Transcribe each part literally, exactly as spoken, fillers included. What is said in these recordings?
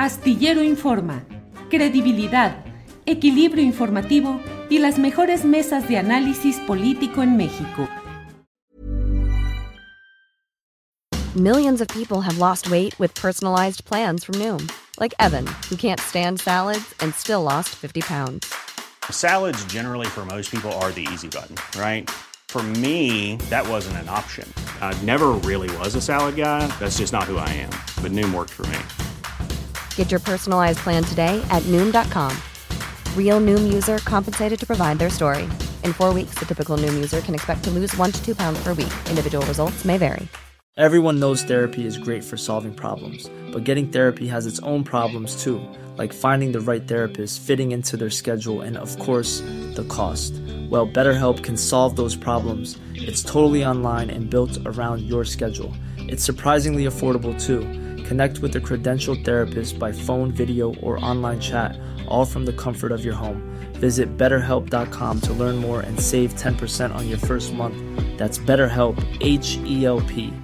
Astillero Informa, credibilidad, equilibrio informativo y las mejores mesas de análisis político en México. Millions of people have lost weight with personalized plans from Noom, like Evan, who can't stand salads and still lost fifty pounds. Salads generally for most people are the easy button, right? For me, that wasn't an option. I never really was a salad guy. That's just not who I am. But Noom worked for me. Get your personalized plan today at Noom dot com. Real Noom user compensated to provide their story. In four weeks, the typical Noom user can expect to lose one to two pounds per week. Individual results may vary. Everyone knows therapy is great for solving problems, but getting therapy has its own problems too, like finding the right therapist, fitting into their schedule, and of course, the cost. Well, BetterHelp can solve those problems. It's totally online and built around your schedule. It's surprisingly affordable too. Connect with a credentialed therapist by phone, video, or online chat, all from the comfort of your home. Visit better help dot com to learn more and save ten percent on your first month. That's BetterHelp, H E L P.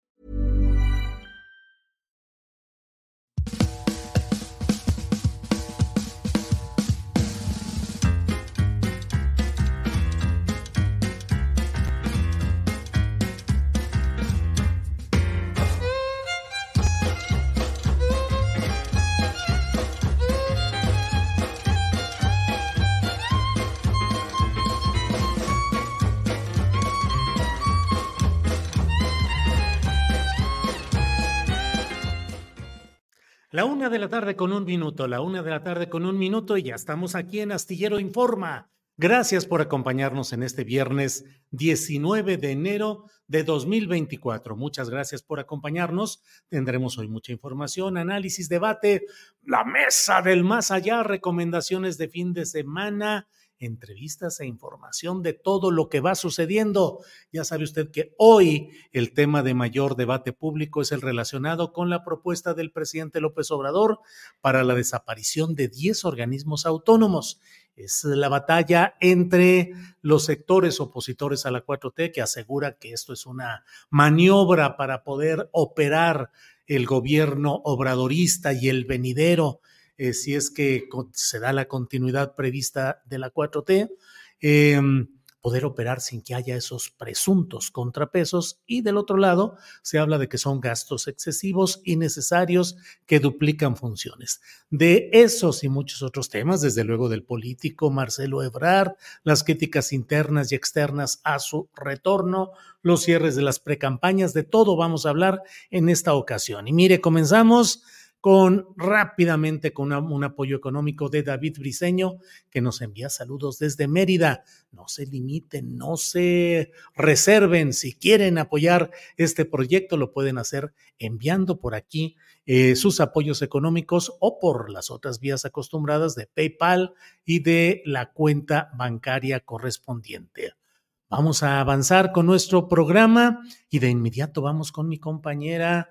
La una de la tarde con un minuto, la una de la tarde con un minuto y ya estamos aquí en Astillero Informa. Gracias por acompañarnos en este viernes diecinueve de enero de dos mil veinticuatro. Muchas gracias por acompañarnos. Tendremos hoy mucha información, análisis, debate, la mesa del más allá, recomendaciones de fin de semana, entrevistas e información de todo lo que va sucediendo. Ya sabe usted que hoy el tema de mayor debate público es el relacionado con la propuesta del presidente López Obrador para la desaparición de diez organismos autónomos. Es la batalla entre los sectores opositores a la cuatro T, que asegura que esto es una maniobra para poder operar el gobierno obradorista y el venidero, Eh, si es que se da la continuidad prevista de la cuatro T, eh, poder operar sin que haya esos presuntos contrapesos, y del otro lado se habla de que son gastos excesivos, innecesarios, que duplican funciones. De esos y muchos otros temas, desde luego del político Marcelo Ebrard, las críticas internas y externas a su retorno, los cierres de las precampañas, de todo vamos a hablar en esta ocasión. Y mire, comenzamos con rápidamente con una, un apoyo económico de David Briceño, que nos envía saludos desde Mérida. No se limiten, no se reserven. Si quieren apoyar este proyecto, lo pueden hacer enviando por aquí eh, sus apoyos económicos o por las otras vías acostumbradas de PayPal y de la cuenta bancaria correspondiente. Vamos a avanzar con nuestro programa y de inmediato vamos con mi compañera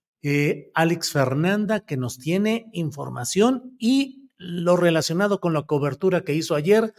Eh, Alex Fernanda, que nos tiene información y lo relacionado con la cobertura que hizo ayer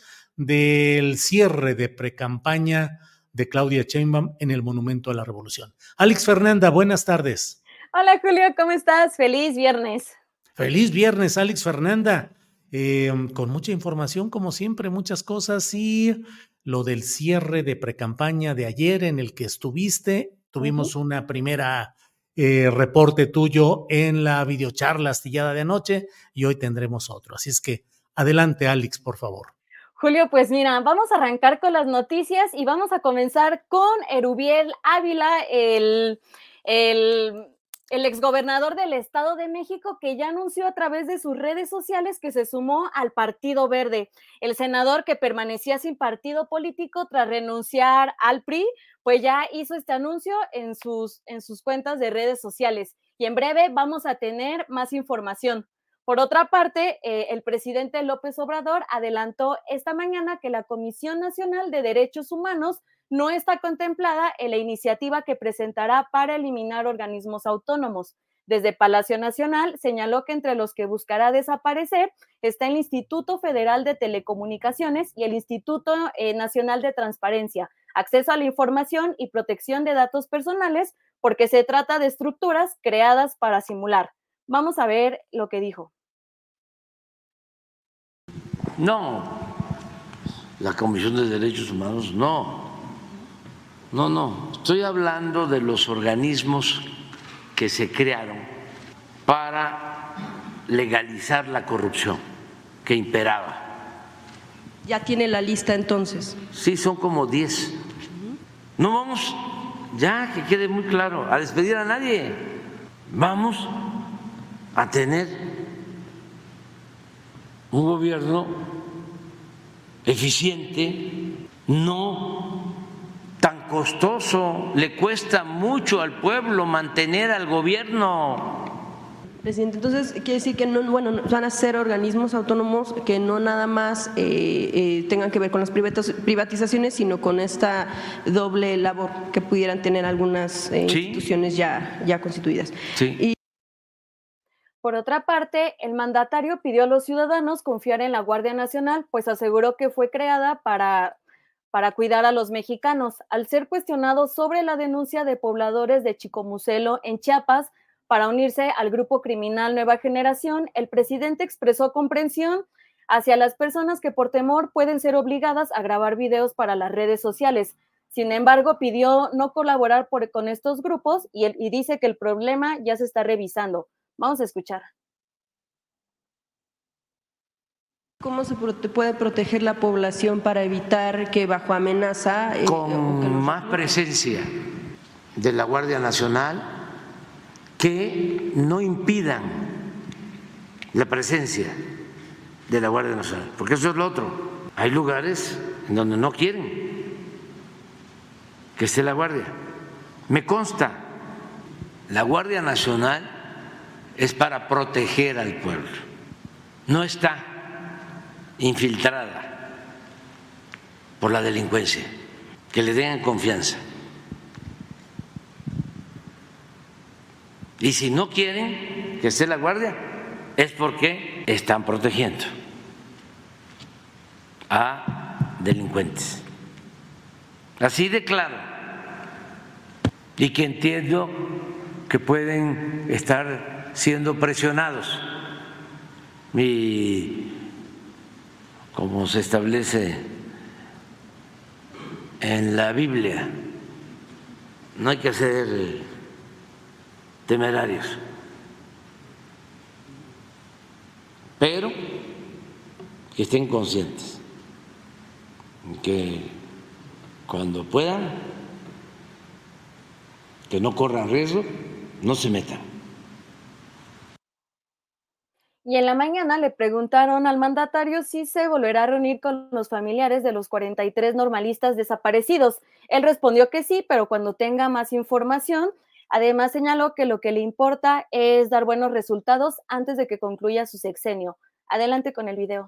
del cierre de precampaña de Claudia Sheinbaum en el Monumento a la Revolución. Alex Fernanda, buenas tardes. Hola Julio, ¿cómo estás? Feliz viernes. Feliz viernes, Alex Fernanda. Eh, con mucha información, como siempre, muchas cosas, y lo del cierre de precampaña de ayer en el que estuviste, tuvimos uh-huh. una primera Eh, reporte tuyo en la videocharla astillada de anoche y hoy tendremos otro. Así es que adelante, Alex, por favor. Julio, pues mira, vamos a arrancar con las noticias y vamos a comenzar con Erubiel Ávila, el, el, el exgobernador del Estado de México, que ya anunció a través de sus redes sociales que se sumó al Partido Verde. El senador, que permanecía sin partido político tras renunciar al P R I, pues ya hizo este anuncio en sus, en sus cuentas de redes sociales y en breve vamos a tener más información. Por otra parte, eh, el presidente López Obrador adelantó esta mañana que la Comisión Nacional de Derechos Humanos no está contemplada en la iniciativa que presentará para eliminar organismos autónomos. Desde Palacio Nacional señaló que entre los que buscará desaparecer está el Instituto Federal de Telecomunicaciones y el Instituto eh, Nacional de Transparencia, Acceso a la Información y Protección de Datos Personales, porque se trata de estructuras creadas para simular. Vamos a ver lo que dijo. No, la Comisión de Derechos Humanos no, no, no, estoy hablando de los organismos que se crearon para legalizar la corrupción que imperaba. ¿Ya tiene la lista entonces? Sí, son como diez. No vamos, ya que quede muy claro, a despedir a nadie. Vamos a tener un gobierno eficiente, no tan costoso, le cuesta mucho al pueblo mantener al gobierno. Presidente, entonces quiere decir que no, bueno, van a ser organismos autónomos que no nada más eh, eh, tengan que ver con las privatizaciones, sino con esta doble labor que pudieran tener algunas eh, sí. instituciones ya, ya constituidas. Sí. Y Por otra parte, el mandatario pidió a los ciudadanos confiar en la Guardia Nacional, pues aseguró que fue creada para, para cuidar a los mexicanos. Al ser cuestionado sobre la denuncia de pobladores de Chicomucelo en Chiapas para unirse al grupo criminal Nueva Generación, el presidente expresó comprensión hacia las personas que por temor pueden ser obligadas a grabar videos para las redes sociales. Sin embargo, pidió no colaborar por, con estos grupos y, el, y dice que el problema ya se está revisando. Vamos a escuchar. ¿Cómo se puede proteger la población para evitar que bajo amenaza… Eh, Con que más presencia de la Guardia Nacional que no impidan la presencia de la Guardia Nacional, porque eso es lo otro. Hay lugares en donde no quieren que esté la Guardia. Me consta, la Guardia Nacional es para proteger al pueblo, no está infiltrada por la delincuencia, que le den confianza. Y si no quieren que esté la Guardia, es porque están protegiendo a delincuentes. Así de claro. Y que entiendo que pueden estar siendo presionados y como se establece en la Biblia, no hay que ser temerarios, pero que estén conscientes que cuando puedan, que no corran riesgo, no se metan. Y en la mañana le preguntaron al mandatario si se volverá a reunir con los familiares de los cuarenta y tres normalistas desaparecidos. Él respondió que sí, pero cuando tenga más información. Además señaló que lo que le importa es dar buenos resultados antes de que concluya su sexenio. Adelante con el video.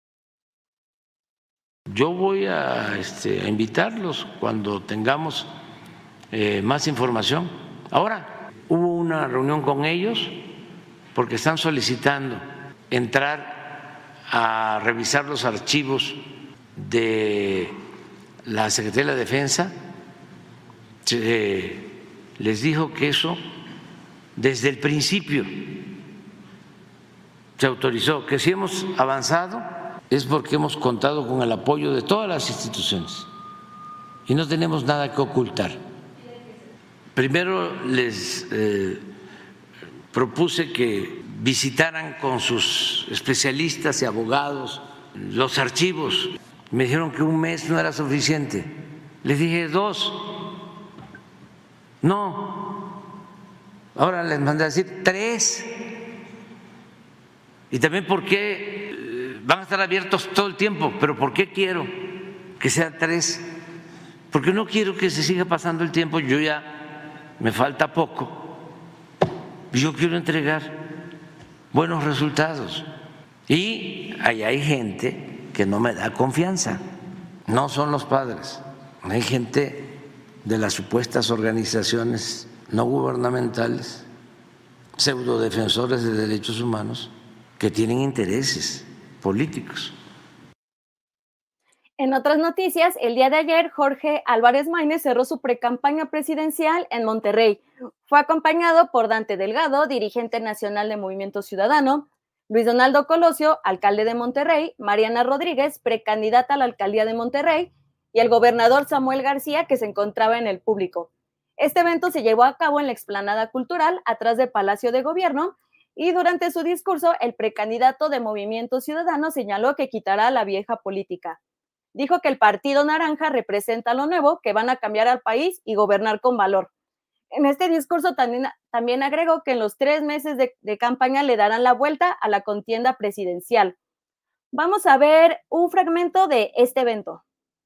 Yo voy a, este, a invitarlos cuando tengamos eh, más información. Ahora hubo una reunión con ellos porque están solicitando entrar a revisar los archivos de la Secretaría de la Defensa. Se les dijo que eso desde el principio se autorizó, que si hemos avanzado es porque hemos contado con el apoyo de todas las instituciones y no tenemos nada que ocultar. Primero les eh, propuse que visitaran con sus especialistas y abogados los archivos. Me dijeron que un mes no era suficiente. Les dije dos. No. Ahora les mandé a decir tres. Y también porque van a estar abiertos todo el tiempo. Pero ¿por qué quiero que sean tres? Porque no quiero que se siga pasando el tiempo. Yo ya me falta poco. Yo quiero entregar buenos resultados. Y ahí hay gente que no me da confianza. No son los padres. Hay gente de las supuestas organizaciones no gubernamentales, pseudodefensores de derechos humanos, que tienen intereses políticos. En otras noticias, el día de ayer, Jorge Álvarez Maínez cerró su precampaña presidencial en Monterrey. Fue acompañado por Dante Delgado, dirigente nacional de Movimiento Ciudadano, Luis Donaldo Colosio, alcalde de Monterrey, Mariana Rodríguez, precandidata a la alcaldía de Monterrey, y el gobernador Samuel García, que se encontraba en el público. Este evento se llevó a cabo en la explanada cultural, atrás del Palacio de Gobierno, y durante su discurso, el precandidato de Movimiento Ciudadano señaló que quitará la vieja política. Dijo que el Partido Naranja representa lo nuevo, que van a cambiar al país y gobernar con valor. En este discurso también, también agregó que en los tres meses de, de campaña le darán la vuelta a la contienda presidencial. Vamos a ver un fragmento de este evento.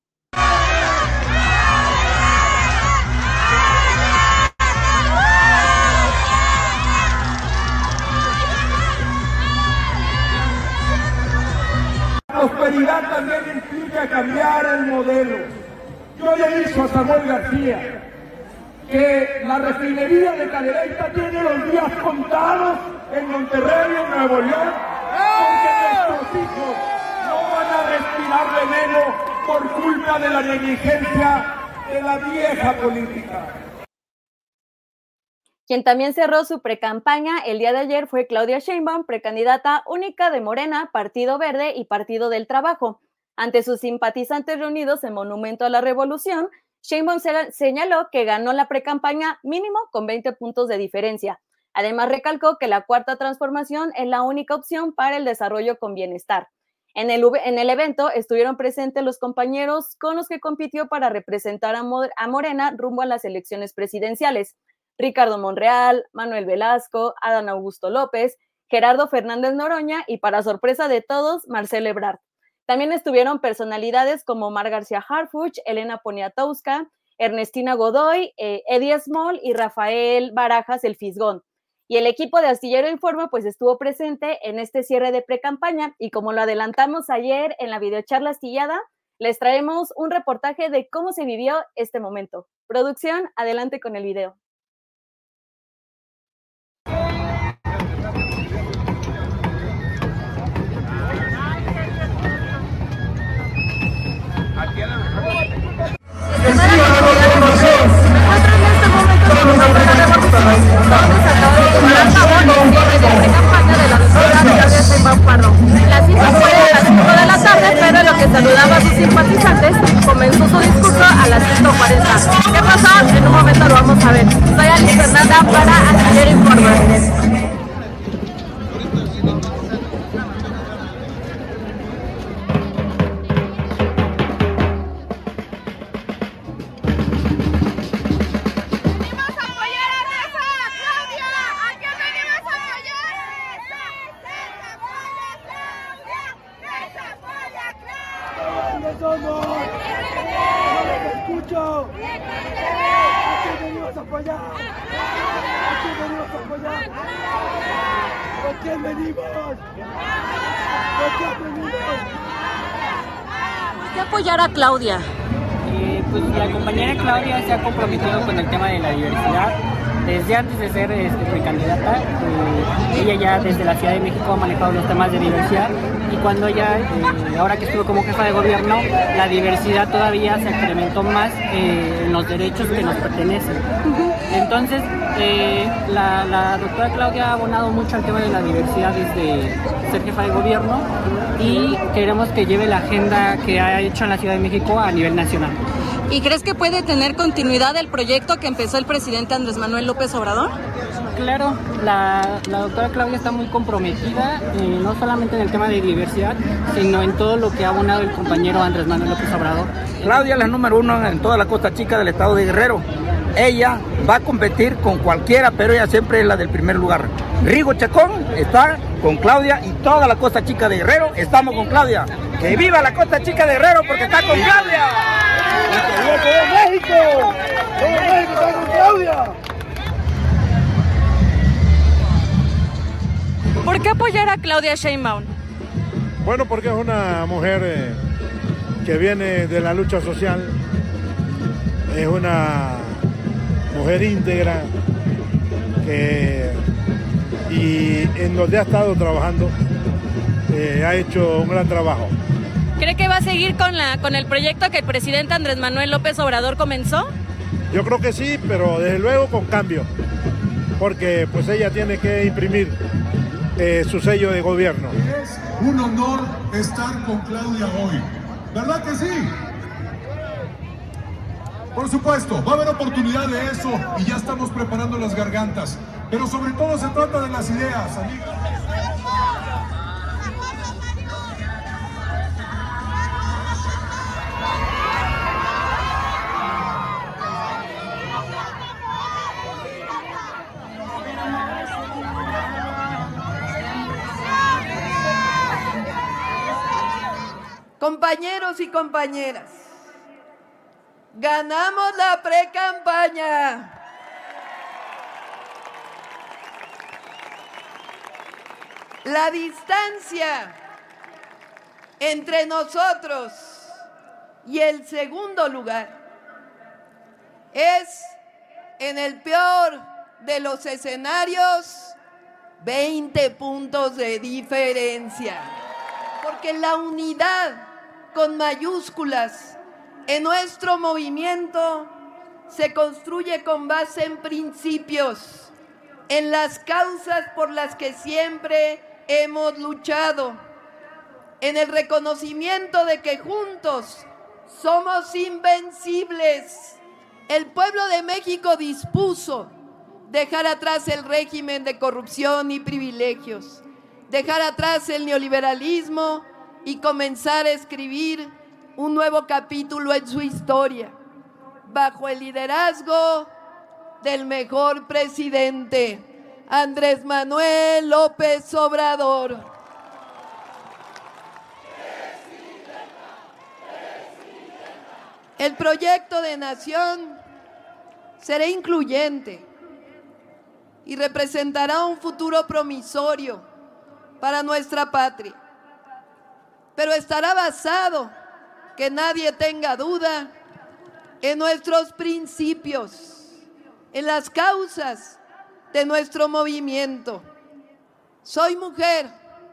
Prosperidad también implica cambiar el modelo. Yo le he dicho a Samuel García que la refinería de Cadereyta tiene los días contados en Monterrey, en Nuevo León, porque nuestros hijos no van a respirar veneno por culpa de la negligencia de la vieja política. Quien también cerró su precampaña el día de ayer fue Claudia Sheinbaum, precandidata única de Morena, Partido Verde y Partido del Trabajo. Ante sus simpatizantes reunidos en Monumento a la Revolución, Sheinbaum señaló que ganó la precampaña mínimo con veinte puntos de diferencia. Además, recalcó que la Cuarta Transformación es la única opción para el desarrollo con bienestar. En el, en el evento estuvieron presentes los compañeros con los que compitió para representar a, Mo, a Morena rumbo a las elecciones presidenciales. Ricardo Monreal, Manuel Velasco, Adán Augusto López, Gerardo Fernández Noroña y, para sorpresa de todos, Marcelo Ebrard. También estuvieron personalidades como Mar García Harfuch, Elena Poniatowska, Ernestina Godoy, eh, Eddie Small y Rafael Barajas el Fisgón. Y el equipo de Astillero Informa pues estuvo presente en este cierre de precampaña, y como lo adelantamos ayer en la videocharla astillada, les traemos un reportaje de cómo se vivió este momento. Producción, adelante con el video. La cita fue a las cinco de la tarde, pero en lo que saludaba a sus simpatizantes, comenzó su discurso a las cinco cuarenta. ¿Qué pasó? En un momento lo vamos a ver. Soy Alice Fernanda para Astillero Informa. ¿Por qué apoyar a Claudia? Eh, pues la compañera Claudia se ha comprometido con el tema de la diversidad desde antes de ser este, precandidata. Eh, ella ya desde la Ciudad de México ha manejado los temas de diversidad, y cuando ella, eh, ahora que estuvo como jefa de gobierno, la diversidad todavía se incrementó más eh, en los derechos que nos pertenecen. Entonces, eh, la, la doctora Claudia ha abonado mucho al tema de la diversidad desde ser jefa de gobierno, y queremos que lleve la agenda que ha hecho en la Ciudad de México a nivel nacional. ¿Y crees que puede tener continuidad el proyecto que empezó el presidente Andrés Manuel López Obrador? Claro, la, la doctora Claudia está muy comprometida, eh, no solamente en el tema de diversidad, sino en todo lo que ha abonado el compañero Andrés Manuel López Obrador. Claudia es la número uno en toda la costa chica del estado de Guerrero. Ella va a competir con cualquiera, pero ella siempre es la del primer lugar. Rigo Chacón está con Claudia, y toda la costa chica de Guerrero estamos con Claudia. ¡Que viva la costa chica de Guerrero, porque está con Claudia! ¡Todo México! ¡Todo México está con Claudia! ¿Por qué apoyar a Claudia Sheinbaum? Bueno, porque es una mujer eh, que viene de la lucha social, es una mujer íntegra que, y en donde ha estado trabajando eh, ha hecho un gran trabajo. ¿Cree que va a seguir con, la, con el proyecto que el presidente Andrés Manuel López Obrador comenzó? Yo creo que sí, pero desde luego con cambio, porque pues ella tiene que imprimir eh, su sello de gobierno. Es un honor estar con Claudia hoy, ¿verdad que sí? Por supuesto, va a haber oportunidad de eso y ya estamos preparando las gargantas, pero sobre todo se trata de las ideas, amigos. Compañeros y compañeras, ganamos la pre-campaña. La distancia entre nosotros y el segundo lugar es, en el peor de los escenarios, veinte puntos de diferencia. Porque la unidad con mayúsculas en nuestro movimiento se construye con base en principios, en las causas por las que siempre hemos luchado, en el reconocimiento de que juntos somos invencibles. El pueblo de México dispuso dejar atrás el régimen de corrupción y privilegios, dejar atrás el neoliberalismo y comenzar a escribir un nuevo capítulo en su historia, bajo el liderazgo del mejor presidente, Andrés Manuel López Obrador. El proyecto de nación será incluyente y representará un futuro promisorio para nuestra patria, pero estará basado, que nadie tenga duda, en nuestros principios, en las causas de nuestro movimiento. Soy mujer,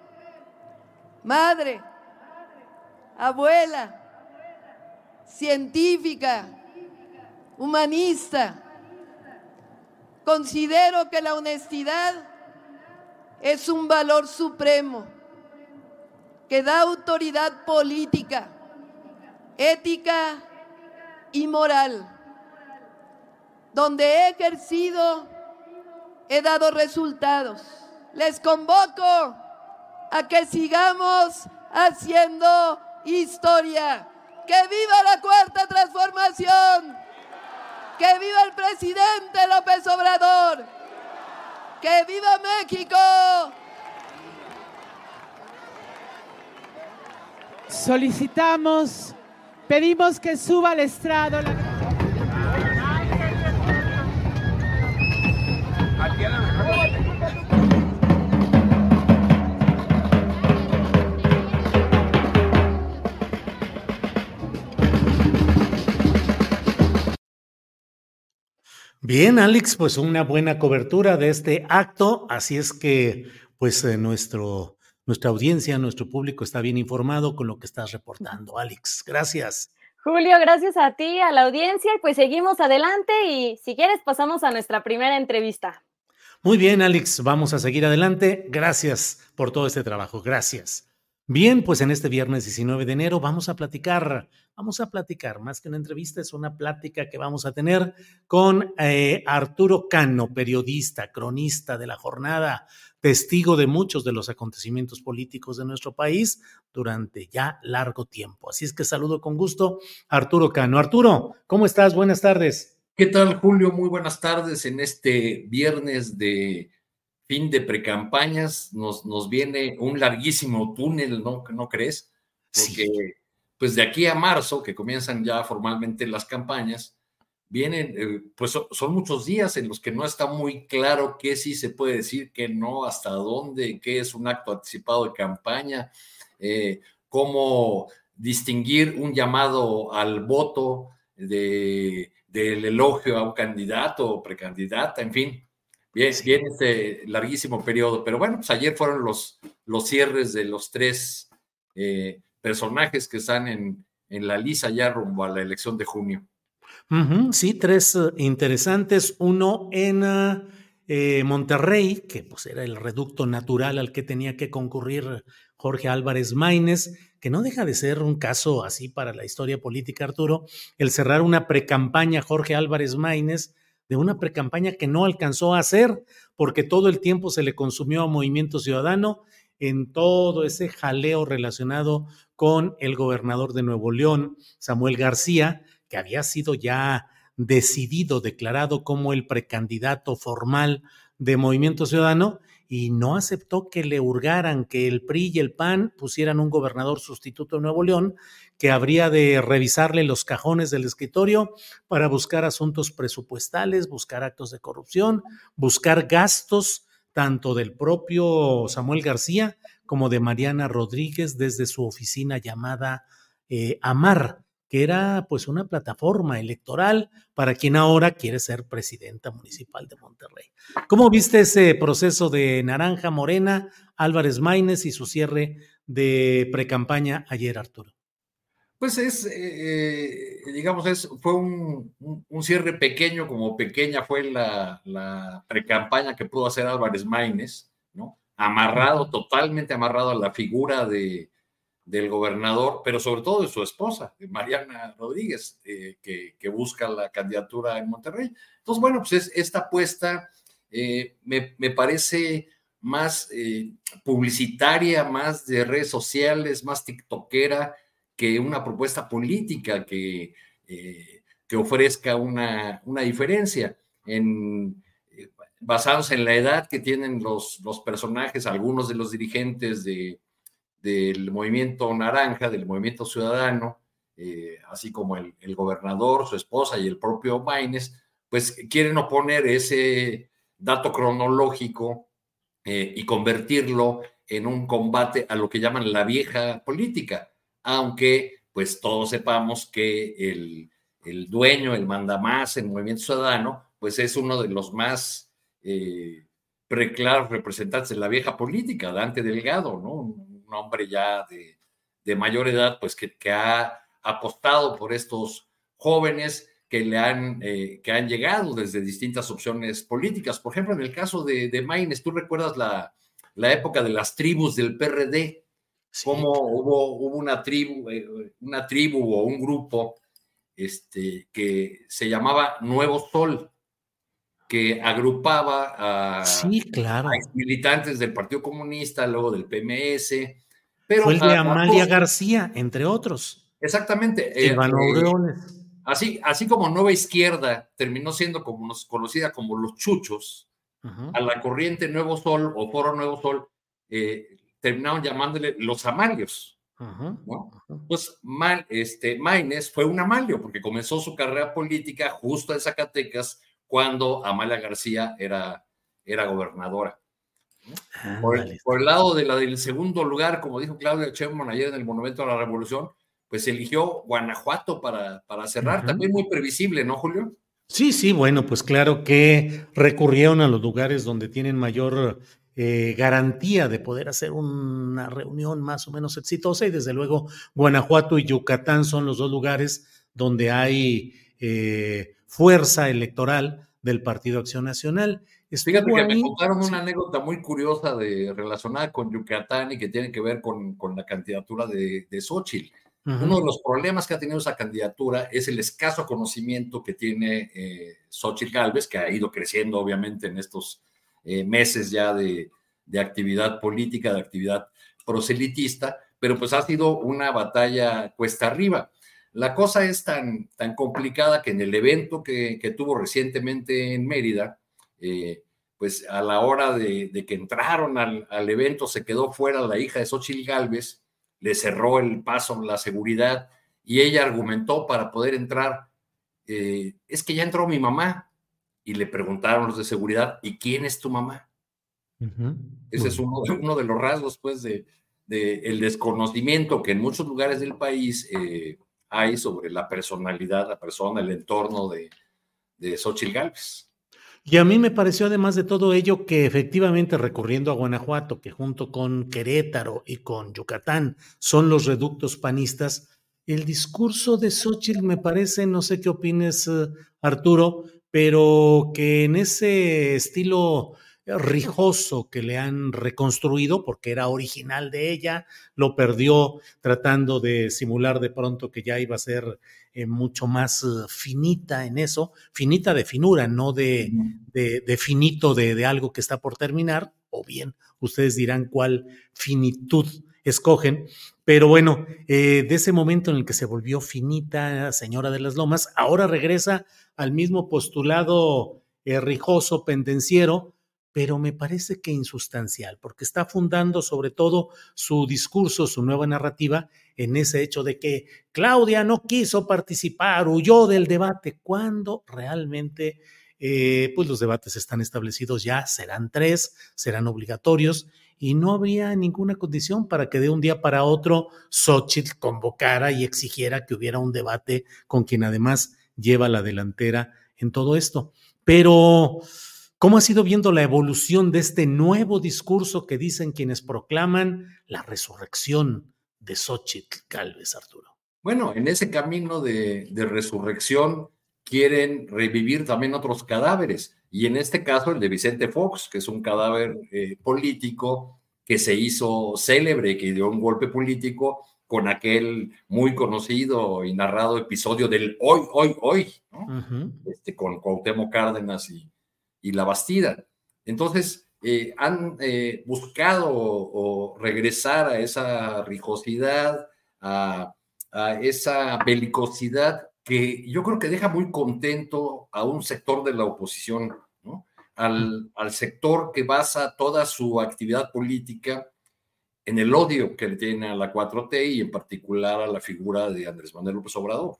madre, abuela, científica, humanista. Considero que la honestidad es un valor supremo que da autoridad política, ética y moral. Donde he ejercido, he dado resultados. Les convoco a que sigamos haciendo historia. ¡Que viva la Cuarta Transformación! ¡Que viva el presidente López Obrador! ¡Que viva México! Solicitamos, pedimos que suba al estrado la... Bien, Alex, pues una buena cobertura de este acto, así es que pues eh, nuestro, nuestra audiencia, nuestro público está bien informado con lo que estás reportando, Alex. Gracias. Julio, gracias a ti, a la audiencia, y pues seguimos adelante y si quieres pasamos a nuestra primera entrevista. Muy bien, Alex, vamos a seguir adelante. Gracias por todo este trabajo, gracias. Bien, pues en este viernes diecinueve de enero vamos a platicar, vamos a platicar, más que una entrevista, es una plática que vamos a tener con eh, Arturo Cano, periodista, cronista de la jornada, testigo de muchos de los acontecimientos políticos de nuestro país durante ya largo tiempo. Así es que saludo con gusto a Arturo Cano. Arturo, ¿cómo estás? Buenas tardes. ¿Qué tal, Julio? Muy buenas tardes en este viernes de fin de precampañas. Nos, nos viene un larguísimo túnel, ¿no? ¿No crees? Porque sí. Pues de aquí a marzo, que comienzan ya formalmente las campañas, vienen, eh, pues son, son muchos días en los que no está muy claro qué sí se puede decir, qué no, hasta dónde, qué es un acto anticipado de campaña, eh, cómo distinguir un llamado al voto de, del elogio a un candidato o precandidata, en fin. Bien, sí. Bien este larguísimo periodo, pero bueno, pues ayer fueron los, los cierres de los tres eh, personajes que están en, en la lisa ya rumbo a la elección de junio. Uh-huh, sí, tres uh, interesantes. Uno en uh, eh, Monterrey, que pues era el reducto natural al que tenía que concurrir Jorge Álvarez Maínez, que no deja de ser un caso así para la historia política, Arturo, el cerrar una precampaña Jorge Álvarez Maínez de una precampaña que no alcanzó a hacer, porque todo el tiempo se le consumió a Movimiento Ciudadano en todo ese jaleo relacionado con el gobernador de Nuevo León, Samuel García, que había sido ya decidido, declarado como el precandidato formal de Movimiento Ciudadano, y no aceptó que le hurgaran, que el P R I y el P A N pusieran un gobernador sustituto de Nuevo León, que habría de revisarle los cajones del escritorio para buscar asuntos presupuestales, buscar actos de corrupción, buscar gastos tanto del propio Samuel García como de Mariana Rodríguez desde su oficina llamada eh, Amar, que era pues una plataforma electoral para quien ahora quiere ser presidenta municipal de Monterrey. ¿Cómo viste ese proceso de Naranja Morena, Álvarez Maínez y su cierre de precampaña ayer, Arturo? Pues es, eh, digamos, es, fue un, un, un cierre pequeño, como pequeña fue la, la precampaña que pudo hacer Álvarez Maínez, ¿no? Amarrado, totalmente amarrado a la figura de, del gobernador, pero sobre todo de su esposa, de Mariana Rodríguez, eh, que, que busca la candidatura en Monterrey. Entonces, bueno, pues es, esta apuesta eh, me, me parece más eh, publicitaria, más de redes sociales, más tiktokera, que una propuesta política que, eh, que ofrezca una, una diferencia, en, eh, basados en la edad que tienen los, los personajes, algunos de los dirigentes de, del Movimiento Naranja, del Movimiento Ciudadano, eh, así como el, el gobernador, su esposa y el propio Maínez, pues quieren oponer ese dato cronológico eh, y convertirlo en un combate a lo que llaman la vieja política, aunque pues todos sepamos que el, el dueño, el mandamás en Movimiento Ciudadano, pues es uno de los más eh, preclaros representantes de la vieja política, Dante Delgado, ¿no? Un, un hombre ya de, de mayor edad, pues que, que ha apostado por estos jóvenes que le han, eh, que han llegado desde distintas opciones políticas. Por ejemplo, en el caso de, de Maínez, ¿tú recuerdas la, la época de las tribus del P R D? Sí. Cómo hubo, hubo una tribu, una tribu o un grupo este, que se llamaba Nuevo Sol, que agrupaba a, sí, claro. a exmilitantes del Partido Comunista, luego del P M S. Pero fue el de a, Amalia a, García, entre otros. Exactamente. Silvano eh, Aureoles. Así, así como Nueva Izquierda terminó siendo como, conocida como los Chuchos, uh-huh. a la corriente Nuevo Sol o Foro Nuevo Sol, eh, terminaron llamándole los Amalios, uh-huh, ¿no? Uh-huh. Pues Mal, este, Maínez fue un Amalio, porque comenzó su carrera política justo en Zacatecas, cuando Amalia García era, era gobernadora. Ah, por, el, vale. por el lado de la, del segundo lugar, como dijo Claudia Sheinbaum ayer en el Monumento a la Revolución, pues eligió Guanajuato para, para cerrar, uh-huh. también muy previsible, ¿no, Julio? Sí, sí, bueno, pues claro que recurrieron a los lugares donde tienen mayor Eh, garantía de poder hacer una reunión más o menos exitosa, y desde luego Guanajuato y Yucatán son los dos lugares donde hay eh, fuerza electoral del Partido Acción Nacional. Estuvo Fíjate que ahí, me contaron sí. una anécdota muy curiosa de, relacionada con Yucatán y que tiene que ver con, con la candidatura de, de Xóchitl. Uh-huh. Uno de los problemas que ha tenido esa candidatura es el escaso conocimiento que tiene eh, Xóchitl Gálvez, que ha ido creciendo obviamente en estos Eh, meses ya de, de actividad política, de actividad proselitista, pero pues ha sido una batalla cuesta arriba. La cosa es tan, tan complicada que en el evento que, que tuvo recientemente en Mérida, eh, pues a la hora de, de que entraron al, al evento se quedó fuera la hija de Xóchitl Gálvez, le cerró el paso la seguridad y ella argumentó para poder entrar, eh, es que ya entró mi mamá. Y le preguntaron los de seguridad, ¿y quién es tu mamá? Uh-huh. Ese es uno, uno de los rasgos, pues, de, de el desconocimiento que en muchos lugares del país eh, hay sobre la personalidad, la persona, el entorno de, de Xóchitl Gálvez. Y a mí me pareció, además de todo ello, que efectivamente recurriendo a Guanajuato, que junto con Querétaro y con Yucatán son los reductos panistas, el discurso de Xóchitl me parece, no sé qué opines, eh, Arturo, pero que en ese estilo rijoso que le han reconstruido, porque era original de ella, lo perdió tratando de simular de pronto que ya iba a ser eh, mucho más uh, finita en eso, finita de finura, no de, de, de finito de, de algo que está por terminar, o bien ustedes dirán cuál finitud escogen, pero bueno, eh, de ese momento en el que se volvió finita, señora de las Lomas, ahora regresa al mismo postulado eh, rijoso, pendenciero, pero me parece que insustancial, porque está fundando sobre todo su discurso, su nueva narrativa, en ese hecho de que Claudia no quiso participar, huyó del debate, cuando realmente eh, pues los debates están establecidos ya, serán tres, serán obligatorios, y no habría ninguna condición para que de un día para otro Xóchitl convocara y exigiera que hubiera un debate con quien además lleva la delantera en todo esto. Pero ¿cómo has ido viendo la evolución de este nuevo discurso que dicen quienes proclaman la resurrección de Xóchitl Gálvez, Arturo? Bueno, en ese camino de, de resurrección quieren revivir también otros cadáveres, y en este caso el de Vicente Fox, que es un cadáver eh, político que se hizo célebre, que dio un golpe político con aquel muy conocido y narrado episodio del hoy, hoy, hoy, ¿no? Uh-huh. este, con Cuauhtémoc Cárdenas y y La Bastida. Entonces, eh, han eh, buscado o, o regresar a esa rijosidad, a, a esa belicosidad que yo creo que deja muy contento a un sector de la oposición, ¿no? Al, al sector que basa toda su actividad política en el odio que le tiene a la cuatro T y en particular a la figura de Andrés Manuel López Obrador.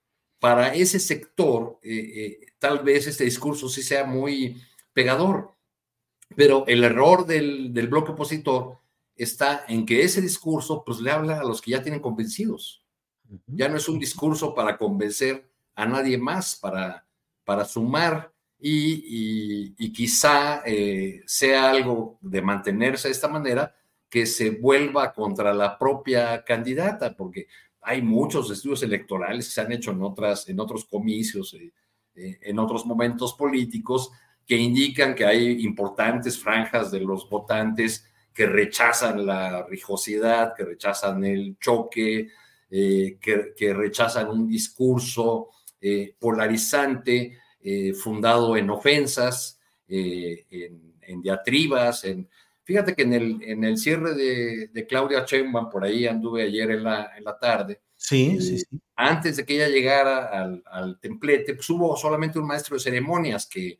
Para ese sector, eh, eh, tal vez este discurso sí sea muy pegador, pero el error del, del bloque opositor está en que ese discurso pues le habla a los que ya tienen convencidos. Ya no es un discurso para convencer a nadie más, para, para sumar y, y, y quizá eh, sea algo de mantenerse de esta manera que se vuelva contra la propia candidata, porque hay muchos estudios electorales que se han hecho en, otras, en otros comicios, eh, eh, en otros momentos políticos, que indican que hay importantes franjas de los votantes que rechazan la rijosidad, que rechazan el choque, eh, que, que rechazan un discurso eh, polarizante, eh, fundado en ofensas, eh, en, en diatribas. En, fíjate que en el, en el cierre de, de Claudia Sheinbaum, por ahí anduve ayer en la, en la tarde. Sí, eh, sí, sí. Antes de que ella llegara al, al templete, pues hubo solamente un maestro de ceremonias que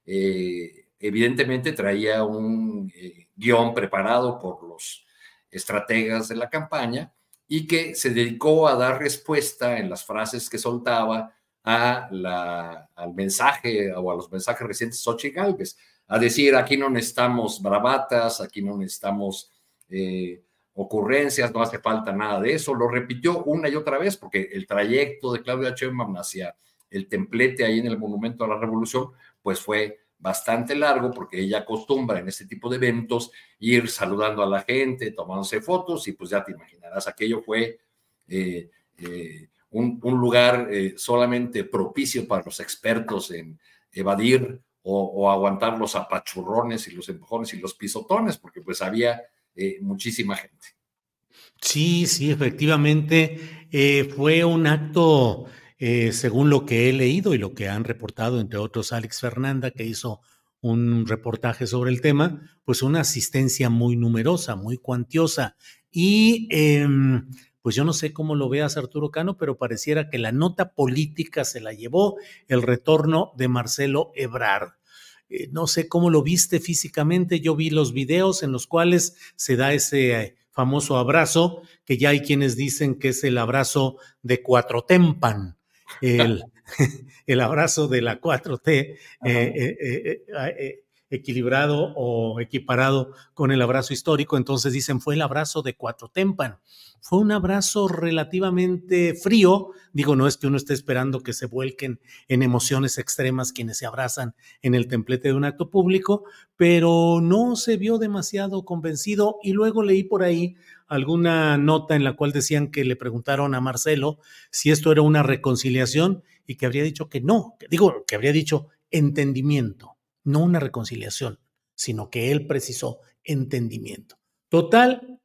eh, evidentemente traía un eh, guión preparado por los estrategas de la campaña y que se dedicó a dar respuesta en las frases que soltaba a la, al mensaje o a los mensajes recientes de Xóchitl Gálvez, a decir, aquí no necesitamos bravatas, aquí no necesitamos eh, ocurrencias, no hace falta nada de eso. Lo repitió una y otra vez porque el trayecto de Claudia Sheinbaum hacia el templete ahí en el Monumento a la Revolución pues fue bastante largo, porque ella acostumbra en este tipo de eventos ir saludando a la gente, tomándose fotos, y pues ya te imaginarás, aquello fue eh, eh, un, un lugar eh, solamente propicio para los expertos en evadir o, o aguantar los apachurrones y los empujones y los pisotones, porque pues había eh, muchísima gente. Sí, sí, efectivamente, eh, fue un acto... Eh, según lo que he leído y lo que han reportado, entre otros, Alex Fernanda, que hizo un reportaje sobre el tema, pues una asistencia muy numerosa, muy cuantiosa. Y eh, pues yo no sé cómo lo veas, Arturo Cano, pero pareciera que la nota política se la llevó el retorno de Marcelo Ebrard. Eh, no sé cómo lo viste físicamente, yo vi los videos en los cuales se da ese eh, famoso abrazo, que ya hay quienes dicen que es el abrazo de Cuatrotempan. El, el abrazo de la cuatro T, eh, eh, eh, eh, equilibrado o equiparado con el abrazo histórico. Entonces dicen, fue el abrazo de Cuatrotémpano. Fue un abrazo relativamente frío. Digo, no es que uno esté esperando que se vuelquen en emociones extremas quienes se abrazan en el templete de un acto público, pero no se vio demasiado convencido. Y luego leí por ahí alguna nota en la cual decían que le preguntaron a Marcelo si esto era una reconciliación y que habría dicho que no, que, digo, que habría dicho entendimiento, no una reconciliación, sino que él precisó entendimiento. Total,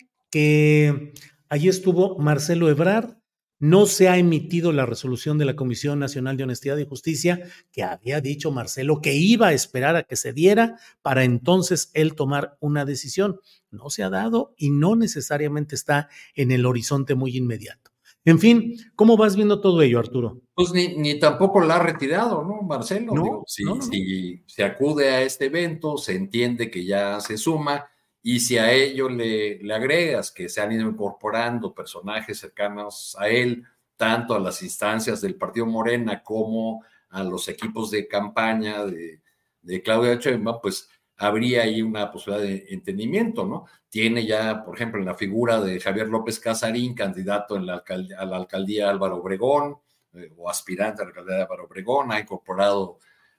que allí estuvo Marcelo Ebrard. No se ha emitido la resolución de la Comisión Nacional de Honestidad y Justicia, que había dicho Marcelo que iba a esperar a que se diera para entonces él tomar una decisión. No se ha dado y no necesariamente está en el horizonte muy inmediato. En fin, ¿cómo vas viendo todo ello, Arturo? Pues ni, ni tampoco la ha retirado, ¿no, Marcelo? No, Digo, si, no, no. si se acude a este evento, se entiende que ya se suma, y si a ello le, le agregas que se han ido incorporando personajes cercanos a él, tanto a las instancias del Partido Morena como a los equipos de campaña de, de Claudia Sheinbaum, pues habría ahí una posibilidad de entendimiento, ¿no? Tiene ya, por ejemplo, en la figura de Javier López Casarín, candidato en la alcaldía, a la alcaldía Álvaro Obregón, eh, o aspirante a la alcaldía de Álvaro Obregón, ha incorporado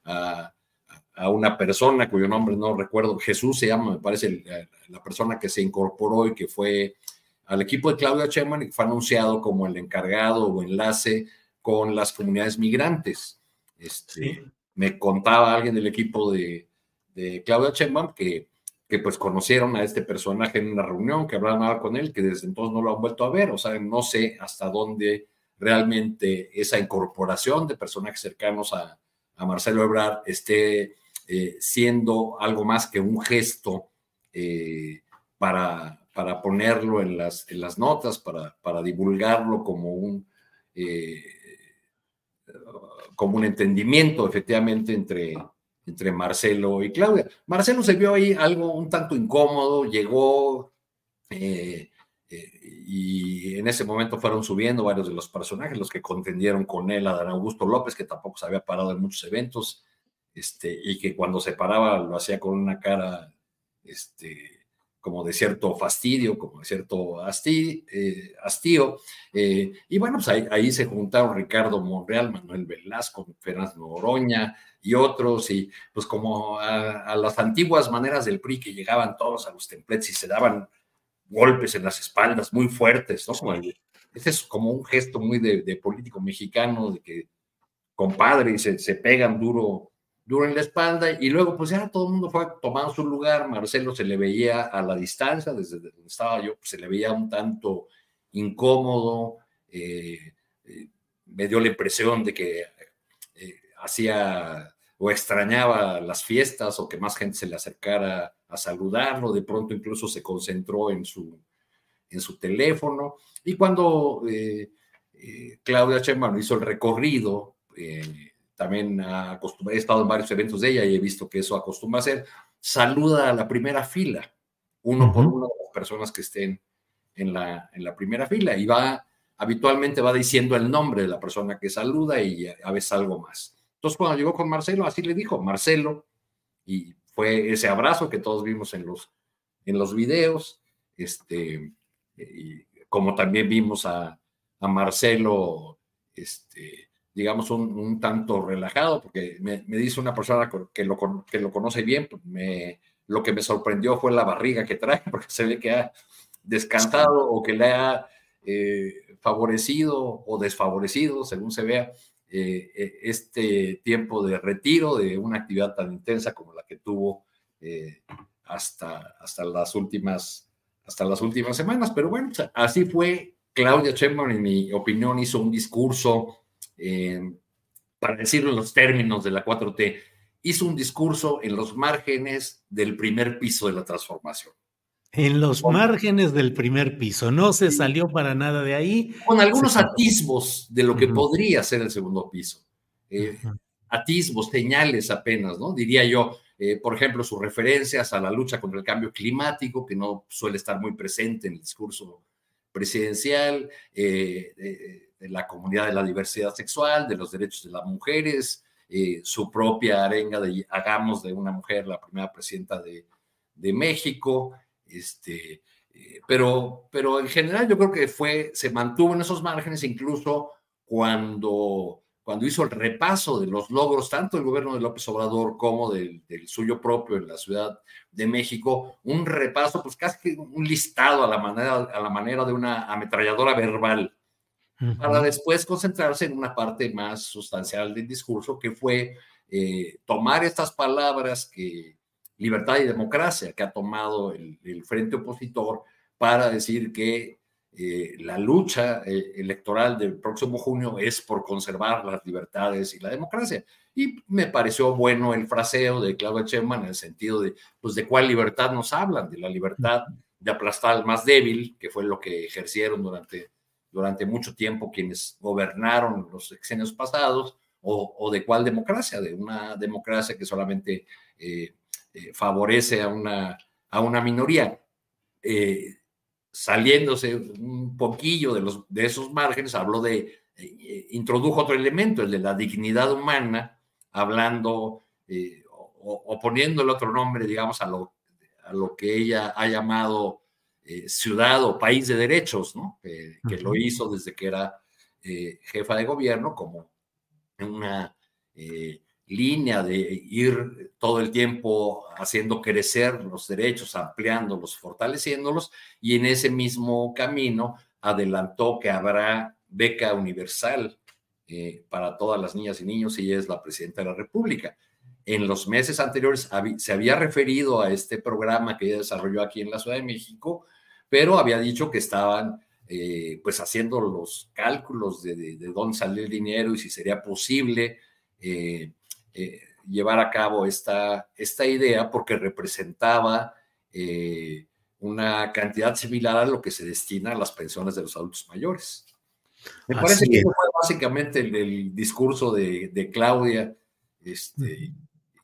a a una persona cuyo nombre no recuerdo, Jesús se llama, me parece, la, la persona que se incorporó y que fue al equipo de Claudia Sheinbaum y que fue anunciado como el encargado o enlace con las comunidades migrantes. Este, sí. Me contaba alguien del equipo de, de Claudia Sheinbaum que, que pues conocieron a este personaje en una reunión, que hablaban con él, que desde entonces no lo han vuelto a ver. O sea, no sé hasta dónde realmente esa incorporación de personajes cercanos a, a Marcelo Ebrard esté Eh, siendo algo más que un gesto eh, para, para ponerlo en las, en las notas, para, para divulgarlo como un, eh, como un entendimiento efectivamente entre, entre Marcelo y Claudia. Marcelo se vio ahí algo un tanto incómodo, llegó eh, eh, y en ese momento fueron subiendo varios de los personajes, los que contendieron con él, a Dan Augusto López, que tampoco se había parado en muchos eventos, Este, y que cuando se paraba lo hacía con una cara este, como de cierto fastidio, como de cierto hastío, eh, hastío. Eh, y bueno, pues ahí, ahí se juntaron Ricardo Monreal, Manuel Velasco, Fernández Noroña y otros, y pues como a, a las antiguas maneras del P R I, que llegaban todos a los templetes y se daban golpes en las espaldas muy fuertes, ¿no? Como el, ese es como un gesto muy de, de político mexicano, de que compadre, y se, se pegan duro duro en la espalda, y luego pues ya todo el mundo fue tomando su lugar. Marcelo se le veía a la distancia, desde donde estaba yo, pues se le veía un tanto incómodo, eh, eh, me dio la impresión de que eh, hacía o extrañaba las fiestas, o que más gente se le acercara a saludarlo. De pronto incluso se concentró en su, en su teléfono, y cuando eh, eh, Claudia Sheinbaum hizo el recorrido, eh, también ha he estado en varios eventos de ella y he visto que eso acostumbra a hacer, saluda a la primera fila, uno uh-huh. por uno de las personas que estén en la, en la primera fila, y va, habitualmente va diciendo el nombre de la persona que saluda y a, a veces algo más. Entonces cuando llegó con Marcelo, así le dijo, Marcelo, y fue ese abrazo que todos vimos en los, en los videos, este, y como también vimos a, a Marcelo, este, digamos, un, un tanto relajado, porque me, me dice una persona que lo, que lo conoce bien, pues me, lo que me sorprendió fue la barriga que trae, porque se ve que ha descansado o que le ha eh, favorecido o desfavorecido, según se vea, eh, este tiempo de retiro de una actividad tan intensa como la que tuvo eh, hasta, hasta, las últimas, hasta las últimas semanas. Pero bueno, o sea, así fue. Claudia Sheinbaum, en mi opinión, hizo un discurso, Eh, para decirlo en los términos de la cuatro T, hizo un discurso en los márgenes del primer piso de la transformación. En los con, márgenes del primer piso, no se salió para nada de ahí. Con algunos atisbos de lo que uh-huh. podría ser el segundo piso. Eh, uh-huh. Atisbos, señales apenas, ¿no? Diría yo, eh, por ejemplo, sus referencias a la lucha contra el cambio climático, que no suele estar muy presente en el discurso presidencial, eh, eh, de la comunidad de la diversidad sexual, de los derechos de las mujeres, eh, su propia arenga de hagamos de una mujer la primera presidenta de, de México, este, eh, pero, pero en general yo creo que fue, se mantuvo en esos márgenes, incluso cuando... cuando hizo el repaso de los logros tanto del gobierno de López Obrador como del, del suyo propio en la Ciudad de México, un repaso, pues casi que un listado a la manera, a la manera de una ametralladora verbal, uh-huh. para después concentrarse en una parte más sustancial del discurso, que fue eh, tomar estas palabras que libertad y democracia que ha tomado el, el frente opositor para decir que Eh, la lucha eh, electoral del próximo junio es por conservar las libertades y la democracia. Y me pareció bueno el fraseo de Claudia Sheinbaum en el sentido de, pues, ¿de cuál libertad nos hablan? De la libertad de aplastar al más débil, que fue lo que ejercieron durante, durante mucho tiempo quienes gobernaron los sexenios pasados, o, o de cuál democracia, de una democracia que solamente eh, eh, favorece a una, a una minoría. Eh, saliéndose un poquillo de, los, de esos márgenes, habló de, eh, introdujo otro elemento, el de la dignidad humana, hablando eh, o, o poniéndole otro nombre, digamos, a lo, a lo que ella ha llamado eh, ciudad o país de derechos, ¿no? Eh, que uh-huh. lo hizo desde que era eh, jefa de gobierno, como una eh, línea de ir todo el tiempo haciendo crecer los derechos, ampliándolos, fortaleciéndolos, y en ese mismo camino adelantó que habrá beca universal eh, para todas las niñas y niños, y ella es la presidenta de la República. En los meses anteriores se había referido a este programa que ella desarrolló aquí en la Ciudad de México, pero había dicho que estaban eh, pues haciendo los cálculos de, de, de dónde salió el dinero y si sería posible eh, Eh, llevar a cabo esta, esta idea, porque representaba eh, una cantidad similar a lo que se destina a las pensiones de los adultos mayores. Me Así parece que eso fue básicamente el, el discurso de, de Claudia, este,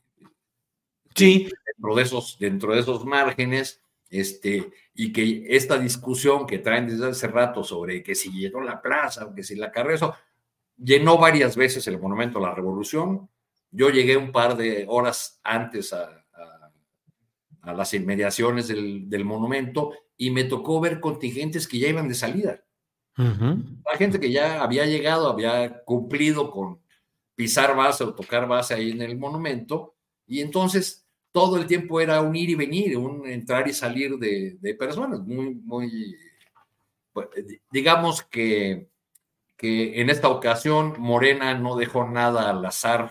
sí. dentro, de esos, dentro de esos márgenes, este, y que esta discusión que traen desde hace rato sobre que si llenó la plaza o que si la carrera, eso, llenó varias veces el Monumento a la Revolución. Yo llegué un par de horas antes a, a, a las inmediaciones del, del monumento y me tocó ver contingentes que ya iban de salida. Uh-huh. La gente que ya había llegado, había cumplido con pisar base o tocar base ahí en el monumento, y entonces todo el tiempo era un ir y venir, un entrar y salir de, de personas. Muy, muy, pues, digamos que, que en esta ocasión Morena no dejó nada al azar,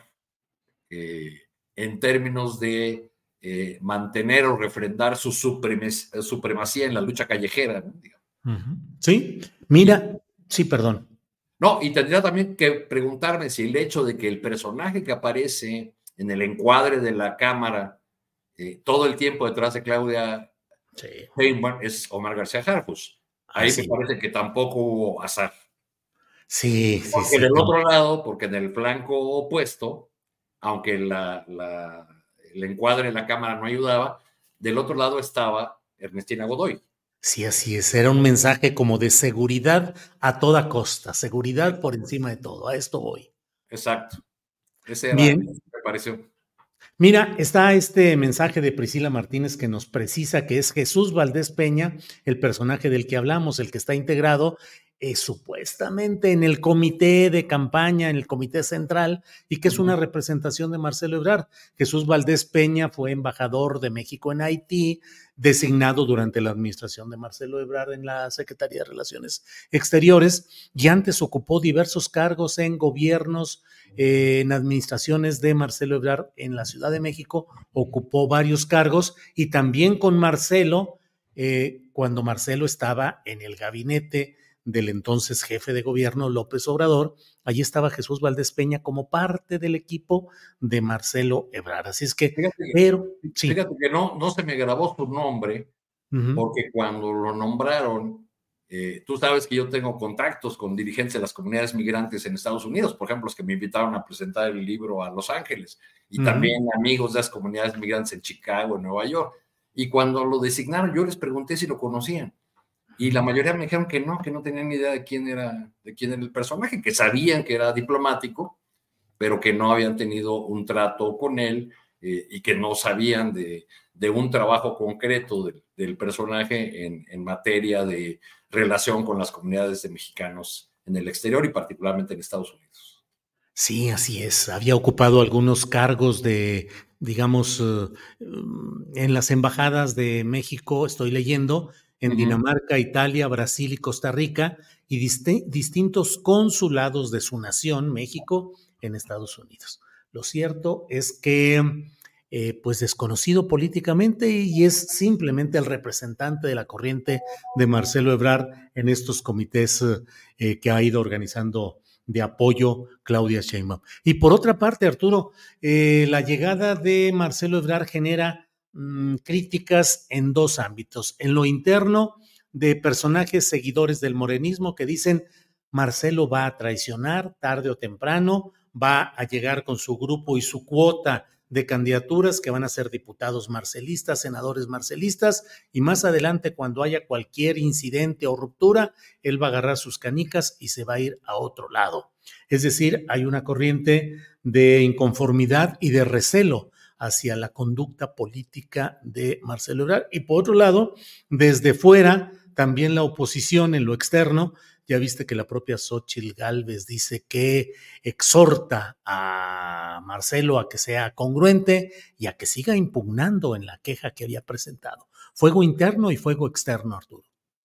Eh, en términos de eh, mantener o refrendar su supremes, supremacía en la lucha callejera, ¿no? Uh-huh. Sí, mira, sí, perdón. No, y tendría también que preguntarme si el hecho de que el personaje que aparece en el encuadre de la cámara eh, todo el tiempo detrás de Claudia sí. Sheinbaum es Omar García Harfuch. Ahí ah, me sí. parece que tampoco hubo azar. Sí, sí, porque sí. del otro lado, porque en el flanco opuesto, aunque la, la, el encuadre de la cámara no ayudaba, del otro lado estaba Ernestina Godoy. Sí, así es. Era un mensaje como de seguridad a toda costa, seguridad por encima de todo. A esto voy. Exacto. Ese era, Bien. me pareció. Mira, está este mensaje de Priscila Martínez que nos precisa que es Jesús Valdés Peña, el personaje del que hablamos, el que está integrado Eh, supuestamente en el comité de campaña, en el comité central, y que es una representación de Marcelo Ebrard. Jesús Valdés Peña fue embajador de México en Haití, designado durante la administración de Marcelo Ebrard en la Secretaría de Relaciones Exteriores, y antes ocupó diversos cargos en gobiernos, eh, en administraciones de Marcelo Ebrard en la Ciudad de México, ocupó varios cargos, y también con Marcelo, eh, cuando Marcelo estaba en el gabinete del entonces jefe de gobierno López Obrador, allí estaba Jesús Valdés Peña como parte del equipo de Marcelo Ebrard. Así es que, fíjate que, pero, sí. fíjate que no, no se me grabó su nombre, uh-huh. porque cuando lo nombraron, eh, tú sabes que yo tengo contactos con dirigentes de las comunidades migrantes en Estados Unidos, por ejemplo, los que me invitaron a presentar el libro a Los Ángeles, y uh-huh. también amigos de las comunidades migrantes en Chicago, en Nueva York. Y cuando lo designaron, yo les pregunté si lo conocían. Y la mayoría me dijeron que no, que no tenían ni idea de quién era, de quién era el personaje, que sabían que era diplomático, pero que no habían tenido un trato con él eh, y que no sabían de, de un trabajo concreto del, del personaje en, en materia de relación con las comunidades de mexicanos en el exterior y particularmente en Estados Unidos. Sí, así es. Había ocupado algunos cargos de, digamos, uh, en las embajadas de México, estoy leyendo, en uh-huh. Dinamarca, Italia, Brasil y Costa Rica, y dist- distintos consulados de su nación, México, en Estados Unidos. Lo cierto es que, eh, pues desconocido políticamente, y es simplemente el representante de la corriente de Marcelo Ebrard en estos comités eh, que ha ido organizando de apoyo Claudia Sheinbaum. Y por otra parte, Arturo, eh, la llegada de Marcelo Ebrard genera mmm, críticas en dos ámbitos. En lo interno, de personajes seguidores del morenismo que dicen Marcelo va a traicionar tarde o temprano, va a llegar con su grupo y su cuota de candidaturas que van a ser diputados marcelistas, senadores marcelistas, y más adelante, cuando haya cualquier incidente o ruptura, él va a agarrar sus canicas y se va a ir a otro lado. Es decir, hay una corriente de inconformidad y de recelo hacia la conducta política de Marcelo Ebrard. Y por otro lado, desde fuera, también la oposición en lo externo. Ya viste que la propia Xóchitl Gálvez dice que exhorta a Marcelo a que sea congruente y a que siga impugnando en la queja que había presentado. Fuego interno y fuego externo, Arturo.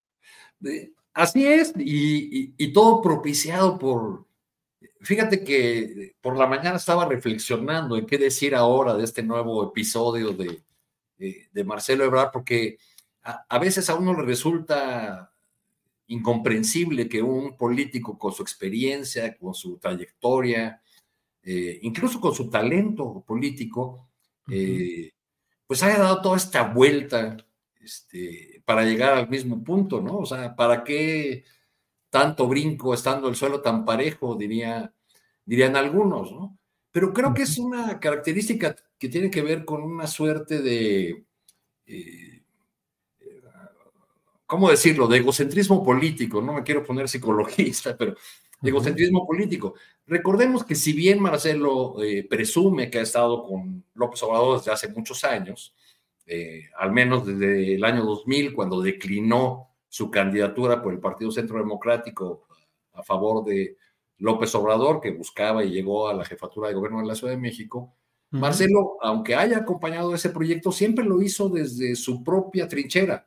Así es, y, y, y todo propiciado por... Fíjate que por la mañana estaba reflexionando en qué decir ahora de este nuevo episodio de, de, de Marcelo Ebrard, porque a, a veces a uno le resulta incomprensible que un político con su experiencia, con su trayectoria, eh, incluso con su talento político, eh, uh-huh. pues haya dado toda esta vuelta este, para llegar al mismo punto, ¿no? O sea, ¿para qué tanto brinco estando el suelo tan parejo, diría, dirían algunos, ¿no? Pero creo que es una característica que tiene que ver con una suerte de... Eh, ¿cómo decirlo?, de egocentrismo político. No me quiero poner psicologista, pero de egocentrismo uh-huh. político. Recordemos que si bien Marcelo eh, presume que ha estado con López Obrador desde hace muchos años, eh, al menos desde el año dos mil, cuando declinó su candidatura por el Partido Centro Democrático a favor de López Obrador, que buscaba y llegó a la jefatura de gobierno de la Ciudad de México, uh-huh. Marcelo, aunque haya acompañado ese proyecto, siempre lo hizo desde su propia trinchera.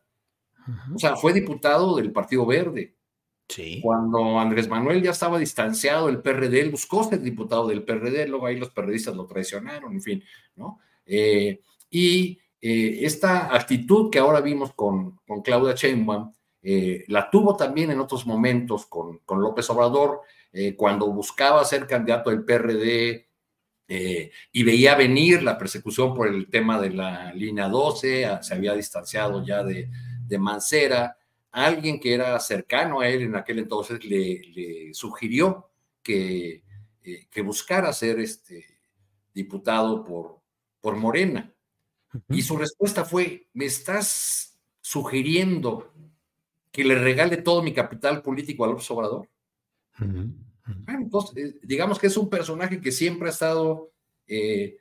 O sea, fue diputado del Partido Verde. Sí. Cuando Andrés Manuel ya estaba distanciado del P R D, él buscó ser diputado del P R D, luego ahí los perredistas lo traicionaron, en fin, ¿no? Eh, y eh, esta actitud que ahora vimos con, con Claudia Sheinbaum, eh, la tuvo también en otros momentos con, con López Obrador, eh, cuando buscaba ser candidato del P R D eh, y veía venir la persecución por el tema de la línea doce, se había distanciado ya de de Mancera. Alguien que era cercano a él en aquel entonces le, le sugirió que, eh, que buscara ser este diputado por, por Morena. Uh-huh. Y su respuesta fue, ¿me estás sugiriendo que le regale todo mi capital político a López Obrador? Uh-huh. Uh-huh. Bueno, entonces, eh, digamos que es un personaje que siempre ha estado... Eh,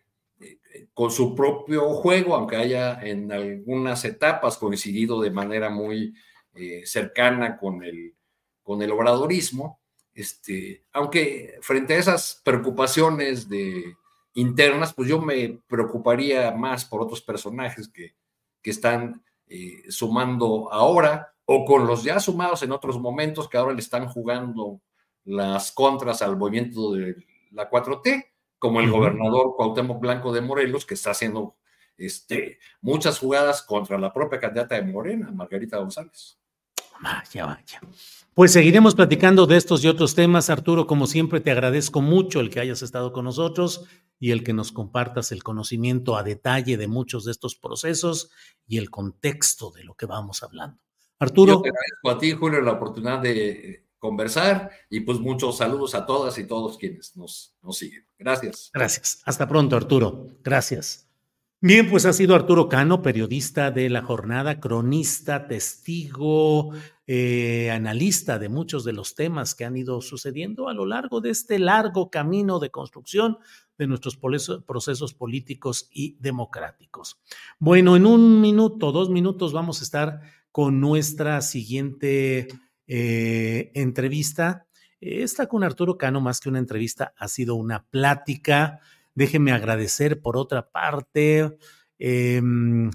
con su propio juego, aunque haya en algunas etapas coincidido de manera muy eh, cercana con el, con el obradorismo, este, aunque frente a esas preocupaciones de, internas, pues yo me preocuparía más por otros personajes que, que están eh, sumando ahora, o con los ya sumados en otros momentos que ahora le están jugando las contras al movimiento de la cuatro T, como el uh-huh. gobernador Cuauhtémoc Blanco de Morelos, que está haciendo este, muchas jugadas contra la propia candidata de Morena, Margarita González. Vaya, vaya. Pues seguiremos platicando de estos y otros temas, Arturo. Como siempre, te agradezco mucho el que hayas estado con nosotros y el que nos compartas el conocimiento a detalle de muchos de estos procesos y el contexto de lo que vamos hablando. Arturo. Yo te agradezco a ti, Julio, la oportunidad de conversar y pues muchos saludos a todas y todos quienes nos, nos siguen. Gracias. Gracias. Hasta pronto, Arturo. Gracias. Bien, pues ha sido Arturo Cano, periodista de La Jornada, cronista, testigo, eh, analista de muchos de los temas que han ido sucediendo a lo largo de este largo camino de construcción de nuestros procesos políticos y democráticos. Bueno, en un minuto, dos minutos vamos a estar con nuestra siguiente eh, entrevista. Esta con Arturo Cano, más que una entrevista, ha sido una plática. Déjenme agradecer por otra parte eh, um,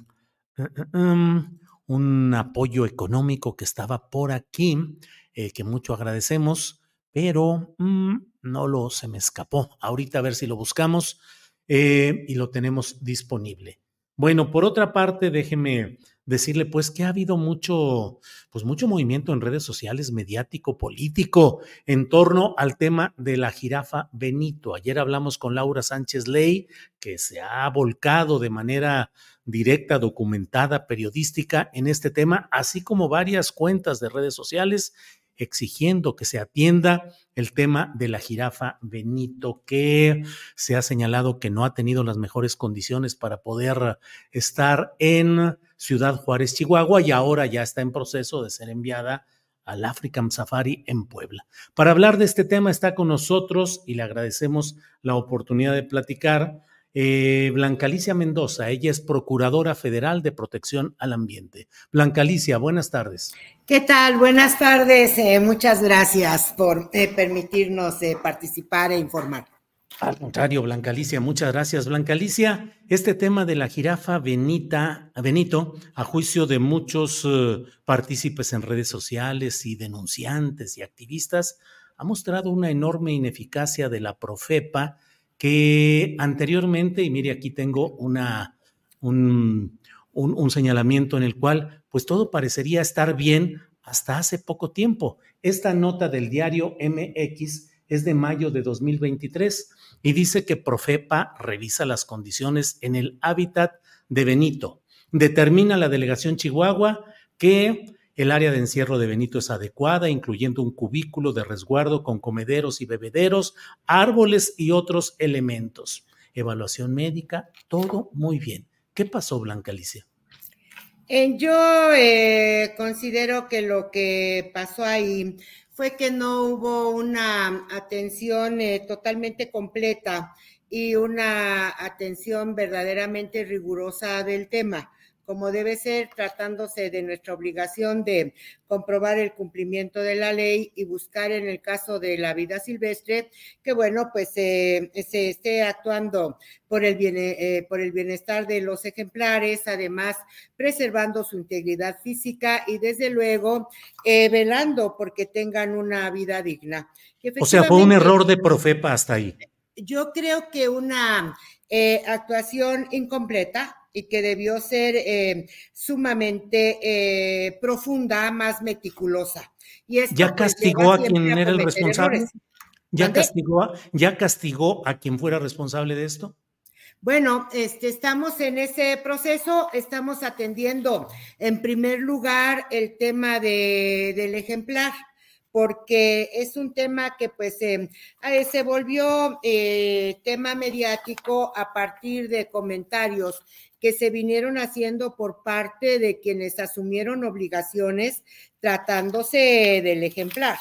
um, un apoyo económico que estaba por aquí, eh, que mucho agradecemos, pero um, no lo se me escapó. Ahorita a ver si lo buscamos eh, y lo tenemos disponible. Bueno, por otra parte, déjeme decirle pues que ha habido mucho, pues mucho movimiento en redes sociales, mediático, político, en torno al tema de la jirafa Benito. Ayer hablamos con Laura Sánchez Ley, que se ha volcado de manera directa, documentada, periodística en este tema, así como varias cuentas de redes sociales exigiendo que se atienda el tema de la jirafa Benito, que se ha señalado que no ha tenido las mejores condiciones para poder estar en Ciudad Juárez, Chihuahua, y ahora ya está en proceso de ser enviada al African Safari en Puebla. Para hablar de este tema está con nosotros, y le agradecemos la oportunidad de platicar, eh, Blanca Alicia Mendoza. Ella es Procuradora Federal de Protección al Ambiente. Blanca Alicia, buenas tardes. ¿Qué tal? Buenas tardes. Eh, muchas gracias por eh, permitirnos eh, participar e informar. Al contrario, Blanca Alicia, muchas gracias. Blanca Alicia, este tema de la jirafa Benita, Benito, a juicio de muchos uh, partícipes en redes sociales y denunciantes y activistas, ha mostrado una enorme ineficacia de la Profepa, que anteriormente, y mire, aquí tengo una, un, un, un señalamiento en el cual pues todo parecería estar bien hasta hace poco tiempo. Esta nota del diario M X es de mayo de dos mil veintitrés y dice que Profepa revisa las condiciones en el hábitat de Benito. Determina la delegación Chihuahua que el área de encierro de Benito es adecuada, incluyendo un cubículo de resguardo con comederos y bebederos, árboles y otros elementos. Evaluación médica, todo muy bien. ¿Qué pasó, Blanca Alicia? Eh, yo eh, considero que lo que pasó ahí fue que no hubo una atención eh, totalmente completa y una atención verdaderamente rigurosa del tema, como debe ser, tratándose de nuestra obligación de comprobar el cumplimiento de la ley y buscar en el caso de la vida silvestre que, bueno, pues eh, se esté actuando por el, bien, eh, por el bienestar de los ejemplares, además preservando su integridad física y, desde luego, eh, velando porque tengan una vida digna. O sea, fue un error de Profepa hasta ahí. Yo creo que una eh, actuación incompleta y que debió ser eh, sumamente eh, profunda, más meticulosa. Y esto, ¿Ya castigó pues, a quien a era el responsable? ¿Ya castigó, a, ¿Ya castigó a quien fuera responsable de esto? Bueno, este, estamos en ese proceso, estamos atendiendo en primer lugar el tema de, del ejemplar, porque es un tema que pues eh, se volvió eh, tema mediático a partir de comentarios que se vinieron haciendo por parte de quienes asumieron obligaciones tratándose del ejemplar.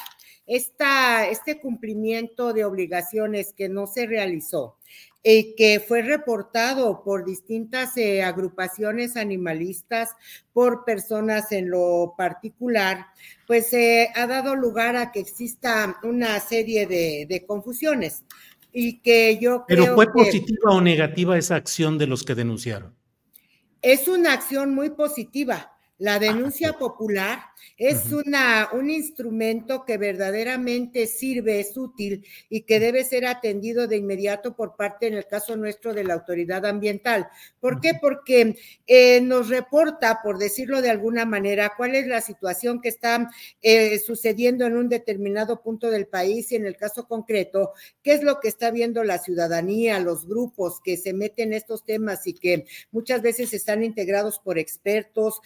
Esta, este cumplimiento de obligaciones que no se realizó y que fue reportado por distintas eh, agrupaciones animalistas, por personas en lo particular, pues eh, ha dado lugar a que exista una serie de, de confusiones y que yo creo ¿Pero fue que positiva o negativa esa acción de los que denunciaron? Es una acción muy positiva. La denuncia popular es una, un instrumento que verdaderamente sirve, es útil y que debe ser atendido de inmediato por parte, en el caso nuestro, de la autoridad ambiental. ¿Por qué? Porque eh, nos reporta, por decirlo de alguna manera, cuál es la situación que está eh, sucediendo en un determinado punto del país y, en el caso concreto, qué es lo que está viendo la ciudadanía, los grupos que se meten en estos temas y que muchas veces están integrados por expertos, por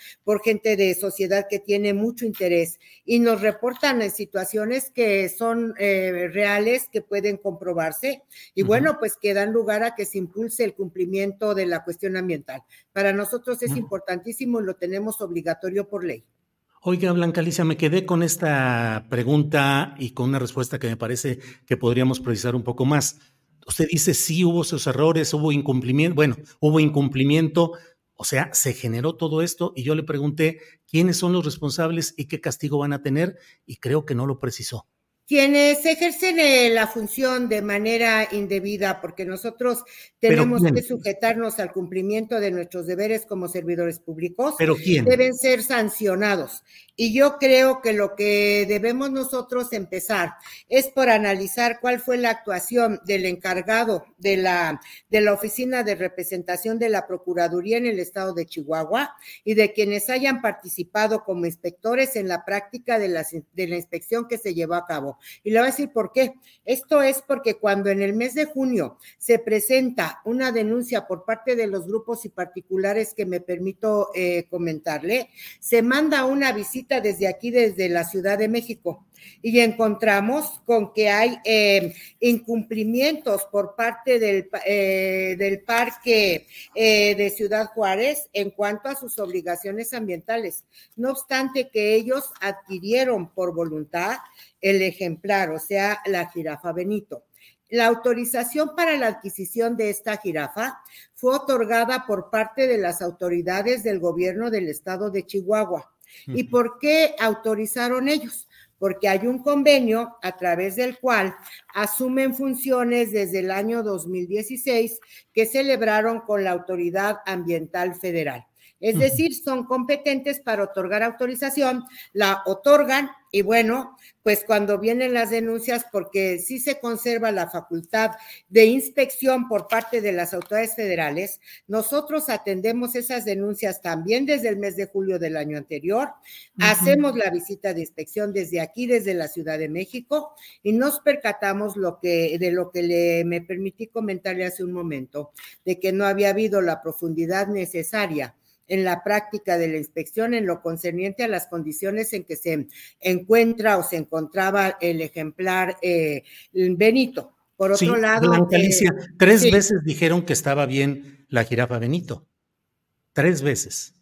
gente de sociedad que tiene mucho interés y nos reportan en situaciones que son eh, reales, que pueden comprobarse y uh-huh. bueno, pues que dan lugar a que se impulse el cumplimiento de la cuestión ambiental. Para nosotros es uh-huh. importantísimo y lo tenemos obligatorio por ley. Oiga, Blanca Alicia, me quedé con esta pregunta y con una respuesta que me parece que podríamos precisar un poco más. Usted dice, sí, hubo sus errores, hubo incumplimiento, bueno, hubo incumplimiento, o sea, se generó todo esto y yo le pregunté quiénes son los responsables y qué castigo van a tener y creo que no lo precisó. Quienes ejercen eh, la función de manera indebida, porque nosotros tenemos que sujetarnos al cumplimiento de nuestros deberes como servidores públicos, ¿Pero quién? Deben ser sancionados. Y yo creo que lo que debemos nosotros empezar es por analizar cuál fue la actuación del encargado de la, de la Oficina de Representación de la Procuraduría en el estado de Chihuahua y de quienes hayan participado como inspectores en la práctica de la, de la inspección que se llevó a cabo. Y le voy a decir por qué. Esto es porque cuando en el mes de junio se presenta una denuncia por parte de los grupos y particulares que me permito eh, comentarle, se manda una visita desde aquí, desde la Ciudad de México, y encontramos con que hay eh, incumplimientos por parte del, eh, del Parque eh, de Ciudad Juárez en cuanto a sus obligaciones ambientales. No obstante que ellos adquirieron por voluntad el ejemplar, o sea, la jirafa Benito. La autorización para la adquisición de esta jirafa fue otorgada por parte de las autoridades del gobierno del estado de Chihuahua. ¿Y por qué autorizaron ellos? Porque hay un convenio a través del cual asumen funciones desde el año dos mil dieciséis que celebraron con la Autoridad Ambiental Federal. Es decir, son competentes para otorgar autorización, la otorgan y bueno, pues cuando vienen las denuncias, porque sí se conserva la facultad de inspección por parte de las autoridades federales, nosotros atendemos esas denuncias también desde el mes de julio del año anterior, uh-huh. hacemos la visita de inspección desde aquí, desde la Ciudad de México, y nos percatamos lo que, de lo que le, me permití comentarle hace un momento, de que no había habido la profundidad necesaria en la práctica de la inspección en lo concerniente a las condiciones en que se encuentra o se encontraba el ejemplar eh, Benito. Por otro sí, lado... Blanca Alicia, eh, tres sí. veces dijeron que estaba bien la jirafa Benito. Tres veces.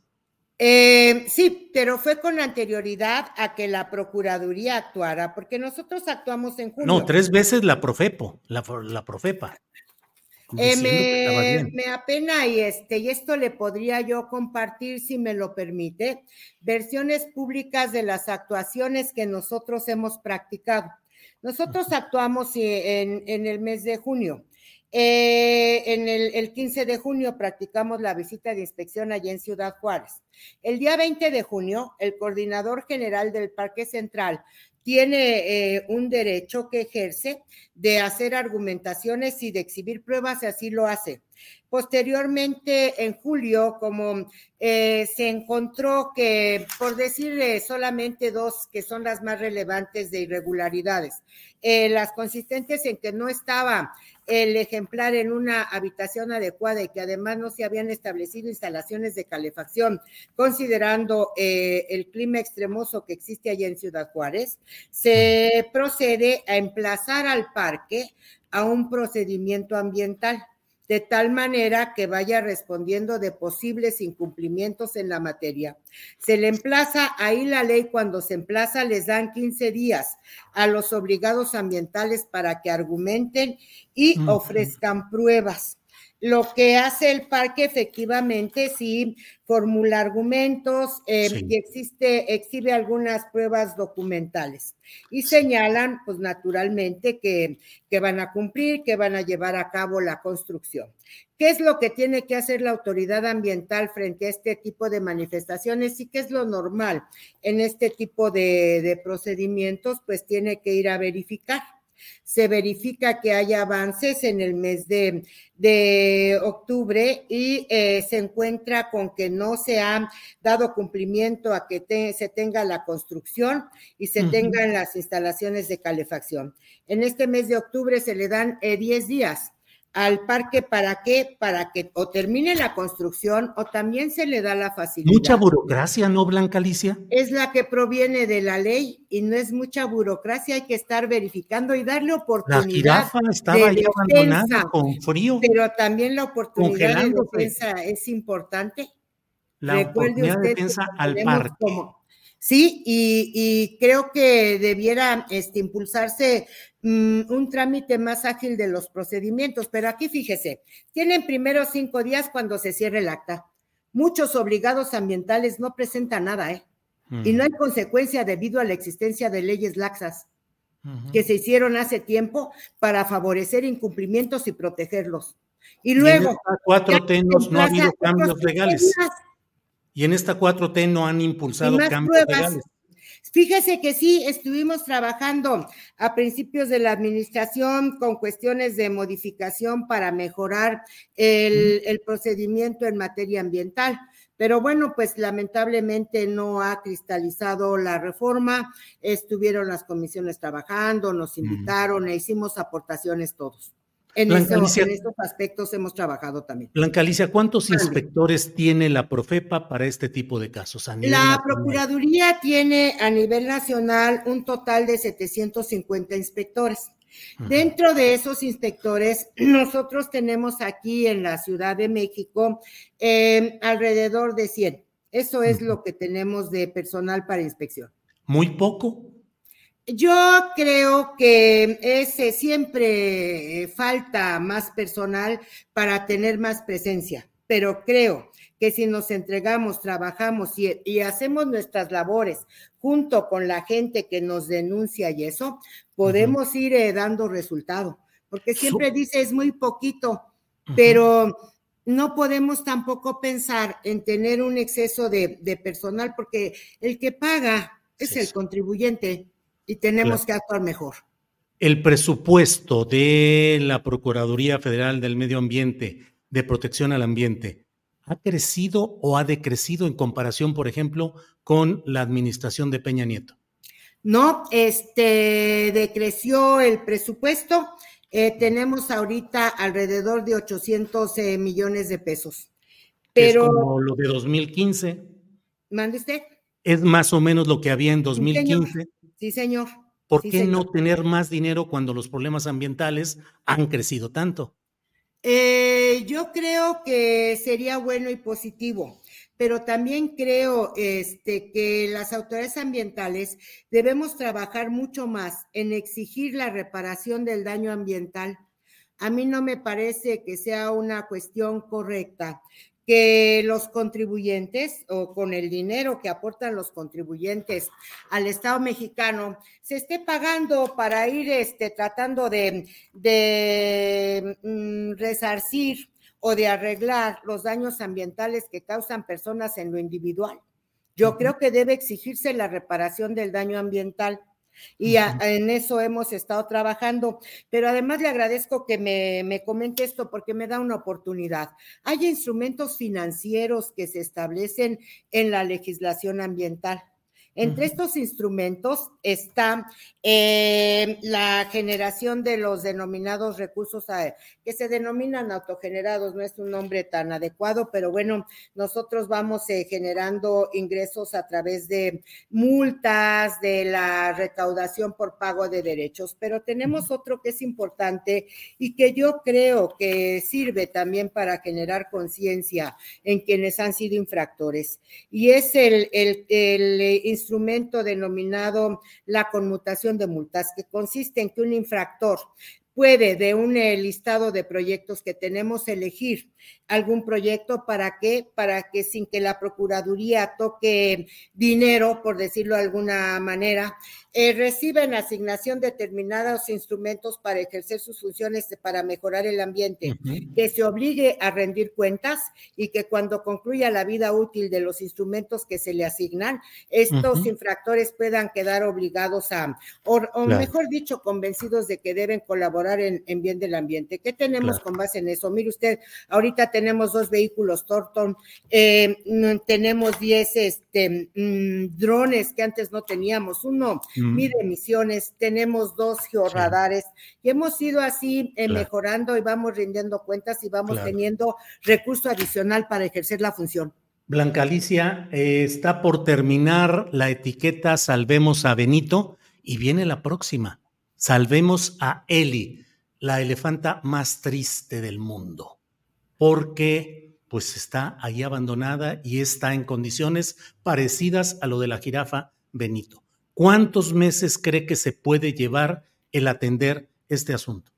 Eh, sí, pero fue con anterioridad a que la Procuraduría actuara, porque nosotros actuamos en junio. No, tres veces la Profepo, la, la Profepa. Eh, me, me apena y este y esto le podría yo compartir, si me lo permite, versiones públicas de las actuaciones que nosotros hemos practicado. Nosotros actuamos en, en el mes de junio. Eh, en el, el quince de junio practicamos la visita de inspección allá en Ciudad Juárez. El día veinte de junio, el coordinador general del Parque Central tiene eh, un derecho que ejerce de hacer argumentaciones y de exhibir pruebas, y así lo hace. Posteriormente, en julio, como eh, se encontró que, por decirle solamente dos que son las más relevantes de irregularidades, eh, las consistentes en que no estaba el ejemplar en una habitación adecuada y que además no se habían establecido instalaciones de calefacción, considerando eh, el clima extremoso que existe allá en Ciudad Juárez, se procede a emplazar al parque a un procedimiento ambiental, de tal manera que vaya respondiendo de posibles incumplimientos en la materia. Se le emplaza, ahí la ley cuando se emplaza les dan quince días a los obligados ambientales para que argumenten y uh-huh. ofrezcan pruebas. Lo que hace el parque efectivamente sí formula argumentos eh, sí. y existe, exhibe algunas pruebas documentales y señalan pues naturalmente que, que van a cumplir, que van a llevar a cabo la construcción. ¿Qué es lo que tiene que hacer la autoridad ambiental frente a este tipo de manifestaciones y qué es lo normal en este tipo de, de procedimientos? Pues tiene que ir a verificar. Se verifica que haya avances en el mes de, de octubre y eh, se encuentra con que no se ha dado cumplimiento a que te, se tenga la construcción y se uh-huh. tengan las instalaciones de calefacción. En este mes de octubre se le dan eh, diez días al parque, ¿para qué? Para que o termine la construcción o también se le da la facilidad. Mucha burocracia, ¿no, Blanca Alicia? Es la que proviene de la ley y no es mucha burocracia, hay que estar verificando y darle oportunidad. La jirafa estaba ahí abandonada con frío. Pero también la oportunidad de defensa es importante. La Recuerde oportunidad de defensa al parque. Como, sí, y, y creo que debiera este, impulsarse um, un trámite más ágil de los procedimientos, pero aquí fíjese, tienen primero cinco días cuando se cierre el acta. Muchos obligados ambientales no presentan nada, ¿eh? Uh-huh. Y no hay consecuencia debido a la existencia de leyes laxas uh-huh. que se hicieron hace tiempo para favorecer incumplimientos y protegerlos. Y luego... Y en esta cuatro T no ha habido cambios legales. Y en esta cuatro T no han impulsado cambios pruebas. legales. Fíjese que sí, estuvimos trabajando a principios de la administración con cuestiones de modificación para mejorar el, el procedimiento en materia ambiental, pero bueno, pues lamentablemente no ha cristalizado la reforma, estuvieron las comisiones trabajando, nos invitaron e hicimos aportaciones todos. En, eso, Alicia, en estos aspectos hemos trabajado también. Blanca Alicia, ¿cuántos Vale. inspectores tiene la Profepa para este tipo de casos? A nivel la nacional? Procuraduría tiene a nivel nacional un total de setecientos cincuenta inspectores. Uh-huh. Dentro de esos inspectores, nosotros tenemos aquí en la Ciudad de México eh, alrededor de cien. Eso es uh-huh. lo que tenemos de personal para inspección. ¿Muy poco? Yo creo que ese siempre falta más personal para tener más presencia, pero creo que si nos entregamos, trabajamos y, y hacemos nuestras labores junto con la gente que nos denuncia y eso, podemos uh-huh. ir eh, dando resultado, porque siempre so- dice es muy poquito, uh-huh. pero no podemos tampoco pensar en tener un exceso de, de personal, porque el que paga es sí, el sí. contribuyente. Y tenemos claro. que actuar mejor. El presupuesto de la Procuraduría Federal del Medio Ambiente, de Protección al Ambiente, ¿ha crecido o ha decrecido en comparación, por ejemplo, con la administración de Peña Nieto? No, este, decreció el presupuesto. Eh, tenemos ahorita alrededor de ochocientos eh, millones de pesos. Pero, es como lo de dos mil quince. ¿Mande usted? Es más o menos lo que había en dos mil quince. Sí, señor. Sí, señor. ¿Por sí, qué señor. no tener más dinero cuando los problemas ambientales han crecido tanto? Eh, yo creo que sería bueno y positivo, pero también creo este, que las autoridades ambientales debemos trabajar mucho más en exigir la reparación del daño ambiental. A mí no me parece que sea una cuestión correcta que los contribuyentes o con el dinero que aportan los contribuyentes al Estado mexicano se esté pagando para ir este, tratando de, de mm, resarcir o de arreglar los daños ambientales que causan personas en lo individual. Yo uh-huh. creo que debe exigirse la reparación del daño ambiental. Y a, en eso hemos estado trabajando, pero además le agradezco que me, me comente esto porque me da una oportunidad. Hay instrumentos financieros que se establecen en la legislación ambiental. Entre uh-huh. estos instrumentos está eh, la generación de los denominados recursos a, que se denominan autogenerados, no es un nombre tan adecuado, pero bueno, nosotros vamos eh, generando ingresos a través de multas, de la recaudación por pago de derechos, pero tenemos otro que es importante y que yo creo que sirve también para generar conciencia en quienes han sido infractores, y es el, el, el, el instrumento denominado la conmutación de multas, que consiste en que un infractor puede de un listado de proyectos que tenemos elegir algún proyecto para que, para que sin que la Procuraduría toque dinero, por decirlo de alguna manera, eh, reciben asignación de determinados instrumentos para ejercer sus funciones de, para mejorar el ambiente, uh-huh. que se obligue a rendir cuentas y que cuando concluya la vida útil de los instrumentos que se le asignan, estos uh-huh. infractores puedan quedar obligados a, o, o claro. mejor dicho, convencidos de que deben colaborar mejorar en, en bien del ambiente. ¿Qué tenemos Claro. con base en eso? Mire usted, ahorita tenemos dos vehículos Thornton, eh, mm, tenemos diez este, mm, drones que antes no teníamos, uno Mm. mide emisiones, tenemos dos georradares y hemos ido así eh, Claro. mejorando y vamos rindiendo cuentas y vamos Claro. teniendo recurso adicional para ejercer la función. Blanca Alicia, eh, está por terminar la etiqueta Salvemos a Benito y viene la próxima. Salvemos a Eli, la elefanta más triste del mundo, porque pues está ahí abandonada y está en condiciones parecidas a lo de la jirafa Benito. ¿Cuántos meses cree que se puede llevar el atender este asunto?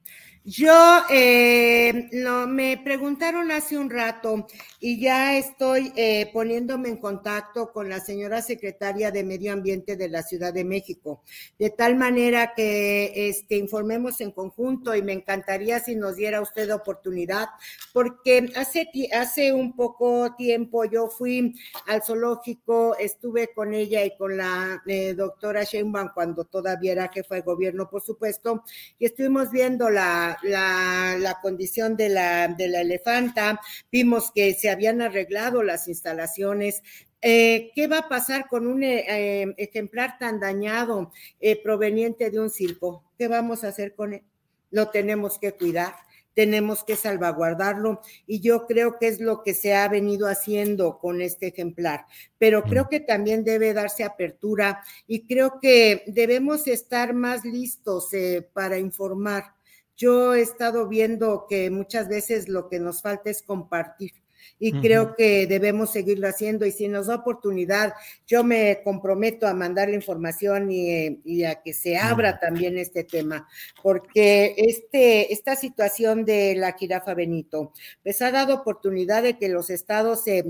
Yo, eh, no, me preguntaron hace un rato y ya estoy eh, poniéndome en contacto con la señora secretaria de Medio Ambiente de la Ciudad de México, de tal manera que este, informemos en conjunto y me encantaría si nos diera usted oportunidad, porque hace, hace un poco tiempo yo fui al zoológico, estuve con ella y con la eh, doctora Sheinbaum cuando todavía era jefa de gobierno, por supuesto, y estuvimos viendo la La, la condición de la, de la elefanta, vimos que se habían arreglado las instalaciones. Eh, ¿Qué va a pasar con un eh, ejemplar tan dañado eh, proveniente de un circo? ¿Qué vamos a hacer con él? Lo tenemos que cuidar, tenemos que salvaguardarlo y yo creo que es lo que se ha venido haciendo con este ejemplar, pero creo que también debe darse apertura y creo que debemos estar más listos eh, para informar. Yo he estado viendo que muchas veces lo que nos falta es compartir y uh-huh. creo que debemos seguirlo haciendo y si nos da oportunidad, yo me comprometo a mandar la información y, y a que se abra uh-huh. también este tema, porque este, esta situación de la jirafa Benito, pues ha dado oportunidad de que los estados, eh,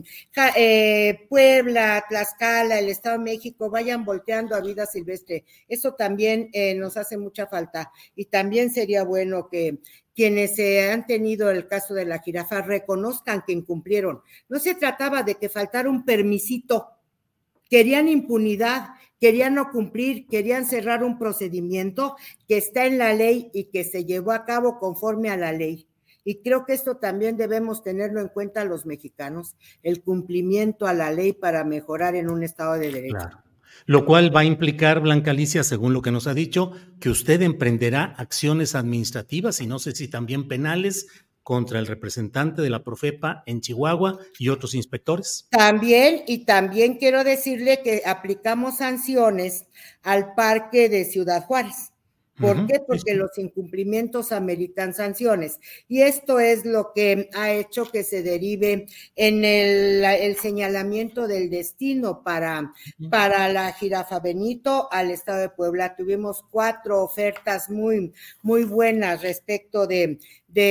eh, Puebla, Tlaxcala, el Estado de México, vayan volteando a vida silvestre. Eso también eh, nos hace mucha falta y también sería bueno que quienes eh, han tenido el caso de la jirafa reconozcan que incumplieron. No se trataba de que faltara un permisito, querían impunidad, querían no cumplir, querían cerrar un procedimiento que está en la ley y que se llevó a cabo conforme a la ley. Y creo que esto también debemos tenerlo en cuenta los mexicanos, el cumplimiento a la ley para mejorar en un Estado de Derecho. Claro. Lo cual va a implicar, Blanca Alicia, según lo que nos ha dicho, que usted emprenderá acciones administrativas y no sé si también penales contra el representante de la Profepa en Chihuahua y otros inspectores. También, y también quiero decirle que aplicamos sanciones al parque de Ciudad Juárez. ¿Por uh-huh. qué? Porque los incumplimientos ameritan sanciones. Y esto es lo que ha hecho que se derive en el, el señalamiento del destino para, uh-huh. para la jirafa Benito al Estado de Puebla. Tuvimos cuatro ofertas muy, muy buenas respecto de,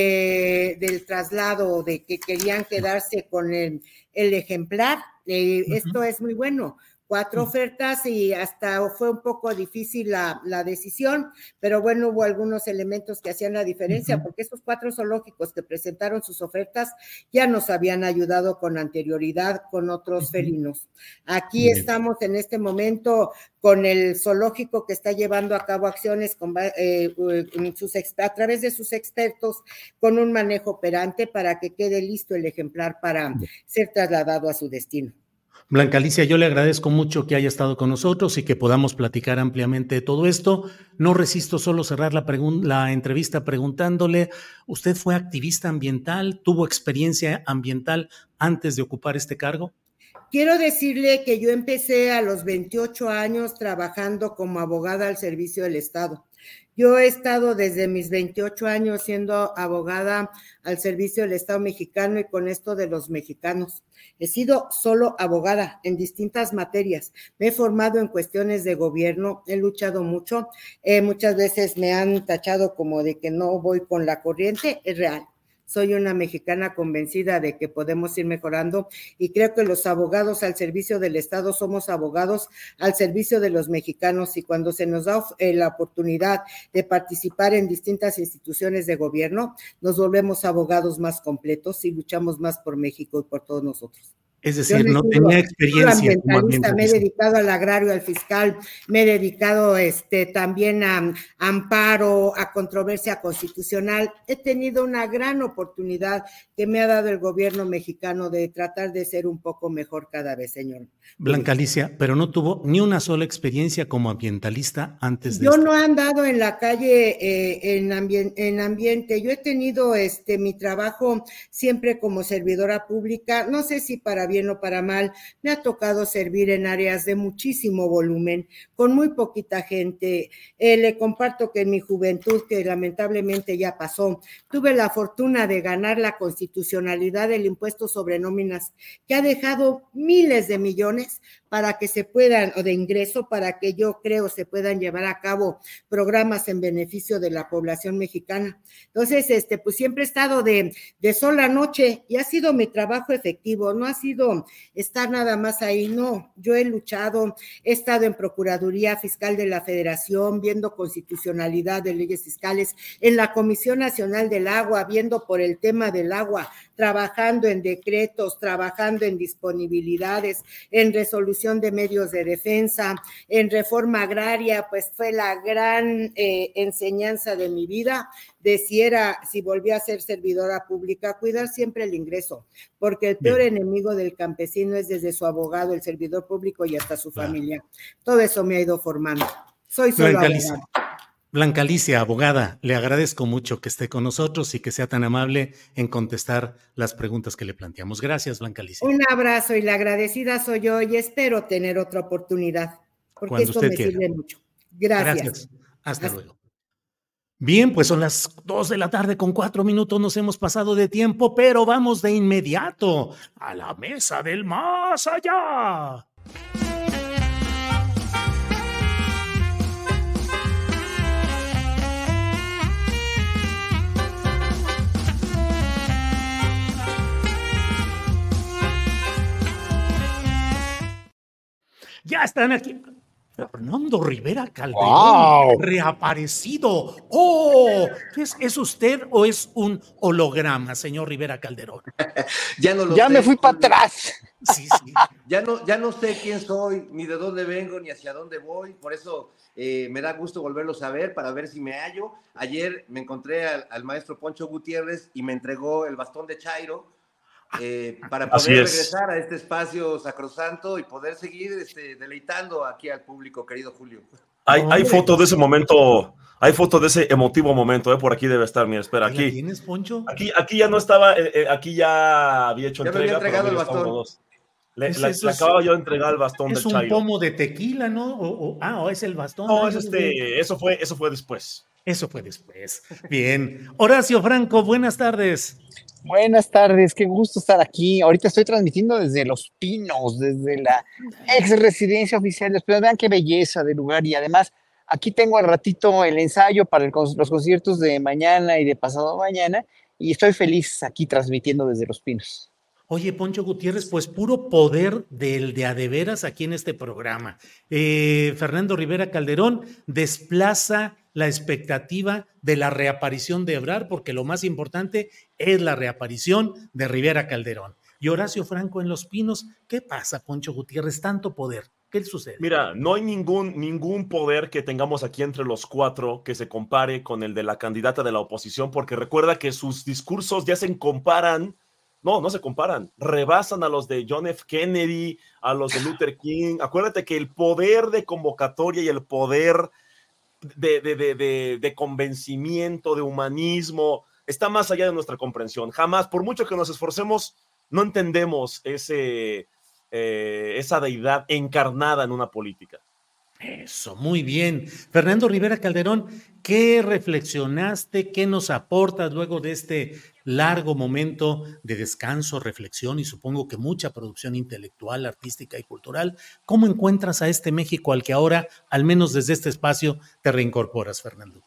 de, del traslado, de que querían quedarse con el, el ejemplar. Eh, uh-huh. Esto es muy bueno. Cuatro ofertas y hasta fue un poco difícil la, la decisión, pero bueno, hubo algunos elementos que hacían la diferencia, uh-huh. porque esos cuatro zoológicos que presentaron sus ofertas ya nos habían ayudado con anterioridad con otros uh-huh. felinos. Aquí Bien. Estamos en este momento con el zoológico que está llevando a cabo acciones con, eh, sus, a través de sus expertos con un manejo operante para que quede listo el ejemplar para uh-huh. ser trasladado a su destino. Blanca Alicia, yo le agradezco mucho que haya estado con nosotros y que podamos platicar ampliamente de todo esto. No resisto solo cerrar la, pregun- la entrevista preguntándole, ¿usted fue activista ambiental? ¿Tuvo experiencia ambiental antes de ocupar este cargo? Quiero decirle que yo empecé a los veintiocho años trabajando como abogada al servicio del Estado. Yo he estado desde mis veintiocho años siendo abogada al servicio del Estado mexicano y con esto de los mexicanos. He sido solo abogada en distintas materias. Me he formado en cuestiones de gobierno, he luchado mucho. Eh, muchas veces me han tachado como de que no voy con la corriente, es real. Soy una mexicana convencida de que podemos ir mejorando y creo que los abogados al servicio del Estado somos abogados al servicio de los mexicanos y cuando se nos da eh, la oportunidad de participar en distintas instituciones de gobierno, nos volvemos abogados más completos y luchamos más por México y por todos nosotros. Es decir, no, no tenía experiencia como ambientalista, me he dedicado al agrario, al fiscal, me he dedicado este, también a, a amparo, a controversia constitucional. He tenido una gran oportunidad que me ha dado el gobierno mexicano de tratar de ser un poco mejor cada vez, señor. Blanca Alicia, pero no tuvo ni una sola experiencia como ambientalista antes de Yo esto. no he andado en la calle eh, en, ambien en ambiente, yo he tenido este mi trabajo siempre como servidora pública, no sé si para bien o para mal, me ha tocado servir en áreas de muchísimo volumen, con muy poquita gente. Eh, le comparto que en mi juventud, que lamentablemente ya pasó, tuve la fortuna de ganar la constitucionalidad del impuesto sobre nóminas, que ha dejado miles de millones para que se puedan, o de ingreso, para que yo creo se puedan llevar a cabo programas en beneficio de la población mexicana. Entonces, este, pues siempre he estado de, de sol a noche y ha sido mi trabajo efectivo, no ha sido estar nada más ahí, no. Yo he luchado, he estado en Procuraduría Fiscal de la Federación, viendo constitucionalidad de leyes fiscales, en la Comisión Nacional del Agua, viendo por el tema del agua, trabajando en decretos, trabajando en disponibilidades, en resolución de medios de defensa, en reforma agraria, pues fue la gran eh, enseñanza de mi vida, de si era, si volví a ser servidora pública, cuidar siempre el ingreso, porque el peor Bien. enemigo del campesino es desde su abogado, el servidor público y hasta su claro. familia. Todo eso me ha ido formando. Soy solo Blanca abogada. Alicia. Blanca Alicia, abogada, le agradezco mucho que esté con nosotros y que sea tan amable en contestar las preguntas que le planteamos. Gracias, Blanca Alicia. Un abrazo y la agradecida soy yo y espero tener otra oportunidad, porque Cuando esto me quiera. sirve mucho. Gracias. Gracias. Hasta, Hasta luego. Bien, pues son las dos de la tarde con cuatro minutos, nos hemos pasado de tiempo, pero vamos de inmediato a la mesa del más allá. Ya están aquí. Fernando Rivera Calderón, wow. reaparecido. ¡Oh! ¿Es, ¿Es usted o es un holograma, señor Rivera Calderón? ya no lo ya sé. me fui para atrás. Sí, sí. ya, no, ya no sé quién soy, ni de dónde vengo, ni hacia dónde voy. Por eso eh, me da gusto volverlos a ver, para ver si me hallo. Ayer me encontré al, al maestro Poncho Gutiérrez y me entregó el bastón de Chairo. Eh, para poder regresar a este espacio sacrosanto y poder seguir este, deleitando aquí al público, querido Julio. Hay, hay foto de ese momento, hay foto de ese emotivo momento, eh, por aquí debe estar, mira, espera, aquí. ¿Tienes, Poncho? Aquí, aquí ya no estaba, eh, eh, aquí ya había hecho ya entrega. Ya me había entregado pero el bastón. Dos. Le, Es, la, le acababa yo de entregar el bastón del Chairo. Es un pomo de tequila, ¿no? O, o, ah, o es el bastón. No, es este, eso fue, eso fue después. Eso fue después. Bien. Horacio Franco, buenas tardes. Buenas tardes, qué gusto estar aquí. Ahorita estoy transmitiendo desde Los Pinos, desde la ex residencia oficial. Pero vean qué belleza de lugar y además aquí tengo al ratito el ensayo para el, los conciertos de mañana y de pasado mañana y estoy feliz aquí transmitiendo desde Los Pinos. Oye, Poncho Gutiérrez, pues puro poder del de a de veras aquí en este programa. Eh, Fernando Rivera Calderón desplaza la expectativa de la reaparición de Ebrard, porque lo más importante es la reaparición de Rivera Calderón. Y Horacio Franco en Los Pinos, ¿qué pasa, Poncho Gutiérrez? Tanto poder, ¿qué sucede? Mira, no hay ningún, ningún poder que tengamos aquí entre los cuatro que se compare con el de la candidata de la oposición, porque recuerda que sus discursos ya se comparan. No, no se comparan, rebasan a los de John F. Kennedy, a los de Luther King. Acuérdate que el poder de convocatoria y el poder de, de, de, de, de convencimiento, de humanismo, está más allá de nuestra comprensión. Jamás, por mucho que nos esforcemos, no entendemos ese, eh, esa deidad encarnada en una política. Eso, muy bien. Fernando Rivera Calderón, ¿qué reflexionaste, qué nos aportas luego de este largo momento de descanso, reflexión y supongo que mucha producción intelectual, artística y cultural? ¿Cómo encuentras a este México al que ahora, al menos desde este espacio, te reincorporas, Fernando?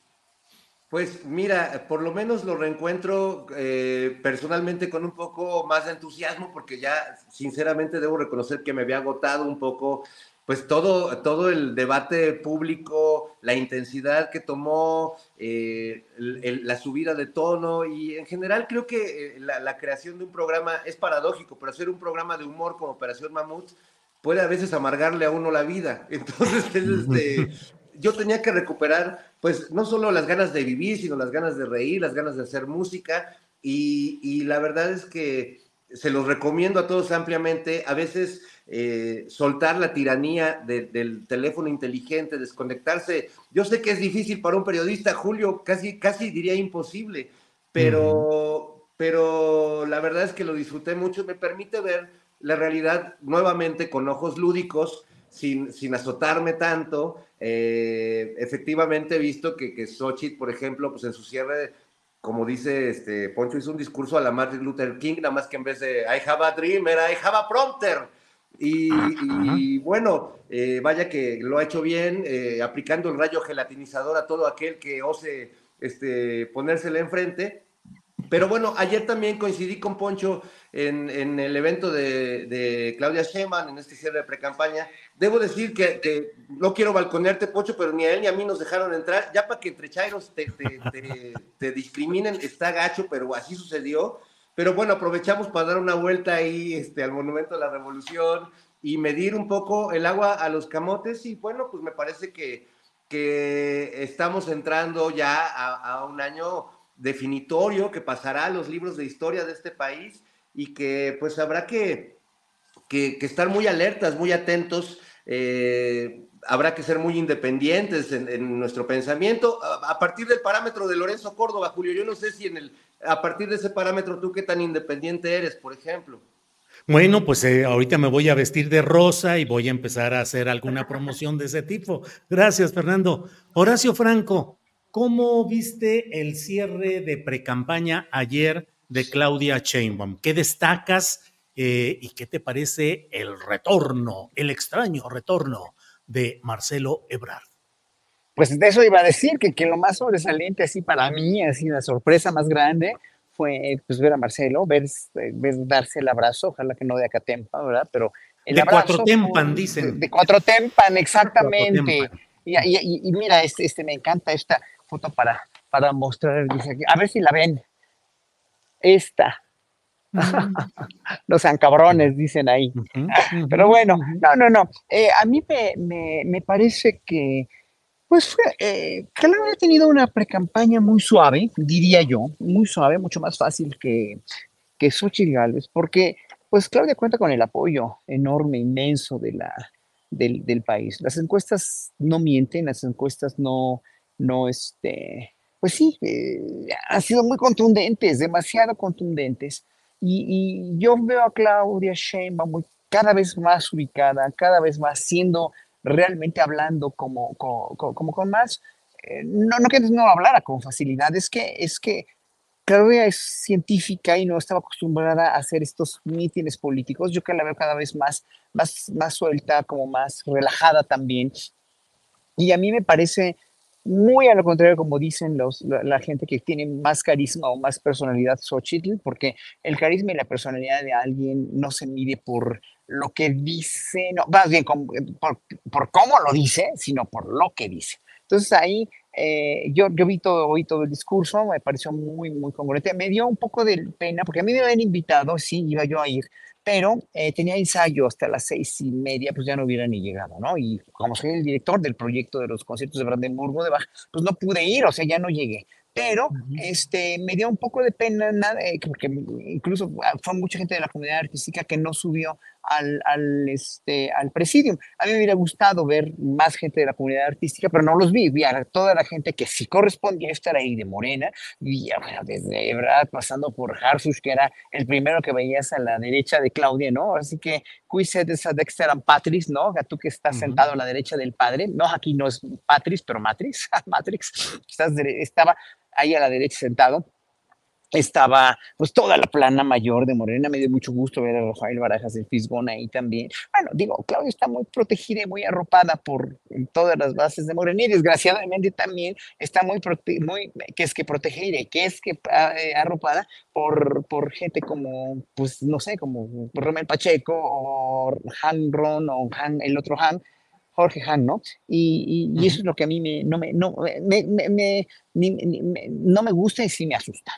Pues mira, por lo menos lo reencuentro eh, personalmente con un poco más de entusiasmo, porque ya sinceramente debo reconocer que me había agotado un poco pues todo, todo el debate público, la intensidad que tomó, eh, el, el, la subida de tono, y en general creo que la, la creación de un programa es paradójico, pero hacer un programa de humor como Operación Mamut puede a veces amargarle a uno la vida. Entonces, este, yo tenía que recuperar, pues, no solo las ganas de vivir, sino las ganas de reír, las ganas de hacer música, y, y la verdad es que se los recomiendo a todos ampliamente. A veces eh, soltar la tiranía de, del teléfono inteligente, desconectarse. Yo sé que es difícil para un periodista, Julio, casi, casi diría imposible, pero, uh-huh. pero la verdad es que lo disfruté mucho. Me permite ver la realidad nuevamente con ojos lúdicos, sin, sin azotarme tanto. Eh, efectivamente he visto que, que Xochitl, por ejemplo, pues en su cierre, como dice este Poncho, hizo un discurso a la Martin Luther King, nada más que en vez de I have a dream, era I have a prompter. Y, y bueno, eh, vaya que lo ha hecho bien, eh, aplicando el rayo gelatinizador a todo aquel que ose este, ponérsele enfrente. Pero bueno, ayer también coincidí con Poncho en, en el evento de, de Claudia Sheinbaum, en este cierre de precampaña. Debo decir que, que no quiero balconearte, Poncho, pero ni a él ni a mí nos dejaron entrar. Ya para que entre chairos te, te, te, te discriminen, está gacho, pero así sucedió. Pero bueno, aprovechamos para dar una vuelta ahí este, al Monumento a la Revolución y medir un poco el agua a los camotes. Y bueno, pues me parece que, que estamos entrando ya a, a un año definitorio que pasará a los libros de historia de este país, y que pues habrá que, que, que estar muy alertas, muy atentos, eh, habrá que ser muy independientes en, en nuestro pensamiento, a, a partir del parámetro de Lorenzo Córdoba, Julio. Yo no sé si en el, a partir de ese parámetro tú qué tan independiente eres, por ejemplo. Bueno, pues eh, ahorita me voy a vestir de rosa y voy a empezar a hacer alguna promoción de ese tipo. Gracias, Fernando. Horacio Franco, ¿cómo viste el cierre de precampaña ayer de Claudia Sheinbaum? ¿Qué destacas eh, y qué te parece el retorno, el extraño retorno de Marcelo Ebrard? Pues de eso iba a decir, que, que lo más sobresaliente así para mí, así la sorpresa más grande, fue pues ver a Marcelo, ver, ver darse el abrazo, ojalá que no de Acatempa, ¿verdad? Pero el de abrazo Cuatrotempan, fue, dicen. De, de Cuatrotempan, exactamente. Cuatrotempan. Y, y, y mira, este, este, me encanta esta foto para, para mostrar, dice aquí, a ver si la ven. Esta. Mm. Los ancabrones, dicen ahí. Uh-huh, uh-huh, Pero bueno, no, no, no. Eh, a mí me, me, me parece que Pues fue, eh, Claudia ha tenido una precampaña muy suave, diría yo, muy suave, mucho más fácil que, que Xochitl Gálvez, porque pues Claudia cuenta con el apoyo enorme, inmenso de la, del, del país. Las encuestas no mienten, las encuestas no, no este, pues sí, eh, han sido muy contundentes, demasiado contundentes, y, y yo veo a Claudia Sheinbaum muy, cada vez más ubicada, cada vez más siendo realmente hablando como, como, como con más, eh, no, no que no hablara con facilidad, es que, es que Claudia es científica y no estaba acostumbrada a hacer estos mítines políticos. Yo que la veo cada vez más, más, más suelta, como más relajada también. Y a mí me parece muy a lo contrario, como dicen los, la, la gente que tiene más carisma o más personalidad, Xochitl, porque el carisma y la personalidad de alguien no se mide por lo que dice, no, más bien por, por cómo lo dice, sino por lo que dice. Entonces ahí eh, yo, yo vi todo, oí todo el discurso, me pareció muy, muy congruente. Me dio un poco de pena, porque a mí me habían invitado, sí, iba yo a ir, pero eh, tenía ensayo hasta las seis y media, pues ya no hubiera ni llegado, ¿no? Y como soy el director del proyecto de los conciertos de Brandenburgo de Bach, pues no pude ir, o sea, ya no llegué. Pero uh-huh. este, me dio un poco de pena, nada, eh, porque incluso fue mucha gente de la comunidad artística que no subió al, al, este, al presidium. A mí me hubiera gustado ver más gente de la comunidad artística, pero no los vi. Vi a toda la gente que sí correspondía estar ahí de Morena, y bueno, desde Ebrard, pasando por Harfuch, que era el primero que veías a la derecha de Claudia, ¿no? Así que, qui sed Dexter and Patris, ¿no? Tú que estás uh-huh. sentado a la derecha del padre, no, aquí no es Patris, pero Matrix, Matrix, estás de, estaba ahí a la derecha sentado. Estaba pues toda la plana mayor de Morena. Me dio mucho gusto ver a Rafael Barajas del Fisgón ahí también. Bueno, digo, Claudia está muy protegida y muy arropada por todas las bases de Morena, y desgraciadamente también está muy, prote- muy que es que protegida y que es que eh, arropada por, por gente como, pues no sé, como Romel Pacheco o Han Ron o Han, el otro Han, Jorge Han, ¿no? Y, y, y eso es lo que a mí me, no, me, no, me, me, me, ni, ni, me, no me gusta y sí me asusta.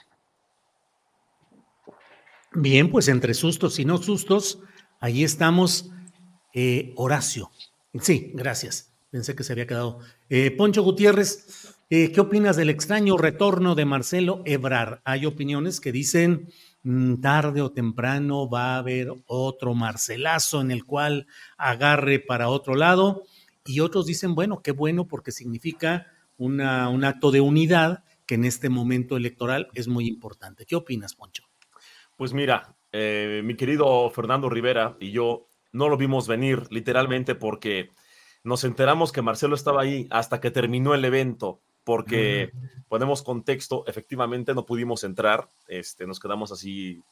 Bien, pues entre sustos y no sustos, ahí estamos. Eh, Horacio. Sí, gracias. Pensé que se había quedado. Eh, Poncho Gutiérrez, eh, ¿qué opinas del extraño retorno de Marcelo Ebrard? Hay opiniones que dicen mmm, tarde o temprano va a haber otro Marcelazo en el cual agarre para otro lado, y otros dicen, bueno, qué bueno porque significa una, un acto de unidad que en este momento electoral es muy importante. ¿Qué opinas, Poncho? Pues mira, eh, mi querido Fernando Rivera y yo no lo vimos venir literalmente porque nos enteramos que Marcelo estaba ahí hasta que terminó el evento, porque uh-huh. ponemos contexto, efectivamente no pudimos entrar, este, nos quedamos así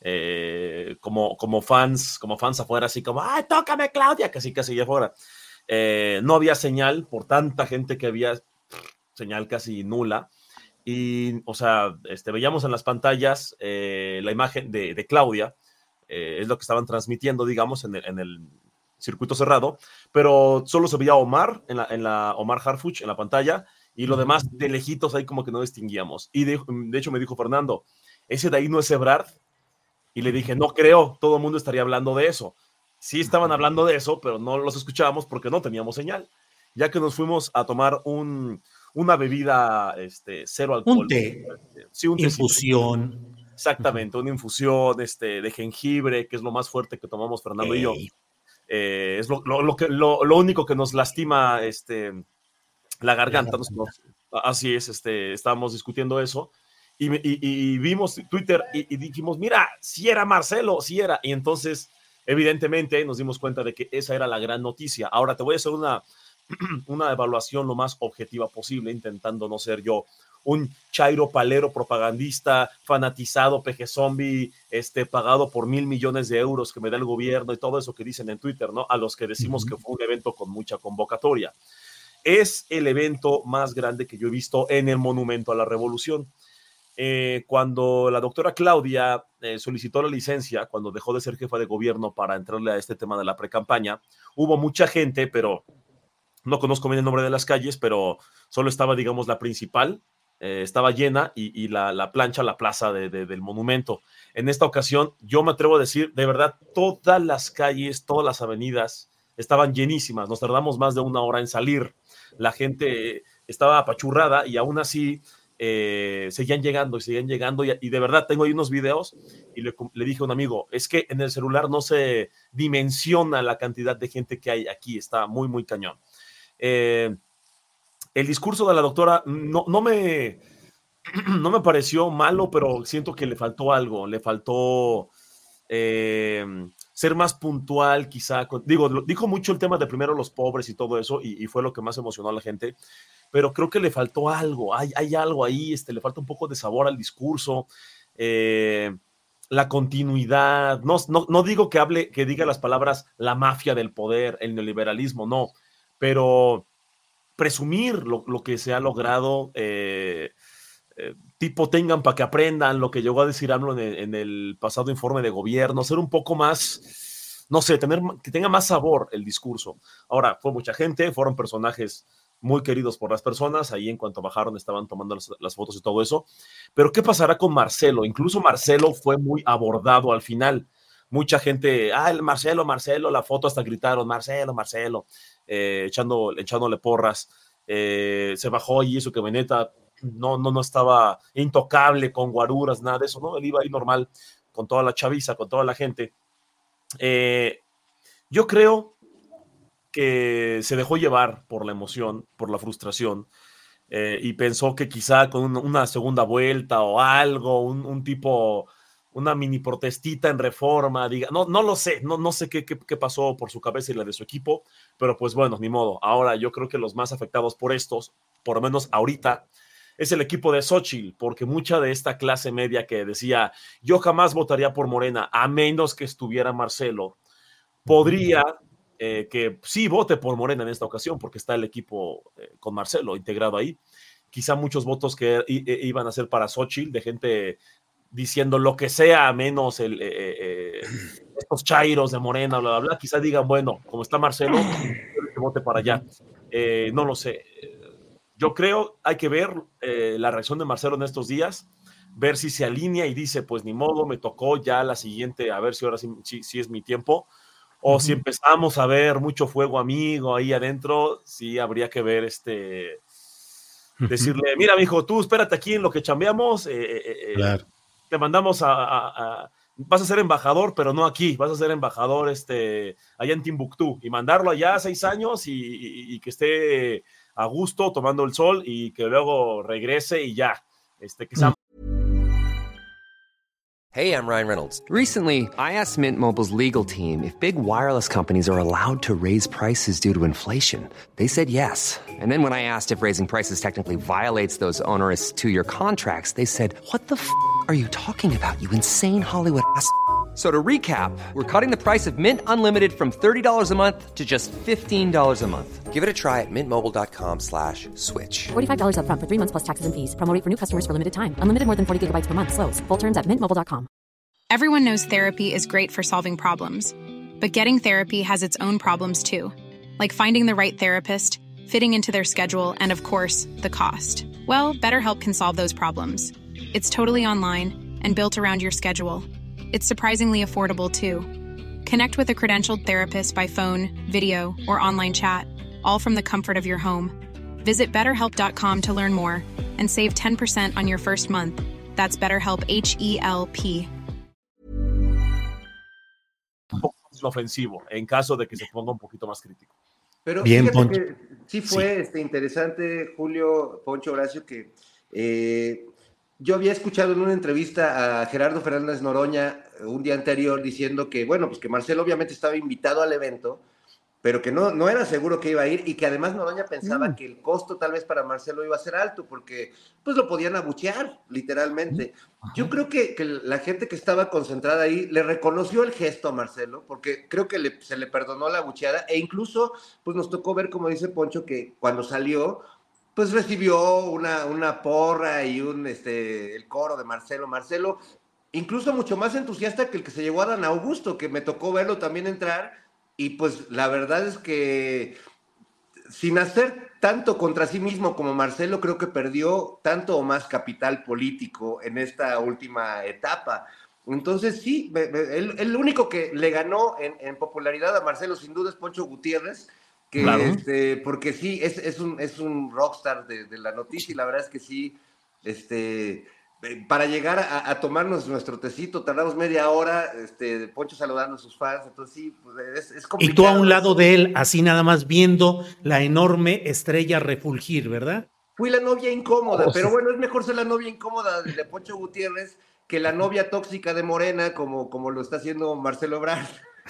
eh, como, como fans, como fans afuera, así como, ¡ay, tócame, Claudia! Casi, casi allá afuera. Eh, no había señal por tanta gente que había, señal casi nula. Y, o sea, este, veíamos en las pantallas eh, la imagen de, de Claudia, eh, es lo que estaban transmitiendo, digamos, en el, en el circuito cerrado, pero solo se veía Omar, en la, en la Omar Harfuch, en la pantalla, y lo demás de lejitos ahí como que no distinguíamos. Y de, de hecho me dijo Fernando, ¿ese de ahí no es Ebrard? Y le dije, no creo, todo el mundo estaría hablando de eso. Sí estaban hablando de eso, pero no los escuchábamos porque no teníamos señal. Ya que nos fuimos a tomar un... una bebida este, cero alcohol. Un té, sí, un infusión. Exactamente, una infusión este, de jengibre, que es lo más fuerte que tomamos Fernando Ey. y yo. Eh, es lo, lo, lo, que, lo, lo único que nos lastima este, la garganta. La garganta. Nos, así es, este, estábamos discutiendo eso. Y, y, y vimos Twitter y, y dijimos, mira, si era Marcelo, si era. Y entonces, evidentemente, nos dimos cuenta de que esa era la gran noticia. Ahora te voy a hacer una... una evaluación lo más objetiva posible, intentando no ser yo un chairo palero propagandista, fanatizado, peje zombie, este, pagado por mil millones de euros que me da el gobierno y todo eso que dicen en Twitter, ¿no? A los que decimos uh-huh. que fue un evento con mucha convocatoria. Es el evento más grande que yo he visto en el Monumento a la Revolución. Eh, cuando la doctora Claudia eh, solicitó la licencia, cuando dejó de ser jefa de gobierno para entrarle a este tema de la precampaña, hubo mucha gente, pero no conozco bien el nombre de las calles, pero solo estaba, digamos, la principal, eh, estaba llena y, y la, la plancha, la plaza de, de, del monumento. En esta ocasión, yo me atrevo a decir, de verdad, todas las calles, todas las avenidas estaban llenísimas. Nos tardamos más de una hora en salir. La gente estaba apachurrada y aún así eh, seguían llegando y seguían llegando. Y, y de verdad, tengo ahí unos videos y le, le dije a un amigo, es que en el celular no se dimensiona la cantidad de gente que hay aquí. Está muy, muy cañón. Eh, el discurso de la doctora no, no, me, no me pareció malo, pero siento que le faltó algo, le faltó eh, ser más puntual quizá, con, digo, dijo mucho el tema de primero los pobres y todo eso, y, y fue lo que más emocionó a la gente, pero creo que le faltó algo, hay, hay algo ahí, este, le falta un poco de sabor al discurso, eh, la continuidad, no, no, no digo que hable, que diga las palabras la mafia del poder, el neoliberalismo, no, pero presumir lo, lo que se ha logrado, eh, eh, tipo tengan para que aprendan lo que llegó a decir AMLO en el, en el pasado informe de gobierno, ser un poco más, no sé, tener, que tenga más sabor el discurso. Ahora, fue mucha gente, fueron personajes muy queridos por las personas, ahí en cuanto bajaron estaban tomando las, las fotos y todo eso, pero ¿qué pasará con Marcelo? Incluso Marcelo fue muy abordado al final. Mucha gente, ah, el Marcelo, Marcelo, la foto hasta gritaron, Marcelo, Marcelo, eh, echando, echándole porras, eh, se bajó y eso que Beneta no, no, no estaba intocable con guaruras, nada de eso, ¿no? Él iba ahí normal con toda la chaviza, con toda la gente. Eh, yo creo que se dejó llevar por la emoción, por la frustración, eh, y pensó que quizá con una segunda vuelta o algo, un, un tipo... una mini protestita en Reforma, diga, no, no lo sé, no, no sé qué, qué, qué pasó por su cabeza y la de su equipo, pero pues bueno, ni modo. Ahora yo creo que los más afectados por estos, por lo menos ahorita, es el equipo de Xóchitl, porque mucha de esta clase media que decía, yo jamás votaría por Morena, a menos que estuviera Marcelo, podría eh, que sí vote por Morena en esta ocasión, porque está el equipo eh, con Marcelo integrado ahí. Quizá muchos votos que i- i- iban a ser para Xóchitl, de gente diciendo lo que sea, menos el, eh, eh, estos chairos de Morena, bla, bla, bla, quizá digan, bueno, como está Marcelo, que vote para allá. Eh, no lo sé. Yo creo, hay que ver eh, la reacción de Marcelo en estos días, ver si se alinea y dice, pues ni modo, me tocó ya la siguiente, a ver si ahora sí, sí, sí es mi tiempo, o uh-huh. si empezamos a ver mucho fuego amigo ahí adentro, sí habría que ver este, uh-huh. decirle, mira mijo, tú espérate aquí en lo que chambeamos, eh, eh, claro. te mandamos a, a, a, vas a ser embajador, pero no aquí, vas a ser embajador este, allá en Timbuktu, y mandarlo allá seis años y, y, y que esté a gusto tomando el sol y que luego regrese y ya, este, que sea. Hey, I'm Ryan Reynolds. Recently, I asked Mint Mobile's legal team if big wireless companies are allowed to raise prices due to inflation. They said yes. And then when I asked if raising prices technically violates those onerous two-year contracts, they said, what the f*** are you talking about, you insane Hollywood ass f- So to recap, we're cutting the price of Mint Unlimited from thirty dollars a month to just fifteen dollars a month. Give it a try at mintmobile.com slash switch. forty-five dollars up front for three months plus taxes and fees. Promo rate for new customers for limited time. Unlimited more than forty gigabytes per month. Slows full terms at mint mobile dot com. Everyone knows therapy is great for solving problems. But getting therapy has its own problems too. Like finding the right therapist, fitting into their schedule, and of course, the cost. Well, BetterHelp can solve those problems. It's totally online and built around your schedule. It's surprisingly affordable, too. Connect with a credentialed therapist by phone, video, or online chat, all from the comfort of your home. Visit better help dot com to learn more and save ten percent on your first month. That's BetterHelp, H E L P. Ofensivo, en caso de que se ponga un poquito más crítico. Pero Bien, fíjate Poncho. que sí fue sí. Este, interesante, Julio, Poncho, Horacio, que... Eh, Yo había escuchado en una entrevista a Gerardo Fernández Noroña un día anterior diciendo que, bueno, pues que Marcelo obviamente estaba invitado al evento, pero que no, no era seguro que iba a ir y que además Noroña pensaba mm. que el costo tal vez para Marcelo iba a ser alto porque pues lo podían abuchear, literalmente. Mm. Yo creo que, que la gente que estaba concentrada ahí le reconoció el gesto a Marcelo porque creo que le, se le perdonó la abucheada e incluso pues nos tocó ver, como dice Poncho, que cuando salió pues recibió una, una porra y un, este, el coro de Marcelo. Marcelo, incluso mucho más entusiasta que el que se llevó a Dan Augusto, que me tocó verlo también entrar, y pues la verdad es que sin hacer tanto contra sí mismo como Marcelo, creo que perdió tanto o más capital político en esta última etapa. Entonces sí, el, el único que le ganó en, en popularidad a Marcelo sin duda es Poncho Gutiérrez, que claro. este, porque sí, es, es, un, es un rockstar de, de la noticia y la verdad es que sí, este, para llegar a, a tomarnos nuestro tecito tardamos media hora, este, Poncho saludando a sus fans, entonces sí, pues es, es complicado. Y tú a un lado de él, así nada más viendo la enorme estrella refulgir, ¿verdad? Fui la novia incómoda, oh, pero sí. bueno, es mejor ser la novia incómoda de Poncho Gutiérrez que la novia tóxica de Morena, como, como lo está haciendo Marcelo Ebrard.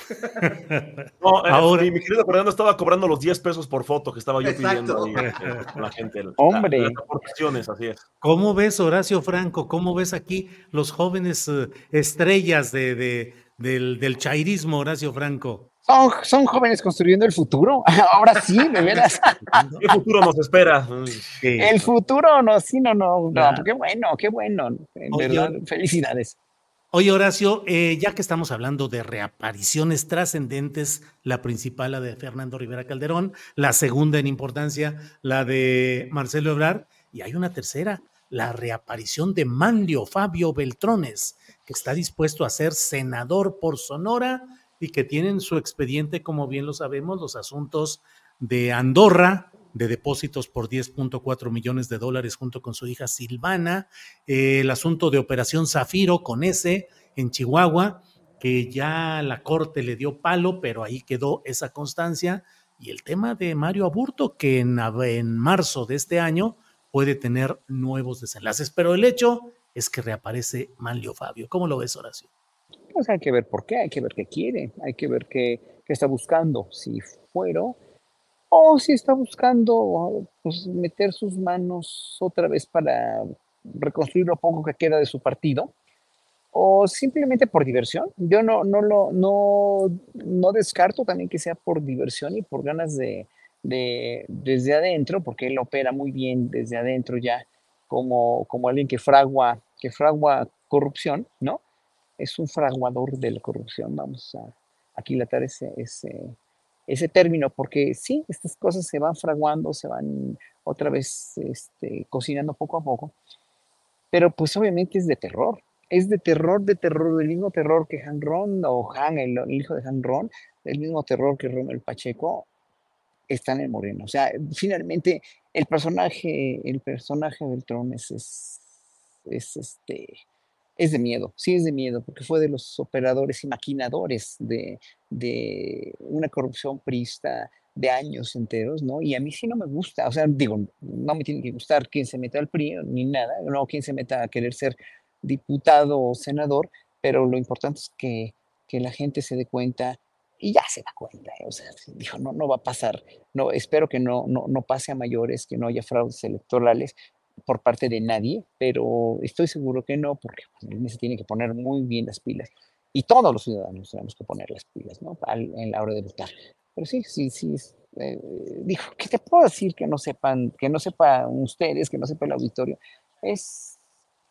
No, ahora mi, mi querido Fernando estaba cobrando los diez pesos por foto que estaba yo Exacto. pidiendo ahí, eh, con la gente. Hombre, las aportaciones, así es. ¿Cómo ves, Horacio Franco? ¿Cómo ves aquí los jóvenes uh, estrellas de, de, del, del chairismo, Horacio Franco? Son, son jóvenes construyendo el futuro. Ahora sí, de veras. ¿Qué futuro nos espera? Sí. El futuro, no, sí, no, no, no. Qué bueno, qué bueno. En Oye, verdad, felicidades. Oye, Horacio, eh, ya que estamos hablando de reapariciones trascendentes, la principal, la de Fernando Rivera Calderón, la segunda en importancia, la de Marcelo Ebrard, y hay una tercera, la reaparición de Manlio Fabio Beltrones, que está dispuesto a ser senador por Sonora y que tiene en su expediente, como bien lo sabemos, los asuntos de Andorra, de depósitos por diez punto cuatro millones de dólares junto con su hija Silvana, eh, el asunto de Operación Zafiro con ese en Chihuahua, que ya la corte le dio palo, pero ahí quedó esa constancia, y el tema de Mario Aburto, que en, en marzo de este año puede tener nuevos desenlaces, pero el hecho es que reaparece Manlio Fabio. ¿Cómo lo ves, Horacio? Pues hay que ver por qué, hay que ver qué quiere, hay que ver qué, qué está buscando, si fuero o si está buscando pues, meter sus manos otra vez para reconstruir lo poco que queda de su partido, o simplemente por diversión. Yo no, no, lo, no, no descarto también que sea por diversión y por ganas de, de desde adentro, porque él opera muy bien desde adentro ya, como, como alguien que fragua, que fragua corrupción, ¿no? Es un fraguador de la corrupción, vamos a aquilatar ese, ese ese término, porque sí, estas cosas se van fraguando, se van otra vez este, cocinando poco a poco, pero pues obviamente es de terror, es de terror, de terror, del mismo terror que Han Ron, o Han, el, el hijo de Han Ron, el mismo terror que Romel Pacheco, están en Morena. O sea, finalmente el personaje, el personaje Beltrón es, es, es, este, es de miedo, sí es de miedo, porque fue de los operadores y maquinadores de, de una corrupción priista de años enteros, ¿no? Y a mí sí no me gusta, o sea, digo, no me tiene que gustar quien se meta al P R I ni nada, no quien se meta a querer ser diputado o senador, pero lo importante es que, que la gente se dé cuenta, y ya se da cuenta, ¿eh? O sea, dijo, no, no va a pasar, no, espero que no, no, no pase a mayores, que no haya fraudes electorales por parte de nadie, pero estoy seguro que no, porque pues, se tiene que poner muy bien las pilas, y todos los ciudadanos tenemos que poner las pilas, ¿no? Al, en la hora de votar. Pero sí, sí, sí, eh, dijo, ¿qué te puedo decir que no sepan, que no sepan ustedes, que no sepa el auditorio? Es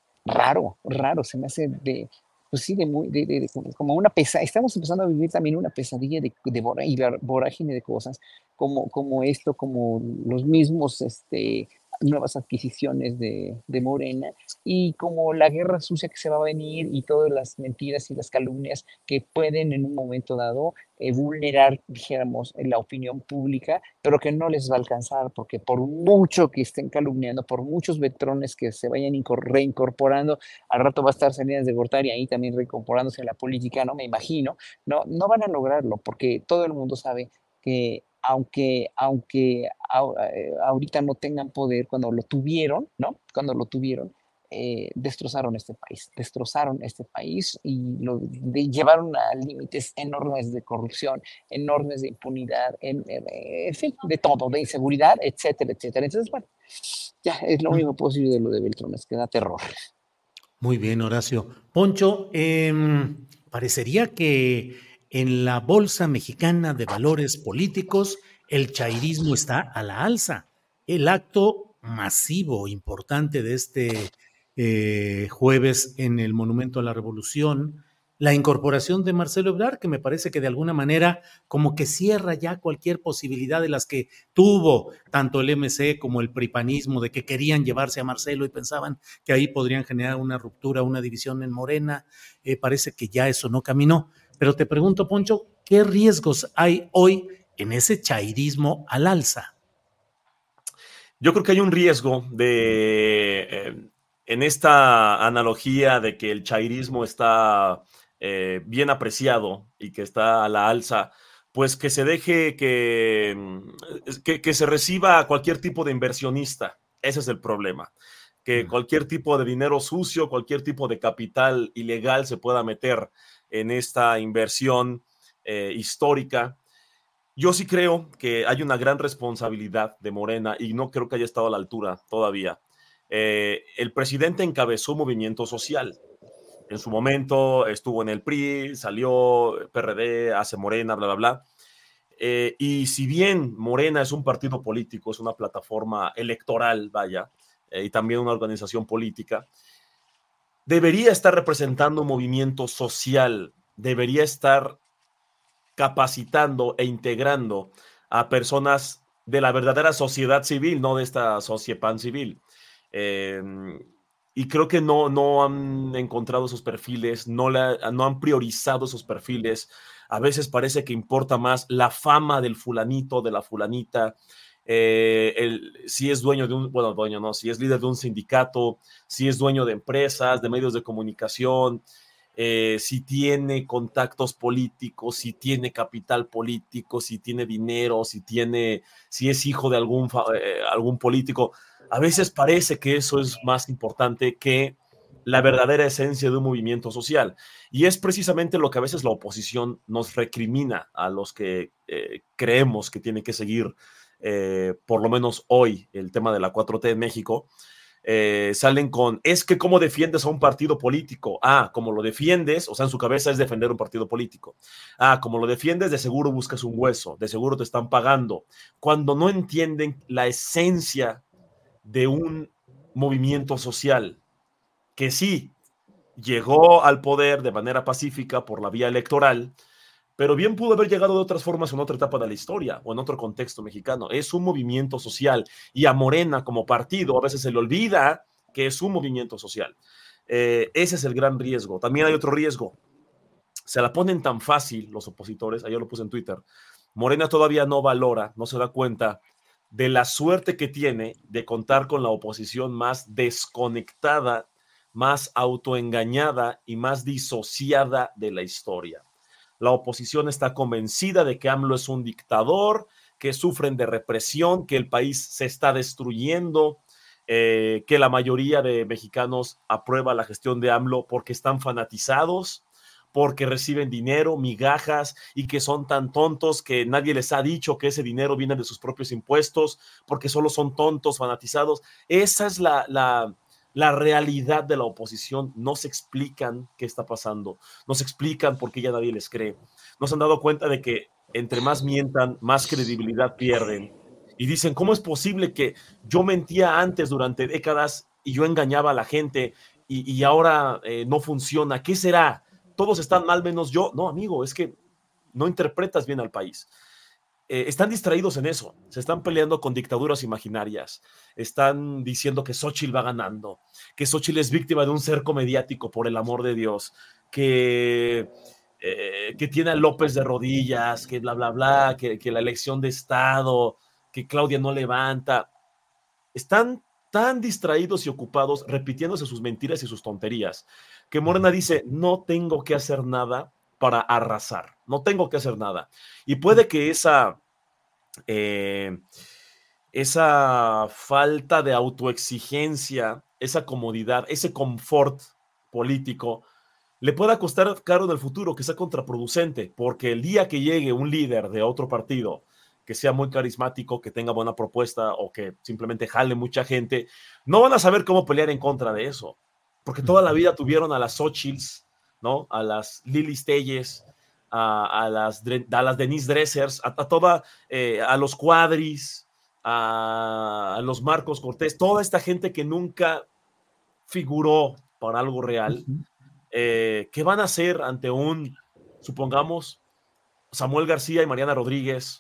raro, raro, se me hace de, pues sí, de muy, de, de, de como una pesadilla, estamos empezando a vivir también una pesadilla de, de vora, y vorágine de cosas, como, como esto, como los mismos, este, nuevas adquisiciones de, de Morena, y como la guerra sucia que se va a venir, y todas las mentiras y las calumnias que pueden en un momento dado eh, vulnerar, dijéramos, la opinión pública, pero que no les va a alcanzar, porque por mucho que estén calumniando, por muchos Beltrones que se vayan reincorporando, al rato va a estar Salinas de Gortari ahí también reincorporándose a la política, no me imagino, no, no van a lograrlo, porque todo el mundo sabe que aunque, aunque a, a, ahorita no tengan poder, cuando lo tuvieron, ¿no? Cuando lo tuvieron, eh, destrozaron este país, destrozaron este país y lo de, llevaron a límites enormes de corrupción, enormes de impunidad, en, en, en fin, de todo, de inseguridad, etcétera, etcétera. Entonces, bueno, ya es lo único posible de lo de Beltrón, es que da terror. Muy bien, Horacio. Poncho, eh, parecería que en la Bolsa Mexicana de Valores Políticos el chairismo está a la alza. El acto masivo, importante de este eh, jueves en el Monumento a la Revolución, la incorporación de Marcelo Ebrard, que me parece que de alguna manera como que cierra ya cualquier posibilidad de las que tuvo tanto el M C como el pripanismo, de que querían llevarse a Marcelo y pensaban que ahí podrían generar una ruptura, una división en Morena. Eh, parece que ya eso no caminó. Pero te pregunto, Poncho, ¿qué riesgos hay hoy en ese chairismo al alza? Yo creo que hay un riesgo de, eh, en esta analogía de que el chairismo está eh, bien apreciado y que está a la alza, pues que se deje que, que, que se reciba a cualquier tipo de inversionista. Ese es el problema. Que cualquier tipo de dinero sucio, cualquier tipo de capital ilegal se pueda meter en esta inversión eh, histórica. Yo sí creo que hay una gran responsabilidad de Morena y no creo que haya estado a la altura todavía. Eh, el presidente encabezó movimiento social. En su momento estuvo en el P R I, salió P R D, hace Morena, bla, bla, bla. Eh, y si bien Morena es un partido político, es una plataforma electoral, vaya, eh, y también una organización política, debería estar representando un movimiento social, debería estar capacitando e integrando a personas de la verdadera sociedad civil, no de esta sociepan civil. Eh, y creo que no, no han encontrado esos perfiles, no, la, no han priorizado esos perfiles. A veces parece que importa más la fama del fulanito, de la fulanita, eh, el, si es dueño de un, bueno, dueño no, si es líder de un sindicato, si es dueño de empresas, de medios de comunicación, eh, si tiene contactos políticos, si tiene capital político, si tiene dinero, si tiene, si es hijo de algún, eh, algún político. A veces parece que eso es más importante que la verdadera esencia de un movimiento social. Y es precisamente lo que a veces la oposición nos recrimina a los que eh, creemos que tiene que seguir, eh, por lo menos hoy, el tema de la cuatro T en México. Eh, salen con, es que ¿cómo defiendes a un partido político? Ah, como lo defiendes, o sea, en su cabeza es defender un partido político. Ah, como lo defiendes, de seguro buscas un hueso, de seguro te están pagando. Cuando no entienden la esencia de un movimiento social que sí llegó al poder de manera pacífica por la vía electoral, pero bien pudo haber llegado de otras formas en otra etapa de la historia o en otro contexto mexicano. Es un movimiento social y a Morena como partido a veces se le olvida que es un movimiento social. Eh, ese es el gran riesgo. También hay otro riesgo. Se la ponen tan fácil los opositores, ayer lo puse en Twitter, Morena todavía no valora, no se da cuenta de la suerte que tiene de contar con la oposición más desconectada, más autoengañada y más disociada de la historia. La oposición está convencida de que AMLO es un dictador, que sufren de represión, que el país se está destruyendo, eh, que la mayoría de mexicanos aprueba la gestión de AMLO porque están fanatizados, porque reciben dinero, migajas, y que son tan tontos que nadie les ha dicho que ese dinero viene de sus propios impuestos, porque solo son tontos, fanatizados. Esa es la, la, la realidad de la oposición. No se explican qué está pasando, no se explican por qué ya nadie les cree. No se han dado cuenta de que entre más mientan, más credibilidad pierden. Y dicen, ¿cómo es posible que yo mentía antes durante décadas y yo engañaba a la gente y, y ahora eh, no funciona? ¿Qué será? Todos están mal menos yo. No, amigo, es que no interpretas bien al país. Eh, están distraídos en eso. Se están peleando con dictaduras imaginarias. Están diciendo que Xóchitl va ganando, que Xóchitl es víctima de un cerco mediático, por el amor de Dios, que, eh, que tiene a López de rodillas, que bla, bla, bla, que, que la elección de Estado, que Claudia no levanta. Están tan distraídos y ocupados repitiéndose sus mentiras y sus tonterías, que Morena dice, no tengo que hacer nada para arrasar, no tengo que hacer nada. Y puede que esa, eh, esa falta de autoexigencia, esa comodidad, ese confort político, le pueda costar caro en el futuro, que sea contraproducente, porque el día que llegue un líder de otro partido que sea muy carismático, que tenga buena propuesta o que simplemente jale mucha gente, no van a saber cómo pelear en contra de eso, porque toda la vida tuvieron a las Xóchitls, ¿no? A las Lili Telles, a, a, las, a las Denise Dressers, a, a, toda, eh, a los Cuadris, a, a los Marcos Cortés, toda esta gente que nunca figuró para algo real, eh, ¿qué van a hacer ante un, supongamos, Samuel García y Mariana Rodríguez,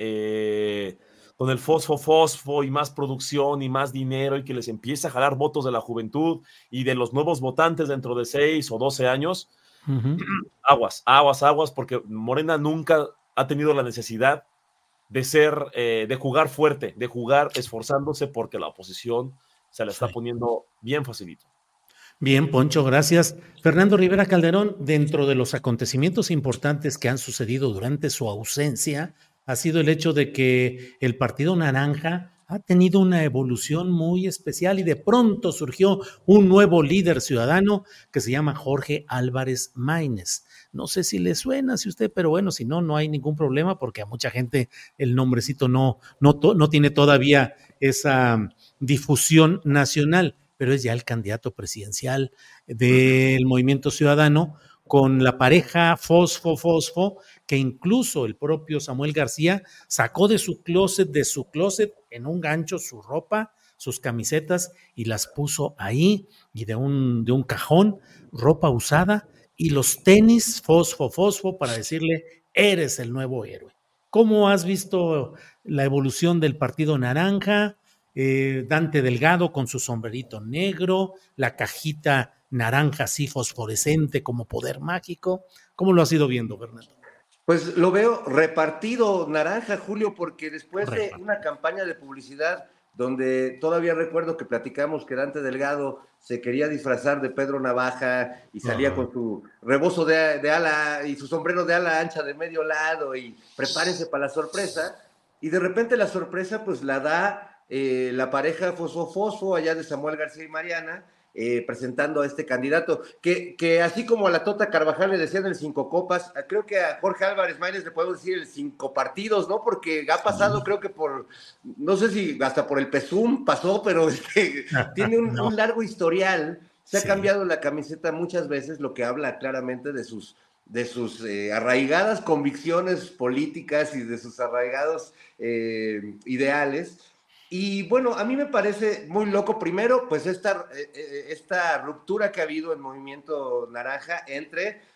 Eh, con el fosfo fosfo y más producción y más dinero, y que les empieza a jalar votos de la juventud y de los nuevos votantes dentro de seis o doce años? Uh-huh. Aguas, aguas, aguas, porque Morena nunca ha tenido la necesidad de ser, eh, de jugar fuerte, de jugar esforzándose, porque la oposición se la está sí. poniendo bien facilito. Bien, Poncho, gracias. Fernando Rivera Calderón, dentro de los acontecimientos importantes que han sucedido durante su ausencia, ha sido el hecho de que el Partido Naranja ha tenido una evolución muy especial y de pronto surgió un nuevo líder ciudadano que se llama Jorge Álvarez Maínez. No sé si le suena, si usted, pero bueno, si no, no hay ningún problema, porque a mucha gente el nombrecito no, no, to, no tiene todavía esa difusión nacional, pero es ya el candidato presidencial del Movimiento Ciudadano, con la pareja Fosfo Fosfo, que incluso el propio Samuel García sacó de su closet, de su closet en un gancho su ropa, sus camisetas, y las puso ahí, y de un, de un cajón, ropa usada, y los tenis Fosfo Fosfo para decirle, eres el nuevo héroe. ¿Cómo has visto la evolución del Partido Naranja? Eh, Dante Delgado con su sombrerito negro, la cajita naranja así fosforescente como poder mágico. ¿Cómo lo has ido viendo, Fernando? Pues lo veo repartido naranja, Julio, porque después de una campaña de publicidad donde todavía recuerdo que platicamos que Dante Delgado se quería disfrazar de Pedro Navaja y salía uh-huh. con su rebozo de, de ala y su sombrero de ala ancha de medio lado y prepárense para la sorpresa, y de repente la sorpresa pues la da eh, la pareja Fosfo Fosfo allá de Samuel García y Mariana, Eh, presentando a este candidato, que, que así como a la Tota Carvajal le decían el cinco copas, creo que a Jorge Álvarez Maínez le podemos decir el cinco partidos, ¿no? Porque ha pasado, creo que por, no sé si hasta por el Pesum pasó, pero este, tiene un, no. un largo historial, se sí. ha cambiado la camiseta muchas veces, lo que habla claramente de sus, de sus eh, arraigadas convicciones políticas y de sus arraigados eh, ideales. Y bueno, a mí me parece muy loco, primero, pues esta, esta ruptura que ha habido en Movimiento Naranja entre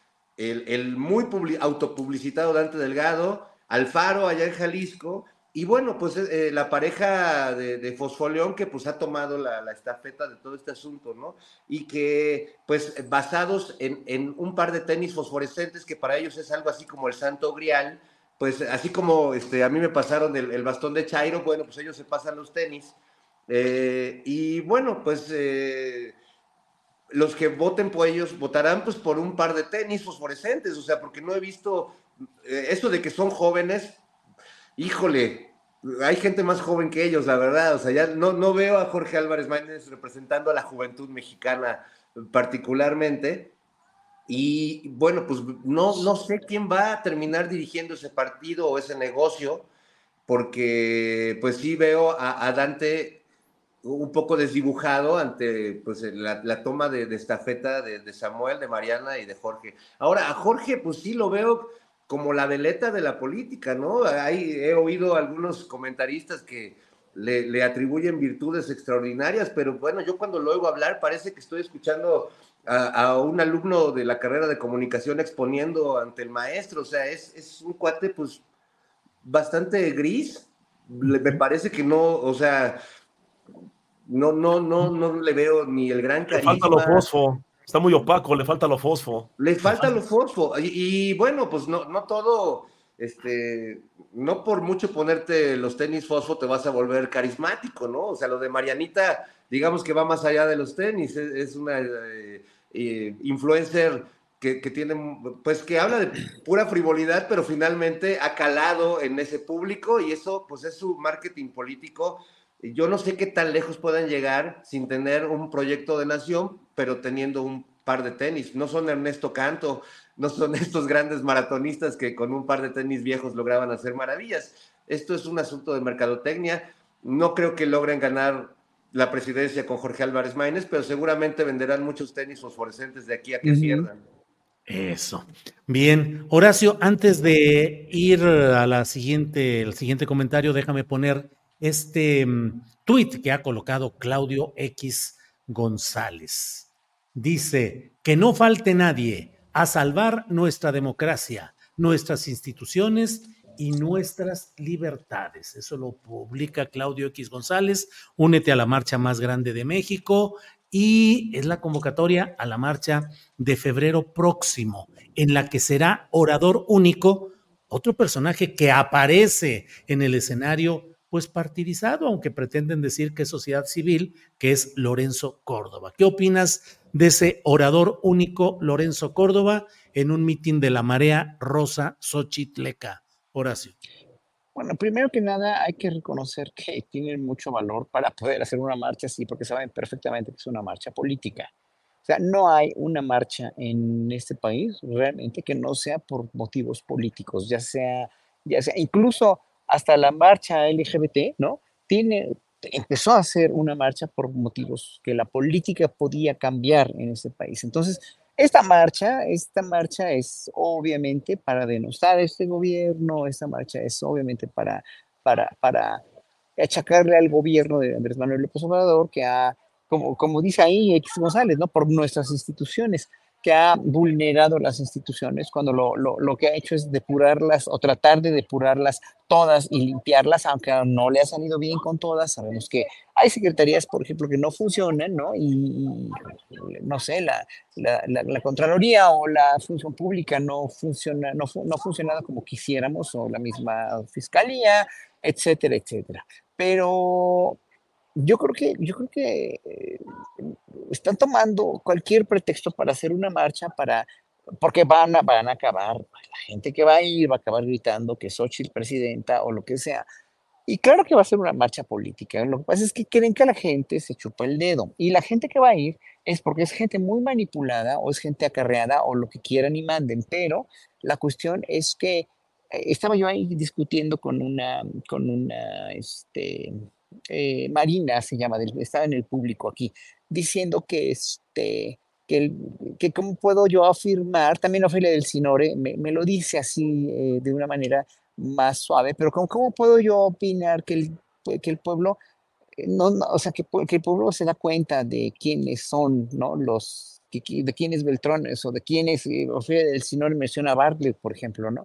el, el muy publi- autopublicitado Dante Delgado, Alfaro allá en Jalisco, y bueno, pues eh, la pareja de, de Fosfoleón que pues ha tomado la, la estafeta de todo este asunto, ¿no? Y que pues basados en, en un par de tenis fosforescentes que para ellos es algo así como el santo grial, pues así como este, a mí me pasaron el, el bastón de Chairo, bueno, pues ellos se pasan los tenis, eh, y bueno, pues eh, los que voten por ellos votarán pues por un par de tenis fosforescentes, o sea, porque no he visto eh, eso de que son jóvenes. Híjole, hay gente más joven que ellos, la verdad, o sea, ya no, no veo a Jorge Álvarez Maínez representando a la juventud mexicana particularmente, y bueno, pues no, no sé quién va a terminar dirigiendo ese partido o ese negocio, porque pues sí veo a, a Dante un poco desdibujado ante pues, la, la toma de, de estafeta de, de Samuel, de Mariana y de Jorge. Ahora, a Jorge pues sí lo veo como la veleta de la política, ¿no? Ahí he oído algunos comentaristas que le, le atribuyen virtudes extraordinarias, pero bueno, yo cuando lo oigo hablar parece que estoy escuchando a, a un alumno de la carrera de comunicación exponiendo ante el maestro, o sea, es, es un cuate pues bastante gris, le, me parece que no, o sea, no, no, no, no le veo ni el gran carisma. Le falta lo fosfo. Está muy opaco, le falta lo fosfo. Le falta lo fosfo. Y, y bueno, pues no, no todo, este, no por mucho ponerte los tenis fosfo te vas a volver carismático, ¿no? O sea, lo de Marianita, digamos que va más allá de los tenis, es, es una eh, eh, influencer que, que tiene, pues que habla de pura frivolidad, pero finalmente ha calado en ese público y eso, pues es su marketing político. Yo no sé qué tan lejos puedan llegar sin tener un proyecto de nación, pero teniendo un par de tenis. No son Ernesto Canto, no son estos grandes maratonistas que con un par de tenis viejos lograban hacer maravillas. Esto es un asunto de mercadotecnia. No creo que logren ganar la presidencia con Jorge Álvarez Maínez, pero seguramente venderán muchos tenis fosforescentes de aquí a que uh-huh. pierdan. Eso. Bien, Horacio, antes de ir a la siguiente, el siguiente comentario, déjame poner este um, tuit que ha colocado Claudio X González. Dice, que no falte nadie a salvar nuestra democracia, nuestras instituciones y nuestras libertades. Eso lo publica Claudio X González. Únete a la marcha más grande de México y es la convocatoria a la marcha de febrero próximo, en la que será orador único, otro personaje que aparece en el escenario pues partidizado, aunque pretenden decir que es sociedad civil, que es Lorenzo Córdoba. ¿Qué opinas de ese orador único, Lorenzo Córdoba, en un mitin de la Marea Rosa Xochitleca? Horacio. Bueno, primero que nada hay que reconocer que tienen mucho valor para poder hacer una marcha así, porque saben perfectamente que es una marcha política. O sea, no hay una marcha en este país realmente que no sea por motivos políticos, ya sea, ya sea incluso hasta la marcha L G B T, ¿no? Tiene, empezó a hacer una marcha por motivos que la política podía cambiar en este país. Entonces, esta marcha, esta marcha es obviamente para denostar a este gobierno, esta marcha es obviamente para, para, para achacarle al gobierno de Andrés Manuel López Obrador, que ha, como, como dice ahí X González, ¿no? Por nuestras instituciones, que ha vulnerado las instituciones cuando lo, lo, lo que ha hecho es depurarlas o tratar de depurarlas todas y limpiarlas, aunque no le ha salido bien con todas. Sabemos que hay secretarías, por ejemplo, que no funcionan, ¿no? Y, no sé, la, la, la, la Contraloría o la Función Pública no funciona, no, no ha funcionado como quisiéramos, o la misma Fiscalía, etcétera, etcétera. Pero yo creo que, yo creo que eh, están tomando cualquier pretexto para hacer una marcha, para, porque van a, van a acabar, la gente que va a ir va a acabar gritando que Xochitl presidenta o lo que sea. Y claro que va a ser una marcha política. Lo que pasa es que quieren que la gente se chupa el dedo. Y la gente que va a ir es porque es gente muy manipulada o es gente acarreada o lo que quieran y manden. Pero la cuestión es que eh, estaba yo ahí discutiendo con una, con una, este... Eh, Marina se llama, del, estaba en el público aquí, diciendo que, este, que, el, que cómo puedo yo afirmar, también Ofelia del Sinore me, me lo dice así eh, de una manera más suave, pero cómo, cómo puedo yo opinar que el, que el pueblo no, no, o sea, que, que el pueblo se da cuenta de quiénes son, ¿no? Los, que, de quién es Beltrones o de quién es, o sea, el señor menciona a Bartlett, por ejemplo, ¿no?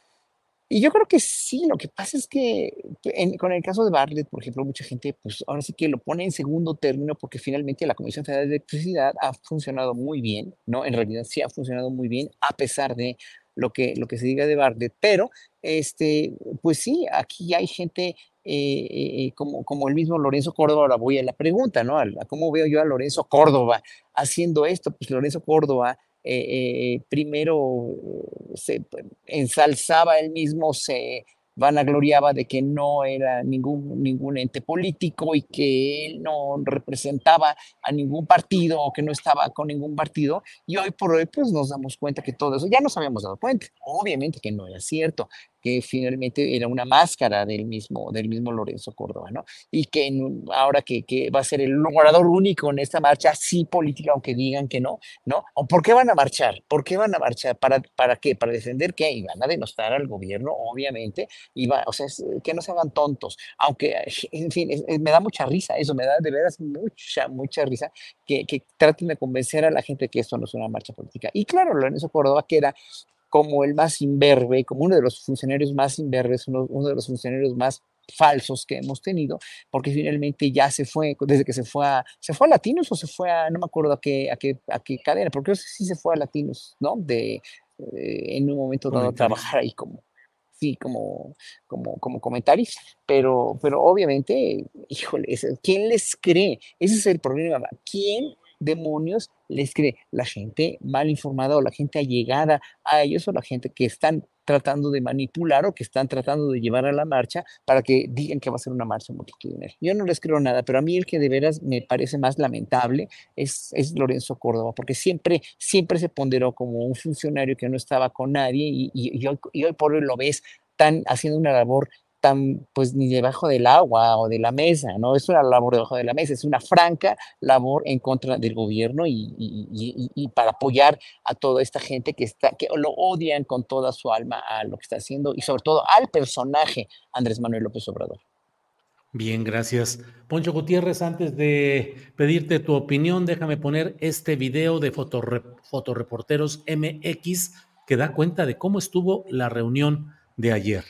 Y yo creo que sí, lo que pasa es que en, con el caso de Bartlett, por ejemplo, mucha gente, pues ahora sí que lo pone en segundo término porque finalmente la Comisión Federal de Electricidad ha funcionado muy bien, ¿no? En realidad sí ha funcionado muy bien, a pesar de lo que, lo que se diga de Bartlett, pero, este, pues sí, aquí hay gente eh, eh, como, como el mismo Lorenzo Córdoba. Ahora voy a la pregunta, ¿no? A, a cómo veo yo a Lorenzo Córdoba haciendo esto. Pues Lorenzo Córdoba eh, eh, primero se ensalzaba él mismo, se vanagloriaba de que no era ningún, ningún ente político y que él no representaba a ningún partido o que no estaba con ningún partido, y hoy por hoy pues nos damos cuenta que todo eso, ya nos habíamos dado cuenta, obviamente que no era cierto, que finalmente era una máscara del mismo, del mismo Lorenzo Córdoba, ¿no? Y que en, ahora que, que va a ser el orador único en esta marcha, sí política, aunque digan que no, ¿no? ¿O por qué van a marchar? ¿Por qué van a marchar? ¿Para, para qué? ¿Para defender qué? Y van a denostar al gobierno, obviamente, y va, o sea, es, que no se hagan tontos, aunque, en fin, es, es, me da mucha risa eso, me da de veras mucha, mucha risa que, que traten de convencer a la gente que esto no es una marcha política. Y claro, Lorenzo Córdoba, que era como el más imberbe, como uno de los funcionarios más imberbes, uno, uno de los funcionarios más falsos que hemos tenido, porque finalmente ya se fue, desde que se fue a, se fue a Latinos o se fue a, no me acuerdo a qué, a qué, a qué cadena, porque no sé si se fue a Latinos, ¿no? De, eh, en un momento dado a trabajar ahí como, sí, como, como, como comentarista, pero, pero obviamente, híjole, ¿quién les cree? Ese es el problema, ¿quién demonios les cree? La gente mal informada o la gente allegada a ellos o la gente que están tratando de manipular o que están tratando de llevar a la marcha para que digan que va a ser una marcha multitudinaria. Yo no les creo nada, pero a mí el que de veras me parece más lamentable es, es Lorenzo Córdoba, porque siempre, siempre se ponderó como un funcionario que no estaba con nadie y, y, y, hoy, y hoy por hoy lo ves tan, haciendo una labor tan, pues ni debajo del agua o de la mesa, no es una labor debajo de la mesa, es una franca labor en contra del gobierno y, y, y, y para apoyar a toda esta gente que, está, que lo odian con toda su alma a lo que está haciendo y sobre todo al personaje Andrés Manuel López Obrador. Bien, gracias. Poncho Gutiérrez, antes de pedirte tu opinión, déjame poner este video de Fotorre, Fotoreporteros M X que da cuenta de cómo estuvo la reunión de ayer.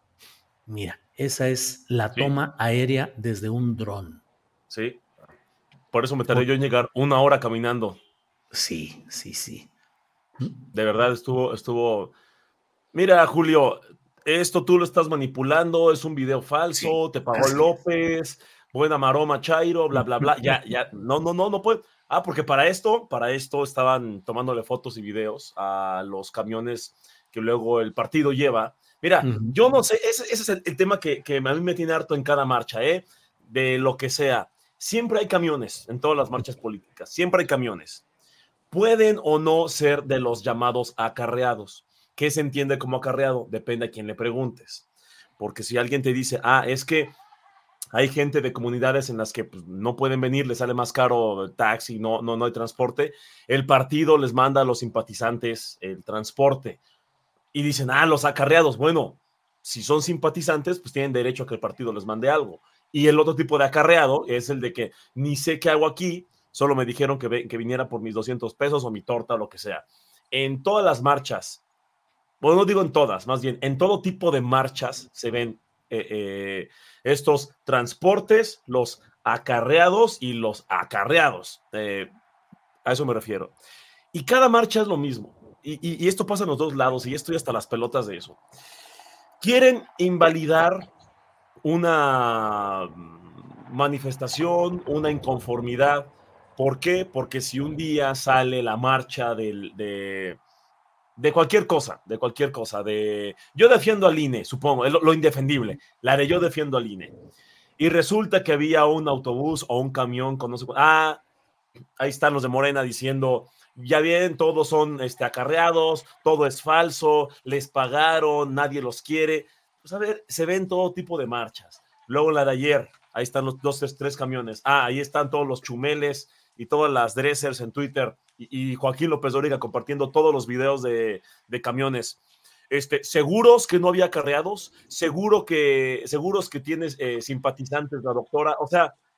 Mira, esa es la toma sí. aérea desde un dron. Sí, por eso me tardé por... yo en llegar una hora caminando. Sí, sí, sí. De verdad estuvo, estuvo... Mira, Julio, esto tú lo estás manipulando, es un video falso, sí. te pagó López, buena maroma, Chairo, bla, bla, bla. Ya, ya, no, no, no, no puede. Ah, porque para esto, para esto estaban tomándole fotos y videos a los camiones que luego el partido lleva. Mira, uh-huh. yo no sé, ese, ese es el, el tema que, que a mí me tiene harto en cada marcha, ¿eh? De lo que sea. Siempre hay camiones en todas las marchas políticas, siempre hay camiones. Pueden o no ser de los llamados acarreados. ¿Qué se entiende como acarreado? Depende a quién le preguntes. Porque si alguien te dice, ah, es que hay gente de comunidades en las que pues, no pueden venir, les sale más caro el taxi, no, no, no hay transporte, el partido les manda a los simpatizantes el transporte. Y dicen, ah, los acarreados, bueno, si son simpatizantes, pues tienen derecho a que el partido les mande algo. Y el otro tipo de acarreado es el de que ni sé qué hago aquí, solo me dijeron que, ve, que viniera por mis doscientos pesos o mi torta o lo que sea. En todas las marchas, bueno, no digo en todas, más bien, en todo tipo de marchas se ven eh, eh, estos transportes, los acarreados y los acarreados. Eh, a eso me refiero. Y cada marcha es lo mismo. Y, y, y esto pasa en los dos lados, y estoy hasta las pelotas de eso. Quieren invalidar una manifestación, una inconformidad. ¿Por qué? Porque si un día sale la marcha del, de, de cualquier cosa, de cualquier cosa, de yo defiendo al I N E, supongo, es lo, lo indefendible, la de yo defiendo al I N E, y resulta que había un autobús o un camión con no sé, ah, ahí están los de Morena diciendo, ya bien, todos son este, acarreados, todo es falso, les pagaron, nadie los quiere. Pues a ver, se ven todo tipo de marchas. Luego la de ayer, ahí están los dos, tres, tres camiones. Ah, ahí están todos los chumeles y todas las dressers en Twitter y, y Joaquín López Dóriga compartiendo todos los videos de, de camiones. Este, seguros que no había acarreados, seguro que, seguros que tienes eh, simpatizantes, la doctora, o sea,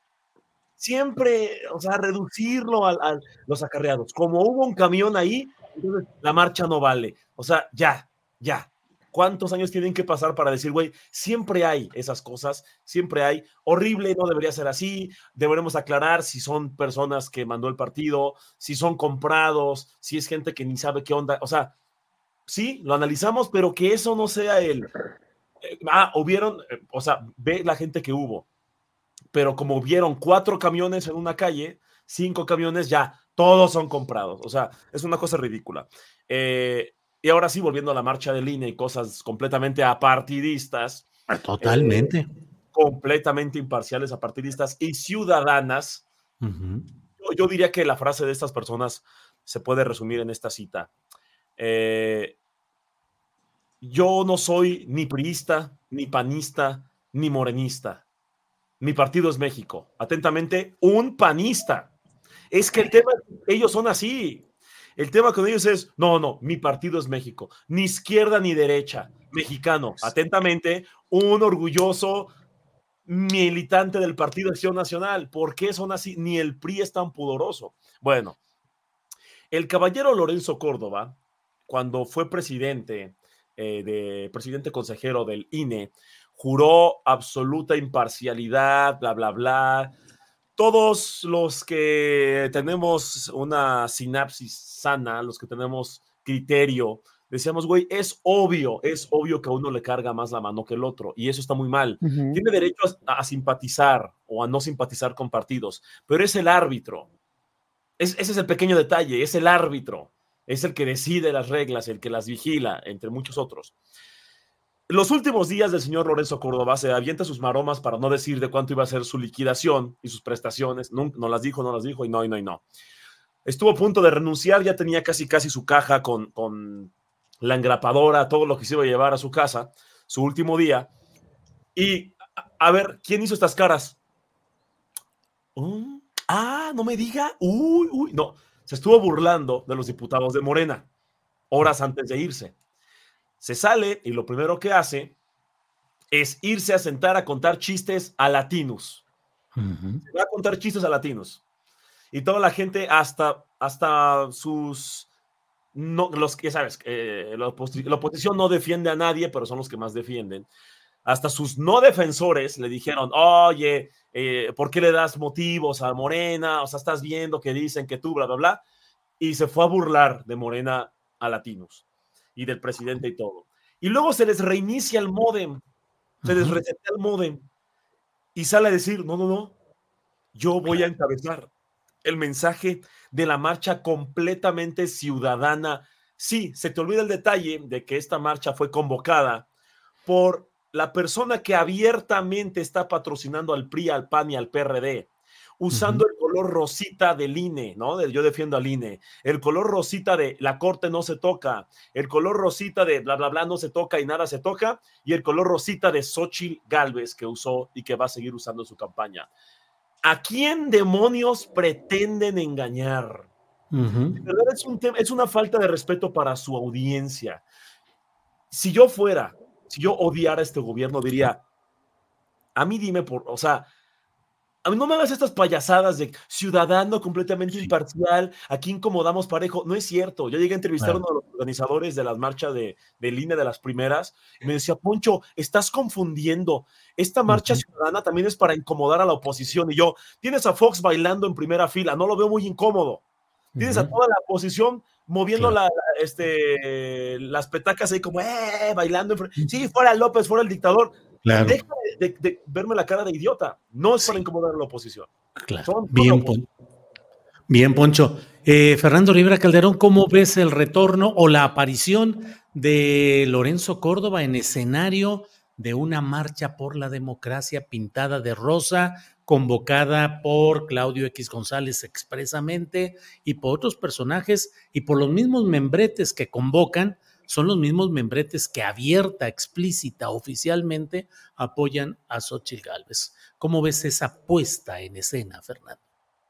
siempre, o sea, reducirlo a, a los acarreados. Como hubo un camión ahí, entonces la marcha no vale. O sea, ya, ya. ¿Cuántos años tienen que pasar para decir, güey, siempre hay esas cosas, siempre hay, horrible, no debería ser así, deberemos aclarar si son personas que mandó el partido, si son comprados, si es gente que ni sabe qué onda, o sea, sí, lo analizamos, pero que eso no sea el, eh, ah, hubieron, eh, o sea, ve la gente que hubo, pero como vieron cuatro camiones en una calle, cinco camiones, ya, todos son comprados, o sea, es una cosa ridícula. Eh, Y ahora sí, volviendo a la marcha del I N E y cosas completamente apartidistas. Totalmente. Eh, completamente imparciales, apartidistas y ciudadanas. Uh-huh. Yo, yo diría que la frase de estas personas se puede resumir en esta cita. Eh, yo no soy ni priista, ni panista, ni morenista. Mi partido es México. Atentamente, un panista. Es que el tema, ellos son así. El tema con ellos es, no, no, mi partido es México, ni izquierda ni derecha, mexicano. Atentamente, un orgulloso militante del Partido Acción Nacional. ¿Por qué son así? Ni el P R I es tan pudoroso. Bueno, el caballero Lorenzo Córdoba, cuando fue presidente, eh, de, presidente consejero del I N E, juró absoluta imparcialidad, bla, bla, bla. Todos los que tenemos una sinapsis sana, los que tenemos criterio, decíamos, güey, es obvio, es obvio que a uno le carga más la mano que el otro, y eso está muy mal. Uh-huh. Tiene derecho a, a simpatizar o a no simpatizar con partidos, pero es el árbitro. Es, ese es el pequeño detalle, es el árbitro, es el que decide las reglas, el que las vigila, entre muchos otros. Los últimos días del señor Lorenzo Córdoba se avienta sus maromas para no decir de cuánto iba a ser su liquidación y sus prestaciones. No, no las dijo, no las dijo y no, y no, y no. Estuvo a punto de renunciar, ya tenía casi, casi su caja con, con la engrapadora, todo lo que se iba a llevar a su casa, su último día. Y, a, a ver, ¿quién hizo estas caras? Um, ah, no me diga. Uy, uy, no. Se estuvo burlando de los diputados de Morena, horas antes de irse. Se sale y lo primero que hace es irse a sentar a contar chistes a latinos. Uh-huh. Se va a contar chistes a latinos. Y toda la gente, hasta, hasta sus... No, los que, sabes, eh, la, oposi- la oposición no defiende a nadie, pero son los que más defienden. Hasta sus no defensores le dijeron, oye, eh, ¿por qué le das motivos a Morena? O sea, estás viendo que dicen que tú, bla, bla, bla. Y se fue a burlar de Morena a latinos y del presidente y todo. Y luego se les reinicia el módem, se les resetea el módem y sale a decir, no, no, no, yo voy a encabezar el mensaje de la marcha completamente ciudadana. Sí, se te olvida el detalle de que esta marcha fue convocada por la persona que abiertamente está patrocinando al P R I, al P A N y al P R D, usando uh-huh. el color rosita del I N E, ¿no? De, yo defiendo al I N E. El color rosita de la corte no se toca, el color rosita de bla, bla, bla no se toca y nada se toca, y el color rosita de Xóchitl Gálvez que usó y que va a seguir usando en su campaña. ¿A quién demonios pretenden engañar? Uh-huh. De verdad es, un tema, es una falta de respeto para su audiencia. Si yo fuera, si yo odiara a este gobierno, diría, a mí dime por, o sea, a mí no me hagas estas payasadas de ciudadano completamente imparcial, aquí incomodamos parejo. No es cierto. Yo llegué a entrevistar claro. a uno de los organizadores de las marchas de, de L I N E, de las primeras, y me decía, Poncho, estás confundiendo. Esta marcha uh-huh. ciudadana también es para incomodar a la oposición. Y yo, tienes a Fox bailando en primera fila, no lo veo muy incómodo. Tienes uh-huh. a toda la oposición moviendo claro. la, este, las petacas ahí como, eh, bailando. En... Sí, fuera López, fuera el dictador. Claro. Deja de, de, de verme la cara de idiota. No es sí. para incomodar a la oposición. Claro. Son Bien, Pon- Bien, Poncho. Eh, Fernando Rivera Calderón, ¿cómo ves el retorno o la aparición de Lorenzo Córdoba en escenario de una marcha por la democracia pintada de rosa, convocada por Claudio X González expresamente y por otros personajes y por los mismos membretes que convocan? Son los mismos membretes que abierta, explícita, oficialmente apoyan a Xóchitl Gálvez. ¿Cómo ves esa puesta en escena, Fernando?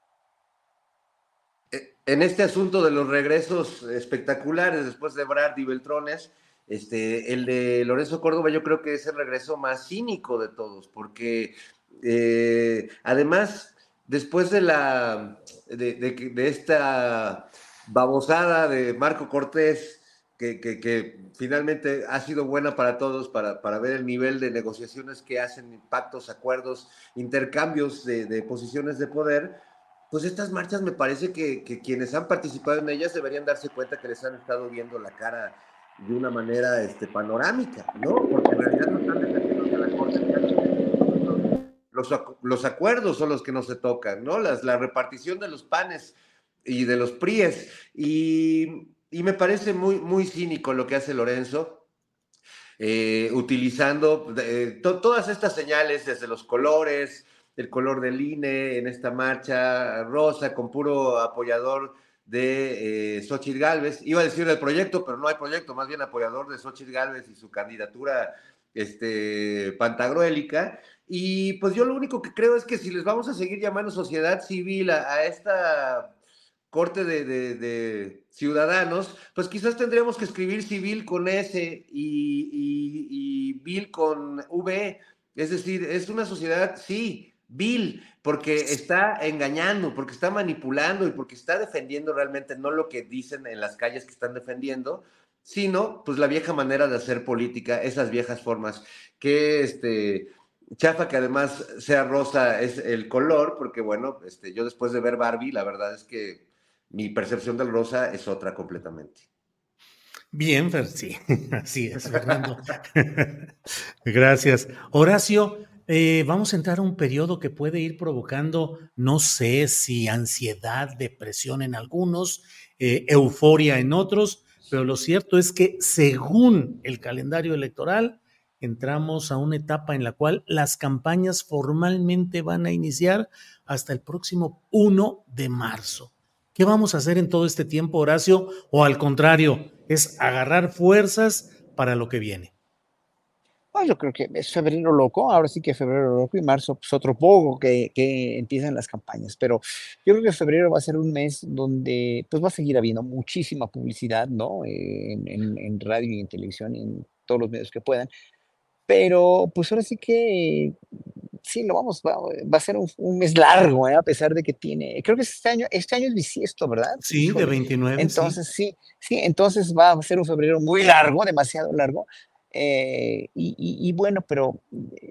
En este asunto de los regresos espectaculares después de Ebrard y Beltrones, este, el de Lorenzo Córdoba yo creo que es el regreso más cínico de todos, porque eh, además después de la de, de, de esta babosada de Marco Cortés, que, que, que finalmente ha sido buena para todos, para, para ver el nivel de negociaciones que hacen, pactos, acuerdos, intercambios de, de posiciones de poder, pues estas marchas me parece que, que quienes han participado en ellas deberían darse cuenta que les han estado viendo la cara de una manera este, panorámica, ¿no? Porque en realidad no están defendiendo que la Corte, los, los acuerdos son los que no se tocan, ¿no? Las, la repartición de los panes y de los príes, y, y me parece muy, muy cínico lo que hace Lorenzo, eh, utilizando eh, to, todas estas señales, desde los colores, el color del I N E en esta marcha rosa, con puro apoyador de eh, Xóchitl Gálvez, iba a decir del proyecto, pero no hay proyecto, más bien apoyador de Xóchitl Gálvez y su candidatura este, pantagruélica. Y pues yo lo único que creo es que si les vamos a seguir llamando sociedad civil a, a esta corte de, de, de ciudadanos, pues quizás tendríamos que escribir civil con S y, y, y vil con V, es decir, es una sociedad, sí, vil, porque está engañando, porque está manipulando y porque está defendiendo realmente no lo que dicen en las calles que están defendiendo, sino pues la vieja manera de hacer política, esas viejas formas, que este... chafa que además sea rosa es el color, porque bueno, este, yo después de ver Barbie, la verdad es que mi percepción del rosa es otra completamente. Bien, Fer, sí, así es, Fernando. Gracias. Horacio, eh, vamos a entrar a un periodo que puede ir provocando, no sé si ansiedad, depresión en algunos, eh, euforia en otros, pero lo cierto es que según el calendario electoral, entramos a una etapa en la cual las campañas formalmente van a iniciar hasta el próximo primero de marzo. ¿Qué vamos a hacer en todo este tiempo, Horacio? O al contrario, es agarrar fuerzas para lo que viene. Pues yo creo que es febrero loco, ahora sí que febrero loco y marzo pues otro poco que, que empiezan las campañas, pero yo creo que febrero va a ser un mes donde pues va a seguir habiendo muchísima publicidad, ¿no? En, en, en radio y en televisión y en todos los medios que puedan, pero pues ahora sí que sí, lo vamos, va, va a ser un, un mes largo, ¿eh? A pesar de que tiene, creo que este año, este año es bisiesto, ¿verdad? Sí, de veintinueve, entonces sí. sí, sí, entonces va a ser un febrero muy largo, demasiado largo. Eh, y, y, y bueno, pero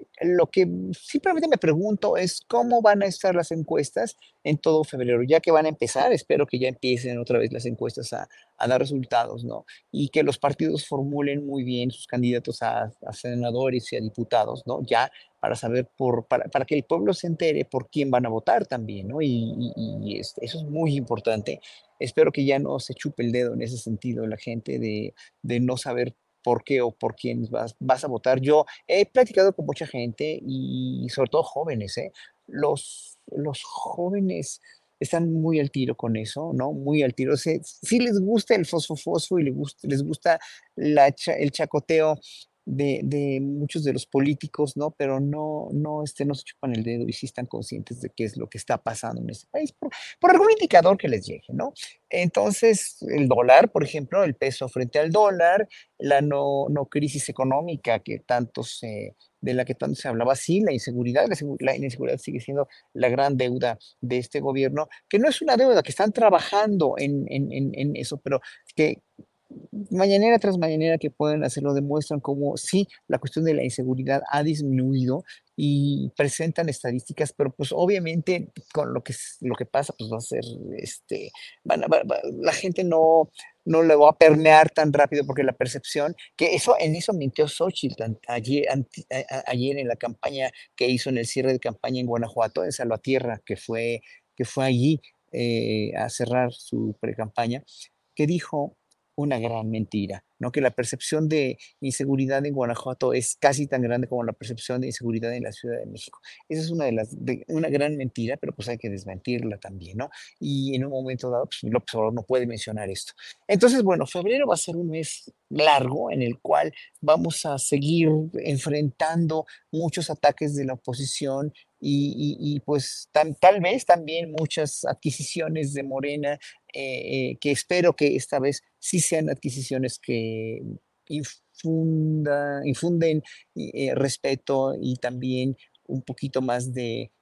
lo que simplemente me pregunto es cómo van a estar las encuestas en todo febrero, ya que van a empezar, espero que ya empiecen otra vez las encuestas a, a dar resultados, ¿no? Y que los partidos formulen muy bien sus candidatos a, a senadores y a diputados, ¿no? Ya para saber, por, para, para que el pueblo se entere por quién van a votar también, ¿no? Y, y, y este, eso es muy importante. Espero que ya no se chupe el dedo en ese sentido la gente de, de no saber por qué o por quién vas, vas a votar. Yo he platicado con mucha gente y sobre todo jóvenes, ¿eh? Los, los jóvenes están muy al tiro con eso, ¿no? Muy al tiro. O sea, sí les gusta el fosfo-fosfo y les gusta, les gusta la, el chacoteo de, de muchos de los políticos, ¿no? Pero no, no, este, no se chupan el dedo y sí están conscientes de qué es lo que está pasando en este país, por, por algún indicador que les llegue, ¿no? Entonces, el dólar, por ejemplo, el peso frente al dólar, la no, no crisis económica que tanto se, de la que tanto se hablaba, sí, la inseguridad, la, la inseguridad sigue siendo la gran deuda de este gobierno, que no es una deuda, que están trabajando en, en, en, en eso, pero que mañanera tras mañanera que pueden hacerlo demuestran cómo sí, la cuestión de la inseguridad ha disminuido y presentan estadísticas, pero pues obviamente con lo que, lo que pasa pues va a ser, este, van a, va, va, la gente no, no le va a permear tan rápido porque la percepción, que eso, en eso mintió Xóchitl ayer, anti, a, ayer en la campaña que hizo en el cierre de campaña en Guanajuato, en Salvatierra, que fue, que fue allí eh, a cerrar su pre-campaña, que dijo una gran mentira, ¿no? Que la percepción de inseguridad en Guanajuato es casi tan grande como la percepción de inseguridad en la Ciudad de México. Esa es una de las, de, una gran mentira, pero pues hay que desmentirla también, ¿no? Y en un momento dado, pues López Obrador no puede mencionar esto. Entonces, bueno, febrero va a ser un mes largo en el cual vamos a seguir enfrentando muchos ataques de la oposición y, y, y pues tan, tal vez también muchas adquisiciones de Morena, eh, eh, que espero que esta vez sí sean adquisiciones que infunda, infunden eh, respeto y también un poquito más de,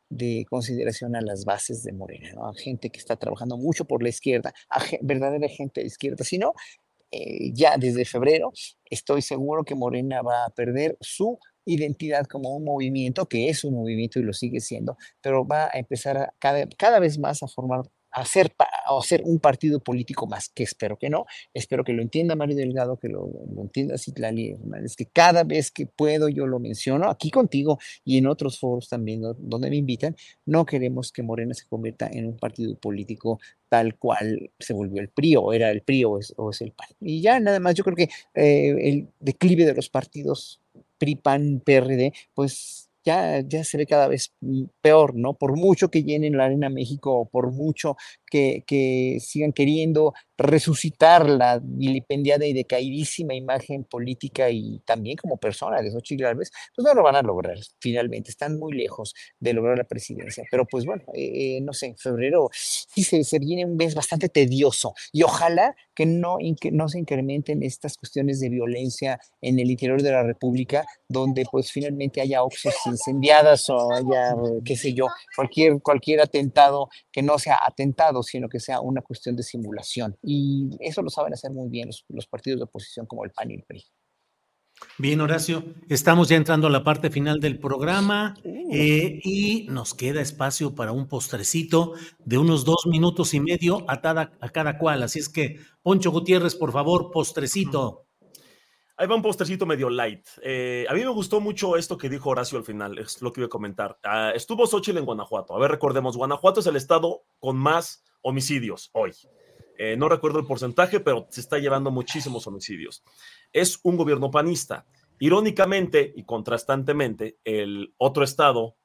de consideración a las bases de Morena, ¿no? A gente que está trabajando mucho por la izquierda, a ge- verdadera gente de izquierda. Si no, eh, ya desde febrero estoy seguro que Morena va a perder su identidad como un movimiento, que es un movimiento y lo sigue siendo, pero va a empezar a cada, cada vez más a formar, a ser, pa- a ser un partido político más, que espero que no, espero que lo entienda Mario Delgado, que lo, lo entienda Citlali Hernández, que cada vez que puedo yo lo menciono aquí contigo y en otros foros también do- donde me invitan. No queremos que Morena se convierta en un partido político tal cual se volvió el P R I o era el P R I o es, o es el P A N. Y ya nada más, yo creo que eh, el declive de los partidos P R I, P A N, P R D, pues ya, ya se ve cada vez mm, peor, ¿no? Por mucho que llenen la Arena México, o por mucho que, que sigan queriendo resucitar la vilipendiada y decaidísima imagen política y también como persona de Xochitl Gálvez, pues no lo van a lograr, finalmente, están muy lejos de lograr la presidencia. Pero pues bueno, eh, eh, no sé, en febrero sí se, se viene un mes bastante tedioso y ojalá que no, inque- no se incrementen estas cuestiones de violencia en el interior de la República, donde pues finalmente haya oxos incendiadas o haya, eh, qué sé yo, cualquier, cualquier atentado que no sea atentado, sino que sea una cuestión de simulación. Y eso lo saben hacer muy bien los, los partidos de oposición como el P A N y el P R I. Bien, Horacio, estamos ya entrando a la parte final del programa eh, y nos queda espacio para un postrecito de unos dos minutos y medio a cada, a cada cual. Así es que, Poncho Gutiérrez, por favor, postrecito. Ahí va un postrecito medio light. Eh, a mí me gustó mucho esto que dijo Horacio al final, es lo que iba a comentar. Uh, estuvo Xochitl en Guanajuato. A ver, recordemos, Guanajuato es el estado con más homicidios hoy. Eh, no recuerdo el porcentaje, pero se está llevando muchísimos homicidios. Es un gobierno panista. Irónicamente y contrastantemente, el otro estado,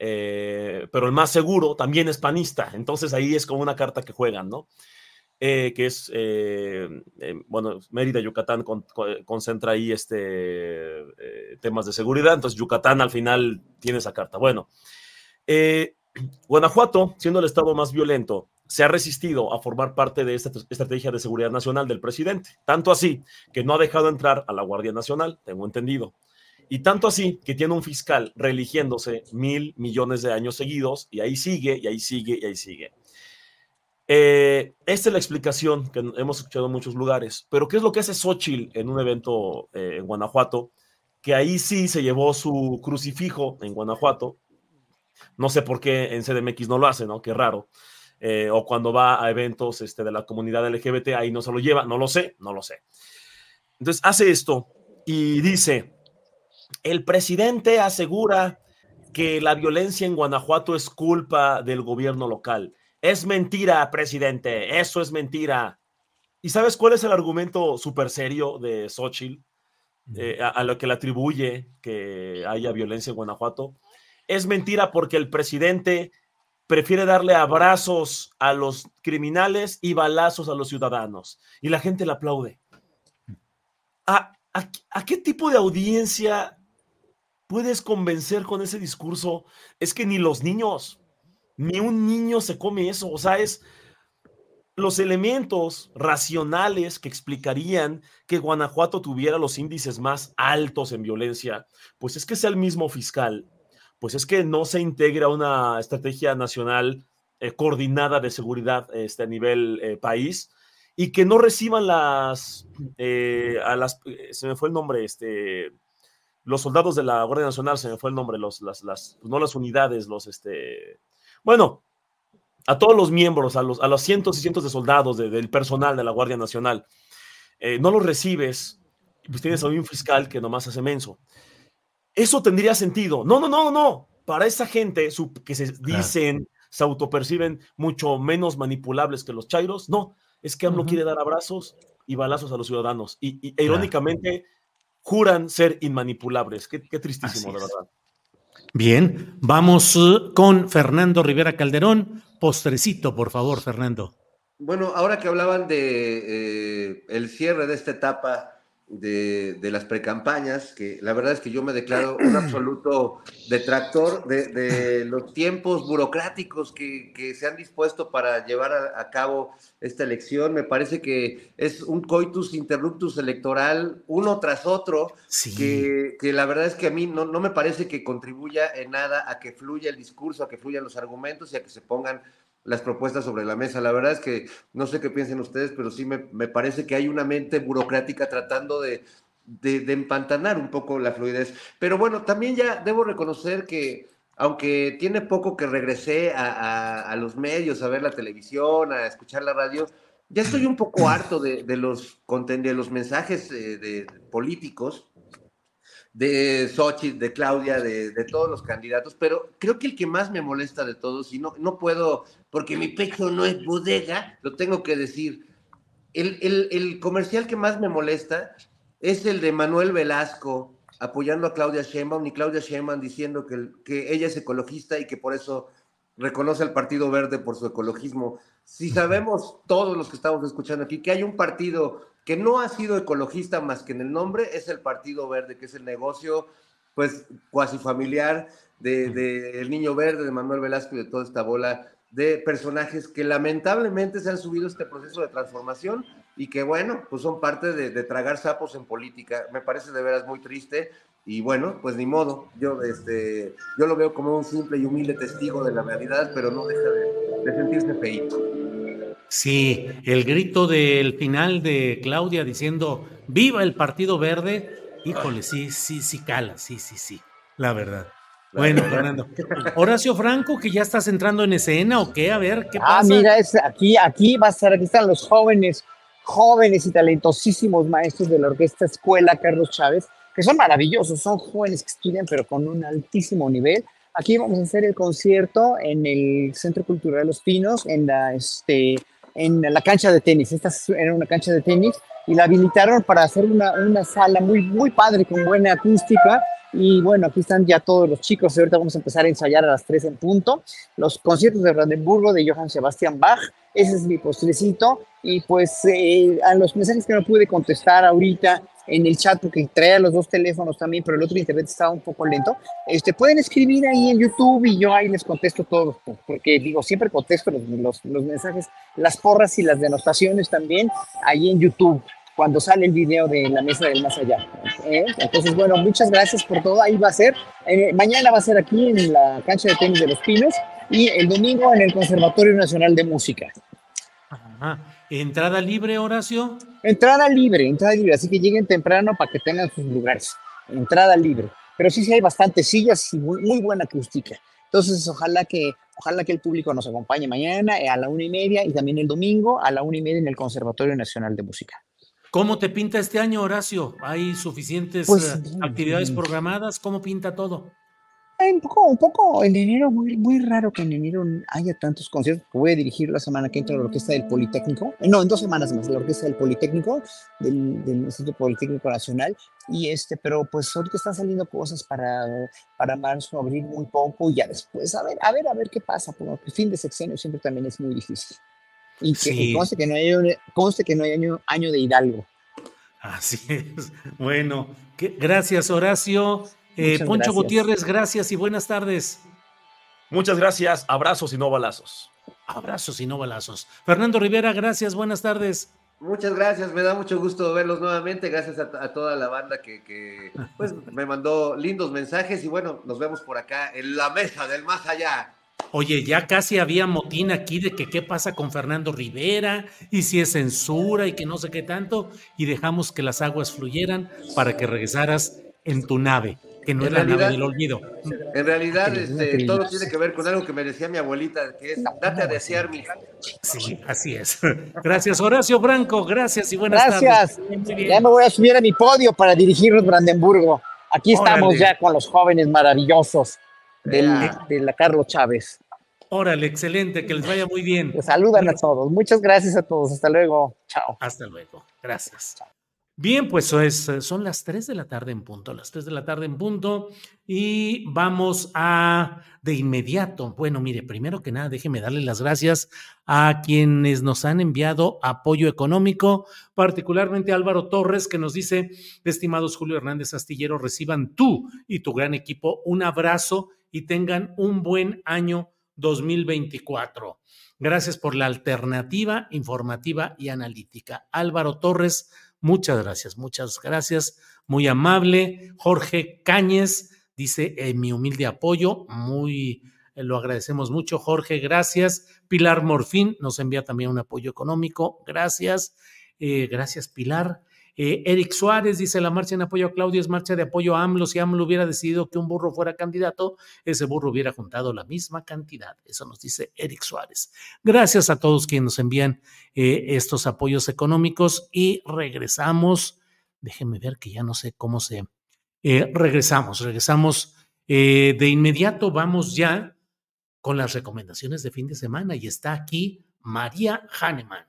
eh, pero el más seguro, también es panista. Entonces ahí es como una carta que juegan, ¿no? Eh, que es, eh, eh, bueno, Mérida, Yucatán con, con, concentra ahí este, eh, temas de seguridad, entonces Yucatán al final tiene esa carta. Bueno, eh, Guanajuato, siendo el estado más violento, se ha resistido a formar parte de esta estrategia de seguridad nacional del presidente, tanto así que no ha dejado entrar a la Guardia Nacional, tengo entendido, y tanto así que tiene un fiscal reeligiéndose mil millones de años seguidos, y ahí sigue, y ahí sigue, y ahí sigue. Eh, esta es la explicación que hemos escuchado en muchos lugares, pero ¿qué es lo que hace Xochitl en un evento eh, en Guanajuato? Que ahí sí se llevó su crucifijo en Guanajuato. No sé por qué en C D M X no lo hace, ¿no? Qué raro. Eh, o cuando va a eventos este, de la comunidad L G B T, ahí no se lo lleva, no lo sé, no lo sé. Entonces hace esto y dice, el presidente asegura que la violencia en Guanajuato es culpa del gobierno local. Es mentira, presidente, eso es mentira. ¿Y sabes cuál es el argumento súper serio de Xochitl eh, a, a lo que le atribuye que haya violencia en Guanajuato? Es mentira porque el presidente prefiere darle abrazos a los criminales y balazos a los ciudadanos. Y la gente le aplaude. ¿A, a, a qué tipo de audiencia puedes convencer con ese discurso? Es que ni los niños... Ni un niño se come eso, o sea, es los elementos racionales que explicarían que Guanajuato tuviera los índices más altos en violencia, pues es que sea el mismo fiscal, pues es que no se integra una estrategia nacional eh, coordinada de seguridad este, a nivel eh, país y que no reciban las, eh, a las, eh, se me fue el nombre, este, los soldados de la Guardia Nacional, se me fue el nombre, los, las, las, no las unidades, los, este... Bueno, a todos los miembros, a los, a los cientos y cientos de soldados de, del personal de la Guardia Nacional, eh, no los recibes, pues tienes a un fiscal que nomás hace menso. Eso tendría sentido. No, no, no, no. Para esa gente su, que se dicen, se autoperciben mucho menos manipulables que los chairos, no. Es que AMLO uh-huh. quiere dar abrazos y balazos a los ciudadanos. Y, y claro. irónicamente, juran ser inmanipulables. Qué, qué tristísimo, de verdad. Bien, vamos uh, con Fernando Rivera Calderón. Postrecito, por favor, Fernando. Bueno, ahora que hablaban de eh, el cierre de esta etapa de, de las precampañas, que la verdad es que yo me declaro un absoluto detractor de, de los tiempos burocráticos que, que se han dispuesto para llevar a, a cabo esta elección. Me parece que es un coitus interruptus electoral uno tras otro, sí. que, que la verdad es que a mí no, no me parece que contribuya en nada a que fluya el discurso, a que fluyan los argumentos y a que se pongan las propuestas sobre la mesa. La verdad es que no sé qué piensen ustedes, pero sí me, me parece que hay una mente burocrática tratando de, de, de empantanar un poco la fluidez. Pero bueno, también ya debo reconocer que, aunque tiene poco que regresé a, a, a los medios, a ver la televisión, a escuchar la radio, ya estoy un poco harto de, de, los, de los mensajes eh, de, de políticos, de Xochitl, de Claudia, de, de todos los candidatos, pero creo que el que más me molesta de todos, y no, no puedo, porque mi pecho no es bodega, lo tengo que decir, el, el, el comercial que más me molesta es el de Manuel Velasco apoyando a Claudia Sheinbaum, y Claudia Sheinbaum diciendo que, que ella es ecologista y que por eso reconoce al Partido Verde por su ecologismo. Si sabemos todos los que estamos escuchando aquí que hay un partido que no ha sido ecologista más que en el nombre, es el Partido Verde, que es el negocio pues cuasi familiar de, de El Niño Verde, de Manuel Velasco y de toda esta bola de personajes que lamentablemente se han subido a este proceso de transformación y que bueno, pues son parte de, de tragar sapos en política. Me parece de veras muy triste y bueno, pues ni modo, yo, este, yo lo veo como un simple y humilde testigo de la realidad, pero no deja de, de sentirse feíto. Sí, el grito del final de Claudia diciendo ¡viva el Partido Verde! Híjole, sí, sí, sí cala, sí, sí, sí, la verdad. Bueno, Fernando. Horacio Franco, que ya estás entrando en escena, ¿o qué? A ver, ¿qué pasa? Ah, mira, es, aquí, aquí va a estar, aquí están los jóvenes, jóvenes y talentosísimos maestros de la Orquesta Escuela Carlos Chávez, que son maravillosos, son jóvenes que estudian, pero con un altísimo nivel. Aquí vamos a hacer el concierto en el Centro Cultural Los Pinos, en la, este, en la cancha de tenis. Esta era una cancha de tenis y la habilitaron para hacer una, una sala muy, muy padre, con buena acústica. Y bueno, aquí están ya todos los chicos. Ahorita vamos a empezar a ensayar a las tres en punto. Los conciertos de Brandenburgo de Johann Sebastian Bach. Ese es mi postrecito. Y pues eh, a los mensajes que no pude contestar ahorita en el chat, porque traía los dos teléfonos también, pero el otro internet estaba un poco lento, este, pueden escribir ahí en YouTube y yo ahí les contesto todo, porque digo, siempre contesto los, los, los mensajes, las porras y las denotaciones también, ahí en YouTube, cuando sale el video de la mesa del más allá. ¿Eh? Entonces, bueno, muchas gracias por todo. Ahí va a ser, eh, mañana va a ser aquí en la cancha de tenis de Los Pinos y el domingo en el Conservatorio Nacional de Música. Ajá. ¿Entrada libre, Horacio? Entrada libre, entrada libre, así que lleguen temprano para que tengan sus lugares. Entrada libre. Pero sí, sí hay bastantes sillas y muy, muy buena acústica. Entonces, ojalá que, ojalá que el público nos acompañe mañana a la una y media y también el domingo a la una y media en el Conservatorio Nacional de Música. ¿Cómo te pinta este año, Horacio? ¿Hay suficientes pues, uh, actividades programadas? ¿Cómo pinta todo? Un poco, un poco, en enero, muy, muy raro que en enero haya tantos conciertos. Voy a dirigir la semana que entra a la Orquesta del Politécnico, no, en dos semanas más, la Orquesta del Politécnico, del, del Instituto Politécnico Nacional, y este, pero pues ahorita están saliendo cosas para, para marzo, abril, muy poco, y ya después, a ver, a ver, a ver qué pasa, porque el fin de sexenio siempre también es muy difícil. Y que sí. conste que no hay, conste que no hay año, año de Hidalgo. Así es. Bueno, ¿qué? Gracias, Horacio. Eh, Poncho gracias. Gutiérrez, gracias y buenas tardes. Muchas gracias, abrazos y no balazos. Abrazos y no balazos. Fernando Rivera, gracias, buenas tardes. Muchas gracias, me da mucho gusto verlos nuevamente, gracias a, a toda la banda que, que pues, me mandó lindos mensajes y bueno, nos vemos por acá en la mesa del más allá. Oye, ya casi había motín aquí de que qué pasa con Fernando Rivera y si es censura y que no sé qué tanto, y dejamos que las aguas fluyeran para que regresaras en tu nave, que no en es realidad, la nave del olvido. En realidad, este, todo tiene que ver con algo que me decía mi abuelita, que es date a desear, mija. Sí, así es. Gracias, Horacio Franco, gracias y buenas gracias. tardes. Gracias. Ya me voy a subir a mi podio para dirigirnos Brandenburgo. Aquí estamos Órale. Ya con los jóvenes maravillosos del, de la Carlos Chávez. Órale, excelente, que les vaya muy bien. Les saludan a todos. Muchas gracias a todos. Hasta luego. Chao. Hasta luego. Gracias. Chao. Bien, pues es, son las tres de la tarde en punto, las tres de la tarde en punto y vamos a de inmediato. Bueno, mire, primero que nada, déjeme darle las gracias a quienes nos han enviado apoyo económico, particularmente a Álvaro Torres, que nos dice: estimados Julio Hernández Astillero, reciban tú y tu gran equipo un abrazo y tengan un buen año dos mil veinticuatro. Gracias por la alternativa informativa y analítica. Álvaro Torres, muchas gracias, muchas gracias, muy amable. Jorge Cáñez dice: eh, mi humilde apoyo, muy eh, lo agradecemos mucho, Jorge, gracias. Pilar Morfín nos envía también un apoyo económico, gracias, eh, gracias Pilar. Eh, Eric Suárez dice: la marcha en apoyo a Claudia es marcha de apoyo a AMLO. Si AMLO hubiera decidido que un burro fuera candidato, ese burro hubiera juntado la misma cantidad. Eso nos dice Eric Suárez. Gracias a todos quienes nos envían eh, estos apoyos económicos y regresamos. Déjenme ver que ya no sé cómo se... Eh, regresamos, regresamos eh, de inmediato. Vamos ya con las recomendaciones de fin de semana y está aquí María Hahnemann.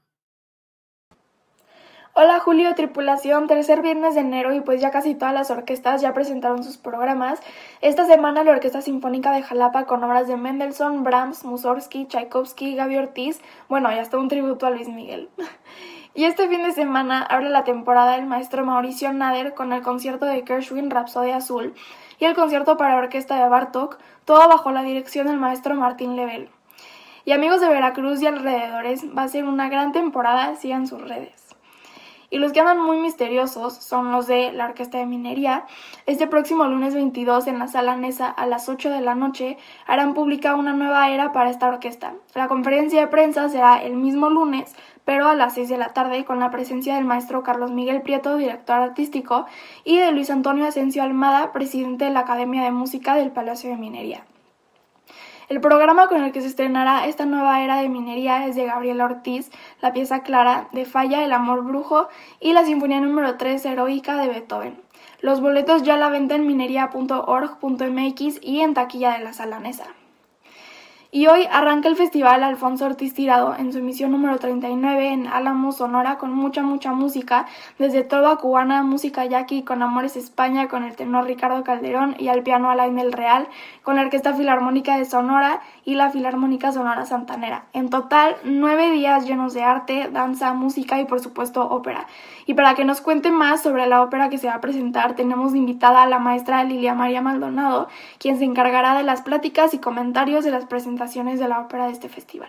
Hola Julio, tripulación, tercer viernes de enero y pues ya casi todas las orquestas ya presentaron sus programas. Esta semana la Orquesta Sinfónica de Jalapa con obras de Mendelssohn, Brahms, Mussorgsky, Tchaikovsky, Gaby Ortiz, bueno, y hasta un tributo a Luis Miguel. Y este fin de semana abre la temporada el maestro Mauricio Nader con el concierto de Gershwin, Rapsodia Azul, y el concierto para orquesta de Bartók, todo bajo la dirección del maestro Martín Lebel. Y amigos de Veracruz y alrededores, va a ser una gran temporada, sigan sus redes. Y los que andan muy misteriosos son los de la Orquesta de Minería. Este próximo lunes veintidós en la Sala Nesa a las ocho de la noche harán pública una nueva era para esta orquesta. La conferencia de prensa será el mismo lunes, pero a las seis de la tarde, con la presencia del maestro Carlos Miguel Prieto, director artístico, y de Luis Antonio Asensio Almada, presidente de la Academia de Música del Palacio de Minería. El programa con el que se estrenará esta nueva era de Minería es de Gabriela Ortiz, la pieza Clara, de Falla, El amor brujo, y la Sinfonía número tres, Heroica, de Beethoven. Los boletos ya a la venta en minería punto org punto m x y en taquilla de la Sala Nesa. Y hoy arranca el Festival Alfonso Ortiz Tirado en su emisión número treinta y nueve en Álamo, Sonora, con mucha, mucha música, desde trova cubana, música yaqui, con Amores España, con el tenor Ricardo Calderón y al piano Alain del Real, con la Orquesta Filarmónica de Sonora y la Filarmónica Sonora Santanera. En total, nueve días llenos de arte, danza, música y por supuesto ópera. Y para que nos cuente más sobre la ópera que se va a presentar, tenemos invitada a la maestra Lilia María Maldonado, quien se encargará de las pláticas y comentarios de las presentaciones de la ópera de este festival.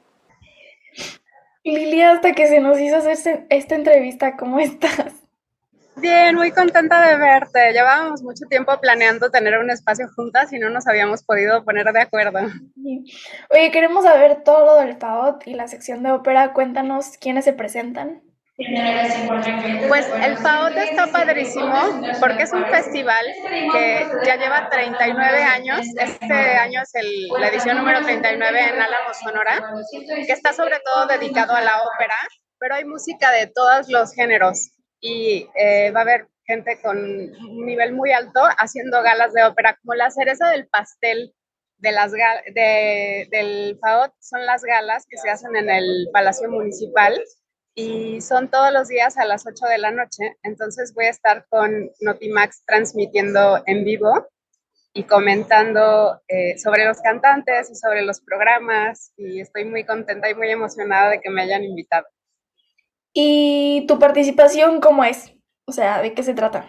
Lilia, hasta que se nos hizo hacer esta entrevista, ¿cómo estás? Bien, muy contenta de verte. Llevábamos mucho tiempo planeando tener un espacio juntas y no nos habíamos podido poner de acuerdo. Oye, queremos saber todo lo del Fagot y la sección de ópera. Cuéntanos quiénes se presentan. Pues el Fagot está padrísimo porque es un festival que ya lleva treinta y nueve años. Este año es el, la edición número treinta y nueve en Álamo, Sonora, que está sobre todo dedicado a la ópera, pero hay música de todos los géneros y eh, va a haber gente con un nivel muy alto haciendo galas de ópera, como la cereza del pastel de las de, del Fagot son las galas que se hacen en el Palacio Municipal. Y son todos los días a las ocho de la noche, entonces voy a estar con Notimax transmitiendo en vivo y comentando eh, sobre los cantantes y sobre los programas, y estoy muy contenta y muy emocionada de que me hayan invitado. ¿Y tu participación cómo es? O sea, ¿de qué se trata?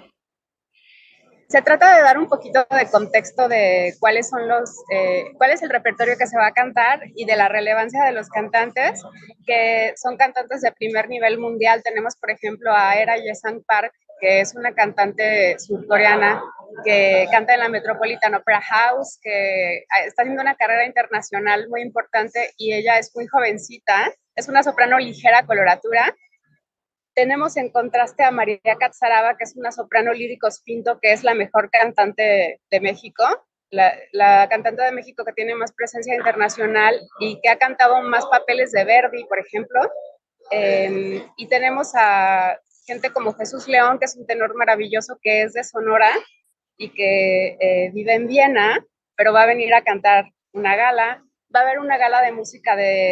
Se trata de dar un poquito de contexto de cuáles son los, eh, cuál es el repertorio que se va a cantar y de la relevancia de los cantantes, que son cantantes de primer nivel mundial. Tenemos, por ejemplo, a Era Yesang Park, que es una cantante surcoreana que canta en la Metropolitan Opera House, que está haciendo una carrera internacional muy importante y ella es muy jovencita, es una soprano ligera coloratura. Tenemos en contraste a María Catzaraba, que es una soprano líricos pinto, que es la mejor cantante de México, la, la cantante de México que tiene más presencia internacional y que ha cantado más papeles de Verdi, por ejemplo. Eh, y tenemos a gente como Jesús León, que es un tenor maravilloso, que es de Sonora y que eh, vive en Viena, pero va a venir a cantar una gala. Va a haber una gala de música del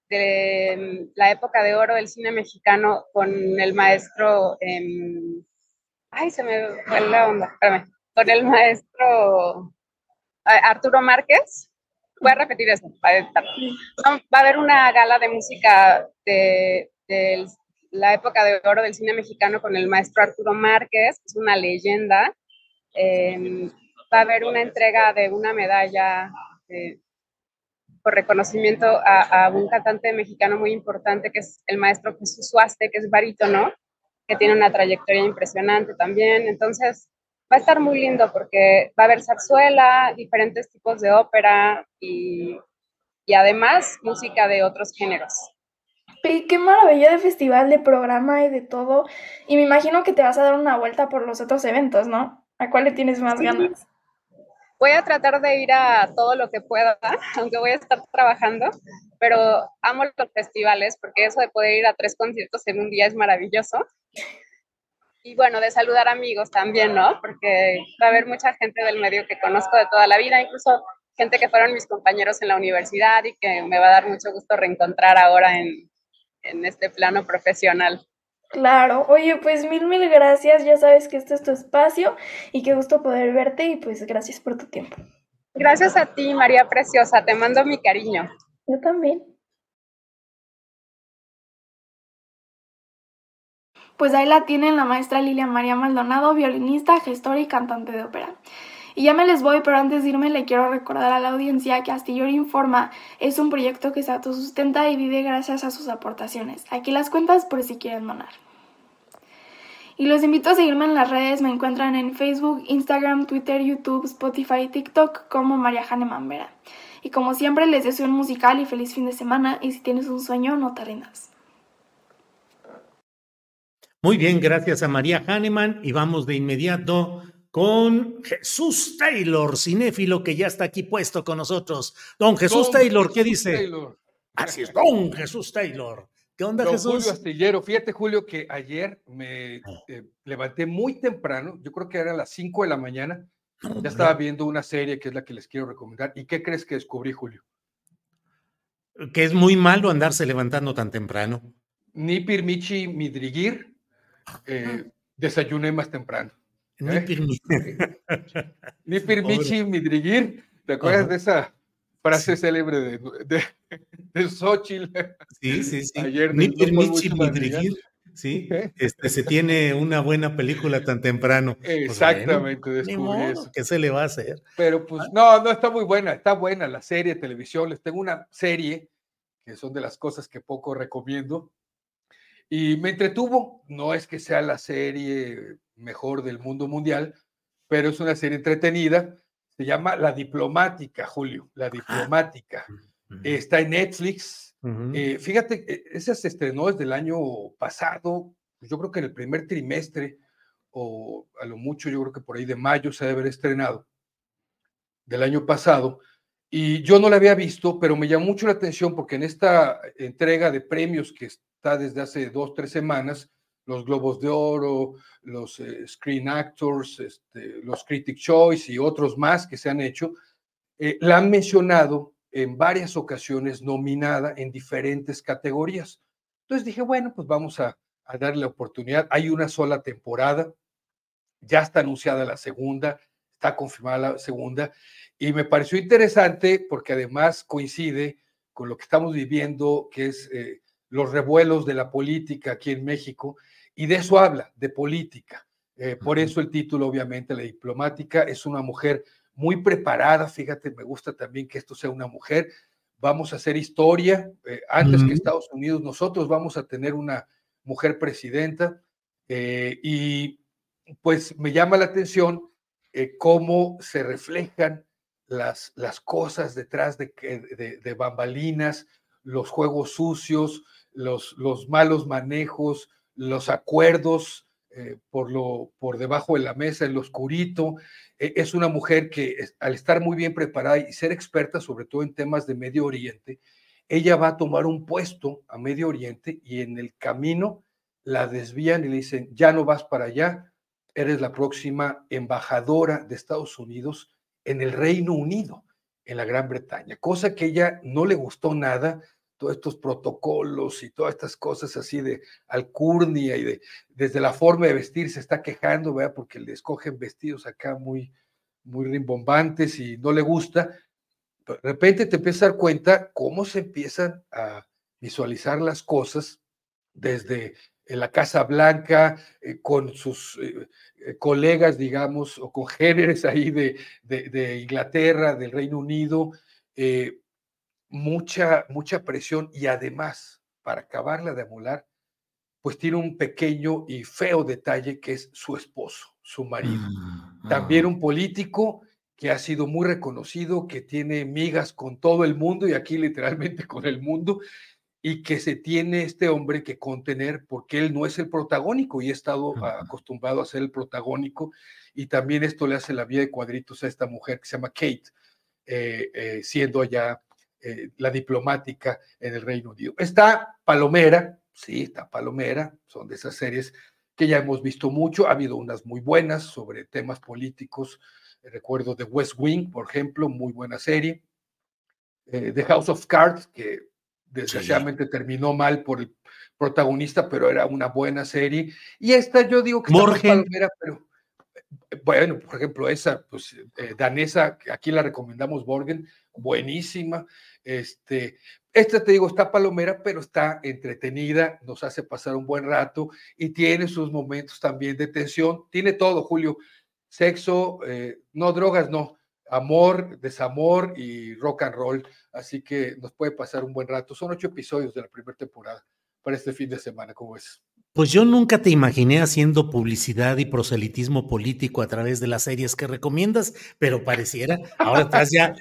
de la época de oro del cine mexicano con el maestro, eh, ay, se me fue la onda, espérame, con el maestro Arturo Márquez. Voy a repetir eso. Va a haber una gala de música de, de la época de oro del cine mexicano con el maestro Arturo Márquez, es una leyenda. Eh, va a haber una entrega de una medalla eh, por reconocimiento a, a un cantante mexicano muy importante, que es el maestro Jesús Suaste, que es barítono, que tiene una trayectoria impresionante también. Entonces, va a estar muy lindo porque va a haber zarzuela, diferentes tipos de ópera y, y además música de otros géneros. Qué maravilla de festival, de programa y de todo. Y me imagino que te vas a dar una vuelta por los otros eventos, ¿no? ¿A cuál le tienes más Sí. ganas? Voy a tratar de ir a todo lo que pueda, aunque voy a estar trabajando, pero amo los festivales porque eso de poder ir a tres conciertos en un día es maravilloso. Y bueno, de saludar amigos también, ¿no? Porque va a haber mucha gente del medio que conozco de toda la vida, incluso gente que fueron mis compañeros en la universidad y que me va a dar mucho gusto reencontrar ahora en, en este plano profesional. Claro, oye, pues mil, mil gracias, ya sabes que este es tu espacio y qué gusto poder verte y pues gracias por tu tiempo. Gracias a ti, María Preciosa, te mando mi cariño. Yo también. Pues ahí la tienen la maestra Lilia María Maldonado, violinista, gestora y cantante de ópera. Y ya me les voy, pero antes de irme le quiero recordar a la audiencia que Astillero Informa es un proyecto que se autosustenta y vive gracias a sus aportaciones. Aquí las cuentas por si quieren donar. Y los invito a seguirme en las redes, me encuentran en Facebook, Instagram, Twitter, YouTube, Spotify y TikTok como María Hahnemann Vera. Y como siempre les deseo un musical y feliz fin de semana y si tienes un sueño no te rindas. Muy bien, gracias a María Hahnemann y vamos de inmediato con Jesús Taylor, cinéfilo que ya está aquí puesto con nosotros. Don Jesús Don Taylor, ¿qué Jesús dice? Taylor. Así es, don Jesús Taylor. ¿Qué onda, Don Jesús? Julio Astillero, fíjate, Julio, que ayer me eh, levanté muy temprano, yo creo que eran las cinco de la mañana, no, ya estaba viendo una serie que es la que les quiero recomendar. ¿Y qué crees que descubrí, Julio? Que es muy malo andarse levantando tan temprano. Ni Pirmichi Midrigir, eh, desayuné más temprano. Ni ¿eh? Pirmichi. Ni Pirmichi Midrigir, ¿te acuerdas uh-huh. de esa frase sí. célebre de, de, de Xochitl? Sí, sí, sí. Ayer Ni no Pirmichi Midrigir. Sí, este, se tiene una buena película tan temprano. Exactamente, pues bueno, descubrí modo, eso. ¿Qué se le va a hacer? Pero pues no, no está muy buena, está buena la serie, televisión. Les tengo una serie que son de las cosas que poco recomiendo y me entretuvo. No es que sea la serie mejor del mundo mundial, pero es una serie entretenida. Se llama La Diplomática, Julio, La Diplomática. Uh-huh. Está en Netflix. Uh-huh. Eh, fíjate, esa se estrenó desde el año pasado, pues yo creo que en el primer trimestre, o a lo mucho, yo creo que por ahí de mayo se debe haber estrenado, del año pasado, y yo no la había visto, pero me llamó mucho la atención porque en esta entrega de premios que está desde hace dos, tres semanas, los Globos de Oro, los eh, Screen Actors, este, los Critic Choice y otros más que se han hecho, eh, la han mencionado en varias ocasiones nominada en diferentes categorías. Entonces dije, bueno, pues vamos a, a darle la oportunidad. Hay una sola temporada, ya está anunciada la segunda, está confirmada la segunda, y me pareció interesante porque además coincide con lo que estamos viviendo, que es eh, los revuelos de la política aquí en México, y de eso habla, de política. Eh, por eso el título, obviamente, La Diplomática. Es una mujer muy preparada, fíjate, me gusta también que esto sea una mujer. Vamos a hacer historia, eh, antes uh-huh. que Estados Unidos, nosotros vamos a tener una mujer presidenta, eh, y pues me llama la atención eh, cómo se reflejan las, las cosas detrás de, de, de bambalinas, los juegos sucios, los, los malos manejos, los acuerdos eh, por, lo, por debajo de la mesa, en lo oscurito. Eh, es una mujer que al estar muy bien preparada y ser experta sobre todo en temas de Medio Oriente, ella va a tomar un puesto a Medio Oriente y en el camino la desvían y le dicen, ya no vas para allá, eres la próxima embajadora de Estados Unidos en el Reino Unido, en la Gran Bretaña, cosa que ella no le gustó nada, todos estos protocolos y todas estas cosas así de alcurnia y de, desde la forma de vestir se está quejando, ¿verdad? Porque le escogen vestidos acá muy, muy rimbombantes y no le gusta. De repente te empiezas a dar cuenta cómo se empiezan a visualizar las cosas desde en la Casa Blanca, eh, con sus eh, eh, colegas, digamos, o congéneres ahí de, de, de Inglaterra, del Reino Unido, eh, mucha, mucha presión y además, para acabarla de amolar, pues tiene un pequeño y feo detalle que es su esposo, su marido. Mm, También ah. un político que ha sido muy reconocido, que tiene migas con todo el mundo y aquí literalmente con el mundo, y que se tiene este hombre que contener porque él no es el protagónico y ha estado uh-huh. acostumbrado a ser el protagónico, y también esto le hace la vida de cuadritos a esta mujer que se llama Kate, eh, eh, siendo allá eh, la diplomática en el Reino Unido. Está Palomera, sí, está Palomera, son de esas series que ya hemos visto mucho, ha habido unas muy buenas sobre temas políticos, eh, recuerdo The West Wing, por ejemplo, muy buena serie, eh, The House of Cards, que desgraciadamente sí. terminó mal por el protagonista, pero era una buena serie. Y esta yo digo que está más palomera, pero bueno, por ejemplo, esa pues, eh, danesa, aquí la recomendamos, Borgen, buenísima. Este, esta te digo, está palomera, pero está entretenida, nos hace pasar un buen rato y tiene sus momentos también de tensión. Tiene todo, Julio, sexo, eh, no drogas, no. Amor, desamor y rock and roll, así que nos puede pasar un buen rato. Son ocho episodios de la primera temporada para este fin de semana, ¿cómo es? Pues yo nunca te imaginé haciendo publicidad y proselitismo político a través de las series que recomiendas, pero pareciera, ahora estás ya...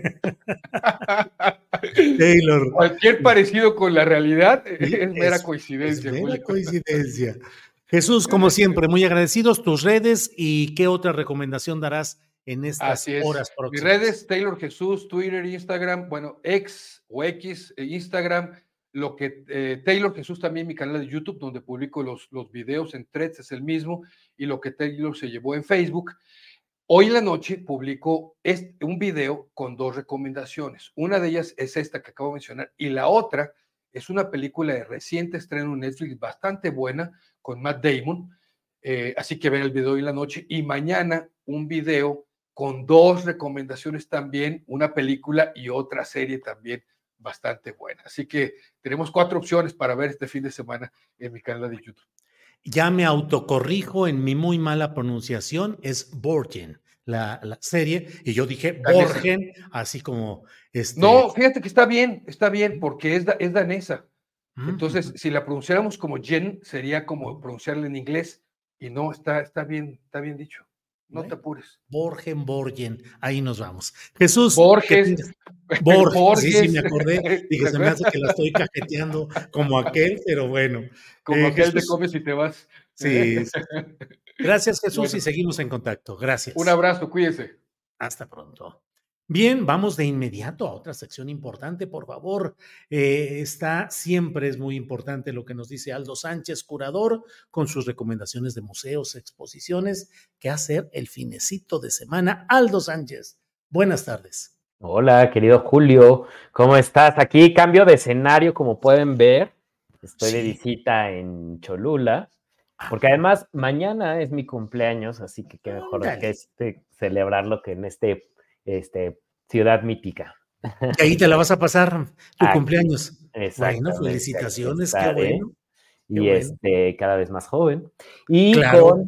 Taylor. Cualquier parecido con la realidad es, es mera coincidencia. Es mera coincidencia. Jesús, como siempre, muy agradecidos, tus redes y qué otra recomendación darás en estas horas próximas. Mis redes, Taylor Jesús, Twitter, Instagram, bueno, X o X, eh, Instagram, lo que eh, Taylor Jesús también, mi canal de YouTube, donde publico los, los videos en Threads, es el mismo, y lo que Taylor se llevó en Facebook. Hoy en la noche publico este, un video con dos recomendaciones. Una de ellas es esta que acabo de mencionar, y la otra es una película de reciente estreno en Netflix, bastante buena, con Matt Damon, eh, así que ven el video hoy en la noche, y mañana un video con dos recomendaciones también, una película y otra serie también bastante buena. Así que tenemos cuatro opciones para ver este fin de semana en mi canal de YouTube. Ya me autocorrijo en mi muy mala pronunciación, es Borgen, la, la serie, y yo dije Borgen, así como... Este... No, fíjate que está bien, está bien, porque es, da, es danesa. Entonces, mm-hmm. si la pronunciáramos como Jen, sería como pronunciarla en inglés, y no, está, está bien, está bien dicho. No bueno, te apures. Borgen, Borgen, ahí nos vamos. Jesús. Borges. Borges, Borges. Sí, sí, me acordé. Dije, se me hace que la estoy cajeteando como aquel, pero bueno. Como eh, aquel Jesús, te comes y te vas. Sí. sí. Gracias, Jesús, bueno, y seguimos en contacto. Gracias. Un abrazo, cuídense. Hasta pronto. Bien, vamos de inmediato a otra sección importante, por favor. Eh, está, siempre es muy importante lo que nos dice Aldo Sánchez, curador, con sus recomendaciones de museos, exposiciones, qué hacer el finecito de semana. Aldo Sánchez, buenas tardes. Hola, querido Julio, ¿cómo estás? Aquí cambio de escenario, como pueden ver. Estoy sí. de visita en Cholula, porque además mañana es mi cumpleaños, así que qué mejor Dale. que este, celebrarlo que en este... Este, ciudad mítica. Y ahí te la vas a pasar tu Aquí, cumpleaños. Exacto. Bueno, felicitaciones, qué bueno. Y qué bueno. este, cada vez más joven. Y, claro. con,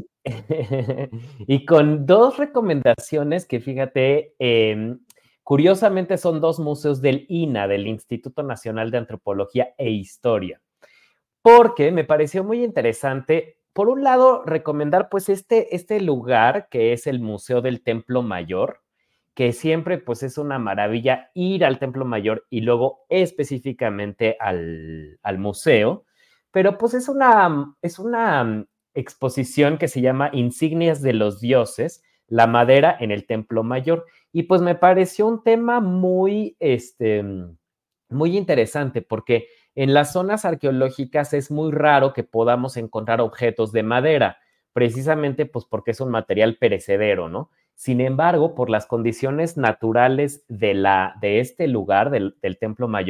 y con dos recomendaciones que fíjate, eh, curiosamente son dos museos del I N A, del Instituto Nacional de Antropología e Historia, porque me pareció muy interesante. Por un lado, recomendar pues este, este lugar que es el Museo del Templo Mayor, que siempre pues es una maravilla ir al Templo Mayor y luego específicamente al, al museo, pero pues es una, es una exposición que se llama Insignias de los Dioses, la madera en el Templo Mayor, y pues me pareció un tema muy, este, muy interesante porque en las zonas arqueológicas es muy raro que podamos encontrar objetos de madera, precisamente pues porque es un material perecedero, ¿no? Sin embargo, por las condiciones naturales de, la, de este lugar, del, del Templo Mayor,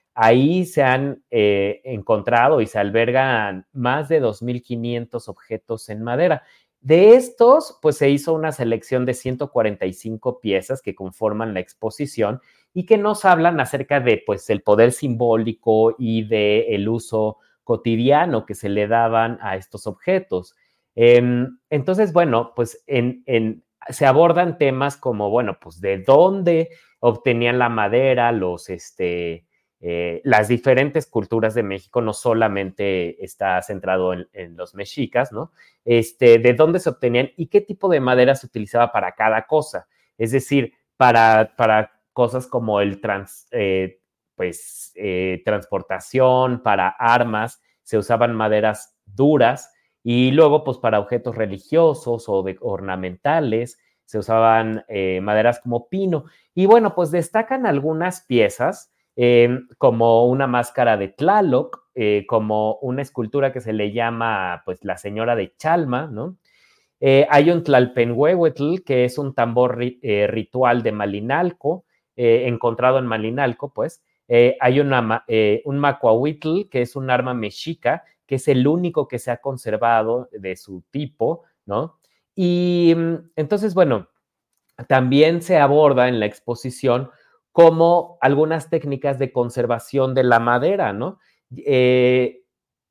Ahí se han eh, encontrado y se albergan más de dos mil quinientos objetos en madera. De estos, pues se hizo una selección de ciento cuarenta y cinco piezas que conforman la exposición y que nos hablan acerca de, pues, el poder simbólico y del uso cotidiano que se le daban a estos objetos. Eh, entonces, bueno, pues en, en, se abordan temas como, bueno, pues de dónde obtenían la madera los, este, eh, las diferentes culturas de México, no solamente está centrado en, en los mexicas, ¿no? Este, de dónde se obtenían y qué tipo de madera se utilizaba para cada cosa. Es decir, para, para cosas como el trans, eh, pues, eh, transportación, para armas, se usaban maderas duras, y luego, pues, para objetos religiosos o de ornamentales, se usaban eh, maderas como pino. Y bueno, pues destacan algunas piezas, eh, como una máscara de Tlaloc, eh, como una escultura que se le llama, pues, la señora de Chalma, ¿no? Eh, hay un Tlalpenhuehuetl, que es un tambor ri, eh, ritual de Malinalco, eh, encontrado en Malinalco, pues. Eh, hay una, eh, un Macuahuitl, que es un arma mexica, que es el único que se ha conservado de su tipo, ¿no? Y entonces, bueno, también se aborda en la exposición como algunas técnicas de conservación de la madera, ¿no? Eh,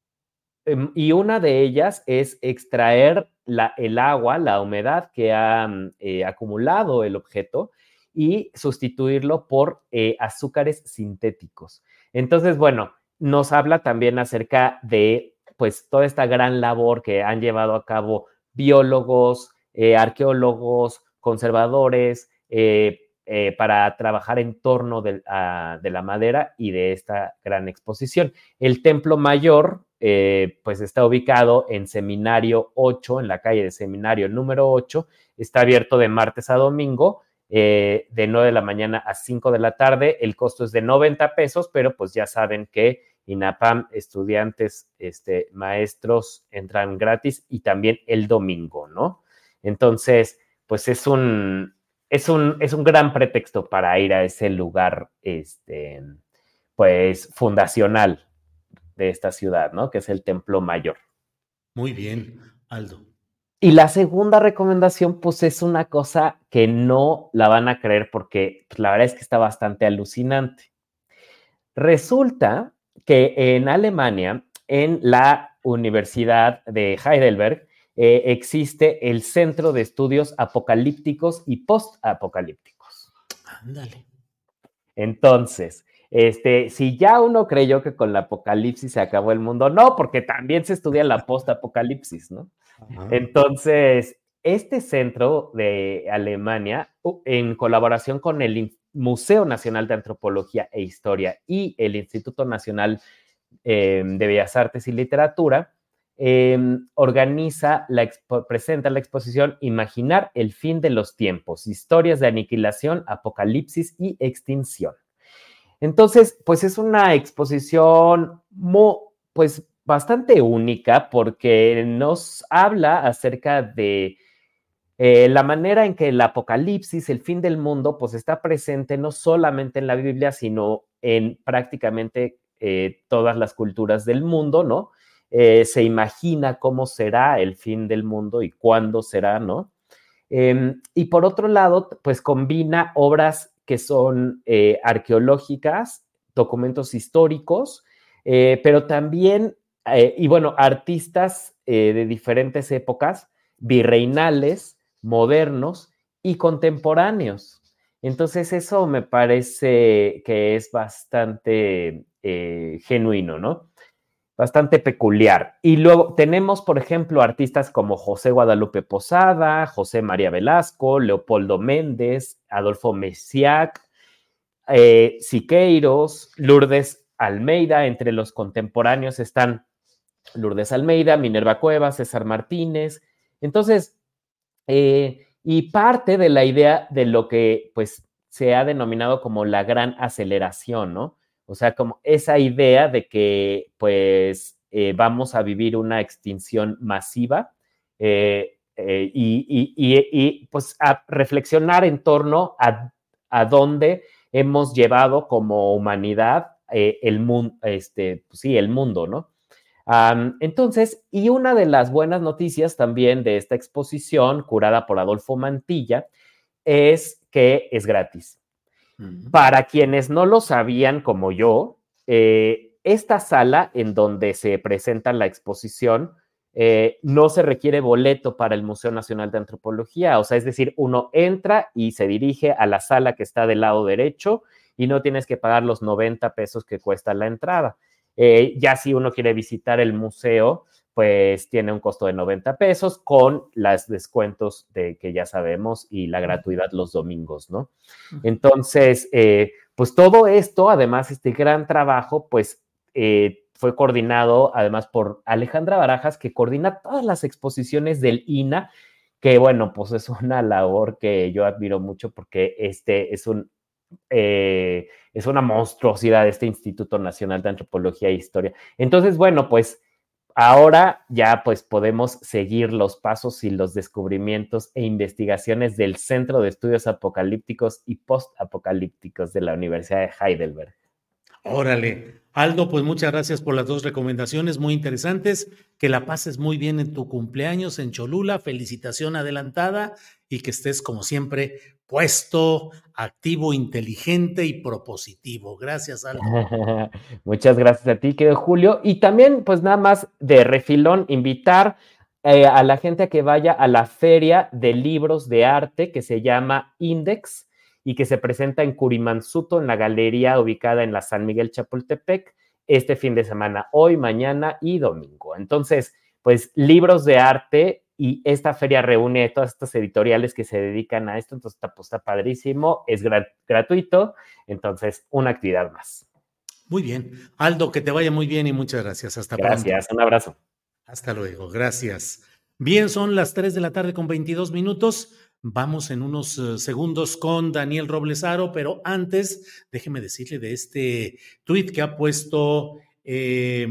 y una de ellas es extraer la, el agua, la humedad que ha eh, acumulado el objeto y sustituirlo por eh, azúcares sintéticos. Entonces, bueno, nos habla también acerca de, pues, toda esta gran labor que han llevado a cabo biólogos, eh, arqueólogos, conservadores, eh, eh, para trabajar en torno de, a, de la madera y de esta gran exposición. El Templo Mayor, eh, pues, está ubicado en Seminario ocho, en la calle de Seminario número ocho, está abierto de martes a domingo, eh, de nueve de la mañana a cinco de la tarde. El costo es de noventa pesos, pero pues ya saben que INAPAM, estudiantes, este, maestros entran gratis, y también el domingo, ¿no? Entonces, pues es un, es un, es un gran pretexto para ir a ese lugar, este, pues, fundacional de esta ciudad, ¿no? Que es el Templo Mayor. Muy bien, Aldo. Y la segunda recomendación, pues, es una cosa que no la van a creer, porque pues, la verdad es que está bastante alucinante. Resulta que en Alemania, en la Universidad de Heidelberg, eh, existe el Centro de Estudios Apocalípticos y Postapocalípticos. Ándale. Entonces, este, si ya uno creyó que con la apocalipsis se acabó el mundo, no, porque también se estudia la postapocalipsis, ¿no? Ajá. Entonces, este centro de Alemania, en colaboración con el Museo Nacional de Antropología e Historia y el Instituto Nacional eh, de Bellas Artes y Literatura, eh, organiza, la expo- presenta la exposición Imaginar el fin de los tiempos, historias de aniquilación, apocalipsis y extinción. Entonces, pues es una exposición muy, pues, bastante única, porque nos habla acerca de eh, la manera en que el apocalipsis, el fin del mundo, pues está presente no solamente en la Biblia, sino en prácticamente eh, todas las culturas del mundo, ¿no? Eh, se imagina cómo será el fin del mundo y cuándo será, ¿no? Eh, y por otro lado, pues combina obras que son eh, arqueológicas, documentos históricos, eh, pero también, eh, y bueno, artistas eh, de diferentes épocas, virreinales, modernos y contemporáneos. Entonces eso me parece que es bastante eh, genuino, ¿no? Bastante peculiar. Y luego tenemos, por ejemplo, artistas como José Guadalupe Posada, José María Velasco, Leopoldo Méndez, Adolfo Messiac, eh, Siqueiros, Lourdes Almeida. Entre los contemporáneos están Lourdes Almeida, Minerva Cuevas, César Martínez. Entonces, eh, y parte de la idea de lo que pues se ha denominado como la gran aceleración, ¿no? O sea, como esa idea de que pues eh, vamos a vivir una extinción masiva eh, eh, y, y, y, y pues a reflexionar en torno a, a dónde hemos llevado como humanidad eh, el mundo, este, pues sí, el mundo, ¿no? Um, entonces, y una de las buenas noticias también de esta exposición, curada por Adolfo Mantilla, es que es gratis. Uh-huh. Para quienes no lo sabían como yo, eh, esta sala en donde se presenta la exposición eh, no se requiere boleto para el Museo Nacional de Antropología, o sea, es decir, uno entra y se dirige a la sala que está del lado derecho y no tienes que pagar los noventa pesos que cuesta la entrada. Eh, ya si uno quiere visitar el museo, pues tiene un costo de noventa pesos con los descuentos de que ya sabemos y la gratuidad los domingos, ¿no? Entonces, eh, pues todo esto, además, este gran trabajo, pues eh, fue coordinado además por Alejandra Barajas, que coordina todas las exposiciones del I N A, que bueno, pues es una labor que yo admiro mucho porque este es un Eh, es una monstruosidad este Instituto Nacional de Antropología e Historia. Entonces, bueno, pues ahora ya pues podemos seguir los pasos y los descubrimientos e investigaciones del Centro de Estudios Apocalípticos y Postapocalípticos de la Universidad de Heidelberg. Órale. Aldo, pues muchas gracias por las dos recomendaciones muy interesantes. Que la pases muy bien en tu cumpleaños en Cholula. Felicitación adelantada y que estés como siempre puesto, activo, inteligente y propositivo. Gracias, Aldo. Muchas gracias a ti, querido Julio. Y también, pues nada más de refilón, invitar eh, a la gente a que vaya a la Feria de Libros de Arte que se llama Index y que se presenta en Curimansuto, en la galería ubicada en la San Miguel Chapultepec, este fin de semana, hoy, mañana y domingo. Entonces, pues libros de arte, y esta feria reúne todas estas editoriales que se dedican a esto, entonces está, pues, está padrísimo, es gra- gratuito, entonces una actividad más. Muy bien. Aldo, que te vaya muy bien y muchas gracias. Hasta gracias, pronto. Gracias, un abrazo. Hasta luego, gracias. Bien, son las tres de la tarde con veintidós minutos. Vamos en unos uh, segundos con Daniel Robles Aro, pero antes déjeme decirle de este tuit que ha puesto, eh,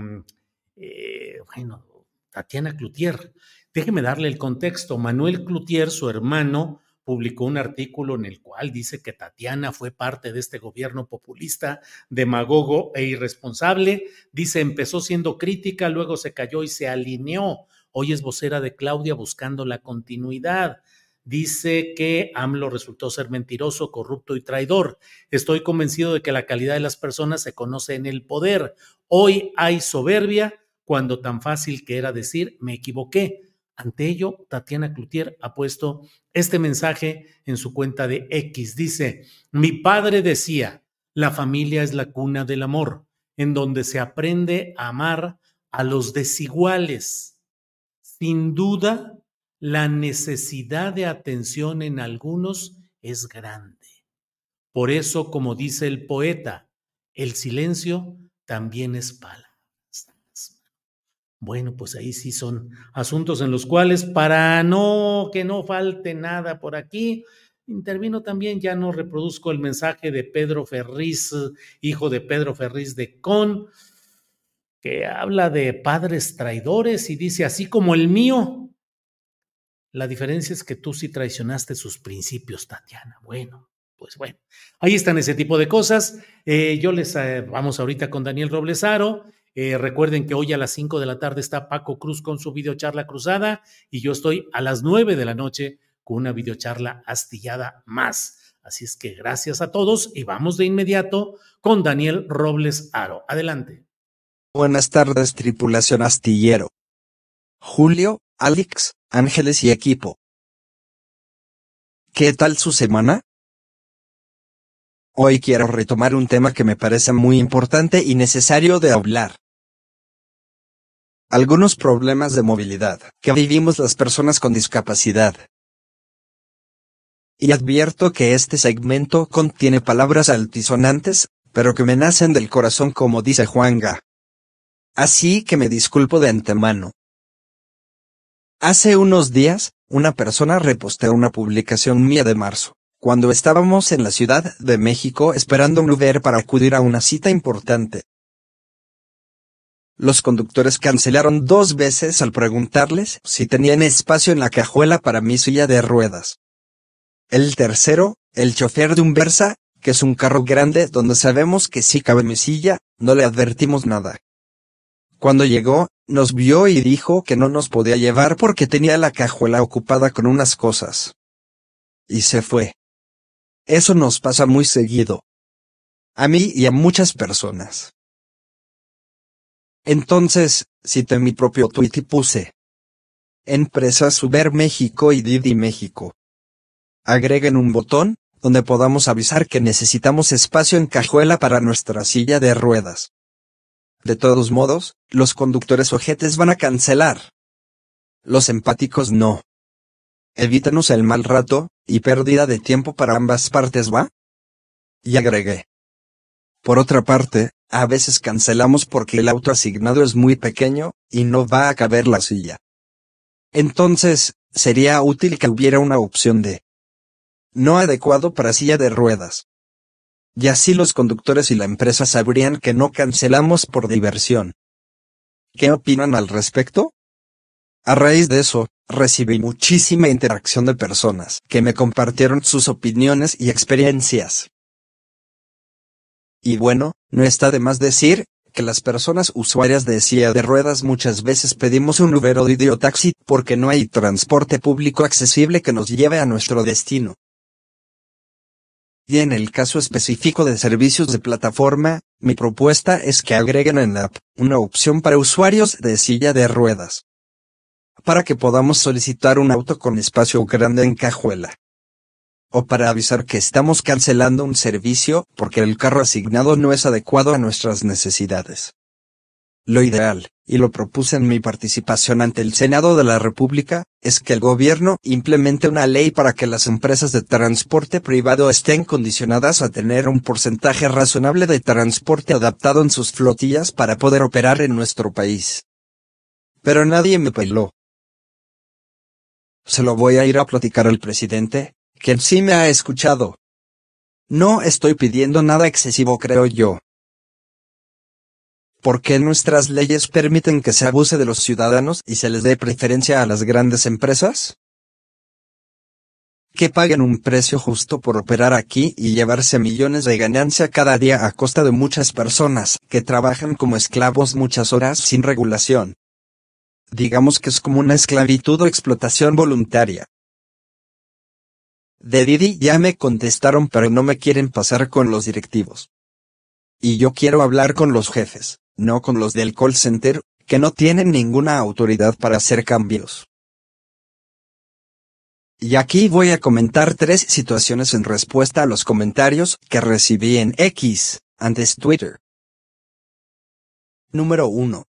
eh, bueno, Tatiana Cloutier. Déjeme darle el contexto. Manuel Cloutier, su hermano, publicó un artículo en el cual dice que Tatiana fue parte de este gobierno populista, demagogo e irresponsable. Dice, empezó siendo crítica, luego se cayó y se alineó. Hoy es vocera de Claudia buscando la continuidad. Dice que AMLO resultó ser mentiroso, corrupto y traidor. Estoy convencido de que la calidad de las personas se conoce en el poder. Hoy hay soberbia cuando tan fácil que era decir, me equivoqué. Ante ello, Tatiana Cloutier ha puesto este mensaje en su cuenta de X. Dice, mi padre decía, la familia es la cuna del amor, en donde se aprende a amar a los desiguales. Sin duda, la necesidad de atención en algunos es grande. Por eso, como dice el poeta, el silencio también es palabra. Bueno, pues ahí sí son asuntos en los cuales, para no que no falte nada por aquí, intervino también, ya no reproduzco el mensaje de Pedro Ferriz, hijo de Pedro Ferriz de Con, que habla de padres traidores y dice, así como el mío, la diferencia es que tú sí traicionaste sus principios, Tatiana. Bueno, pues bueno, ahí están ese tipo de cosas. Eh, yo les eh, vamos ahorita con Daniel Robles Aro. Eh, recuerden que hoy a las cinco de la tarde está Paco Cruz con su videocharla cruzada y yo estoy a las nueve de la noche con una videocharla astillada más. Así es que gracias a todos y vamos de inmediato con Daniel Robles Aro. Adelante. Buenas tardes, tripulación astillero. Julio, Alex, Ángeles y equipo. ¿Qué tal su semana? Hoy quiero retomar un tema que me parece muy importante y necesario de hablar. Algunos problemas de movilidad que vivimos las personas con discapacidad. Y advierto que este segmento contiene palabras altisonantes, pero que me nacen del corazón como dice Juanga. Así que me disculpo de antemano. Hace unos días, una persona reposteó una publicación mía de marzo, cuando estábamos en la Ciudad de México esperando un Uber para acudir a una cita importante. Los conductores cancelaron dos veces al preguntarles si tenían espacio en la cajuela para mi silla de ruedas. El tercero, el chofer de un Versa, que es un carro grande donde sabemos que sí cabe mi silla, no le advertimos nada. Cuando llegó, nos vio y dijo que no nos podía llevar porque tenía la cajuela ocupada con unas cosas. Y se fue. Eso nos pasa muy seguido. A mí y a muchas personas. Entonces, cité mi propio tuit y puse: Empresas Uber México y Didi México. Agreguen un botón donde podamos avisar que necesitamos espacio en cajuela para nuestra silla de ruedas. De todos modos, los conductores ojetes van a cancelar. Los empáticos no. Evítanos el mal rato y pérdida de tiempo para ambas partes, ¿va? Y agregué: por otra parte, a veces cancelamos porque el auto asignado es muy pequeño y no va a caber la silla. Entonces, sería útil que hubiera una opción de no adecuado para silla de ruedas. Y así los conductores y la empresa sabrían que no cancelamos por diversión. ¿Qué opinan al respecto? A raíz de eso, recibí muchísima interacción de personas que me compartieron sus opiniones y experiencias. Y bueno, no está de más decir que las personas usuarias de silla de ruedas muchas veces pedimos un Uber o Didi o taxi porque no hay transporte público accesible que nos lleve a nuestro destino. Y en el caso específico de servicios de plataforma, mi propuesta es que agreguen en la app una opción para usuarios de silla de ruedas, para que podamos solicitar un auto con espacio grande en cajuela. O para avisar que estamos cancelando un servicio porque el carro asignado no es adecuado a nuestras necesidades. Lo ideal, y lo propuse en mi participación ante el Senado de la República, es que el gobierno implemente una ley para que las empresas de transporte privado estén condicionadas a tener un porcentaje razonable de transporte adaptado en sus flotillas para poder operar en nuestro país. Pero nadie me peló. Se lo voy a ir a platicar al presidente, quien sí me ha escuchado. No estoy pidiendo nada excesivo, creo yo. ¿Por qué nuestras leyes permiten que se abuse de los ciudadanos y se les dé preferencia a las grandes empresas? Que paguen un precio justo por operar aquí y llevarse millones de ganancia cada día a costa de muchas personas que trabajan como esclavos muchas horas sin regulación. Digamos que es como una esclavitud o explotación voluntaria. De Didi ya me contestaron, pero no me quieren pasar con los directivos. Y yo quiero hablar con los jefes, no con los del call center, que no tienen ninguna autoridad para hacer cambios. Y aquí voy a comentar tres situaciones en respuesta a los comentarios que recibí en X, antes Twitter. Número uno.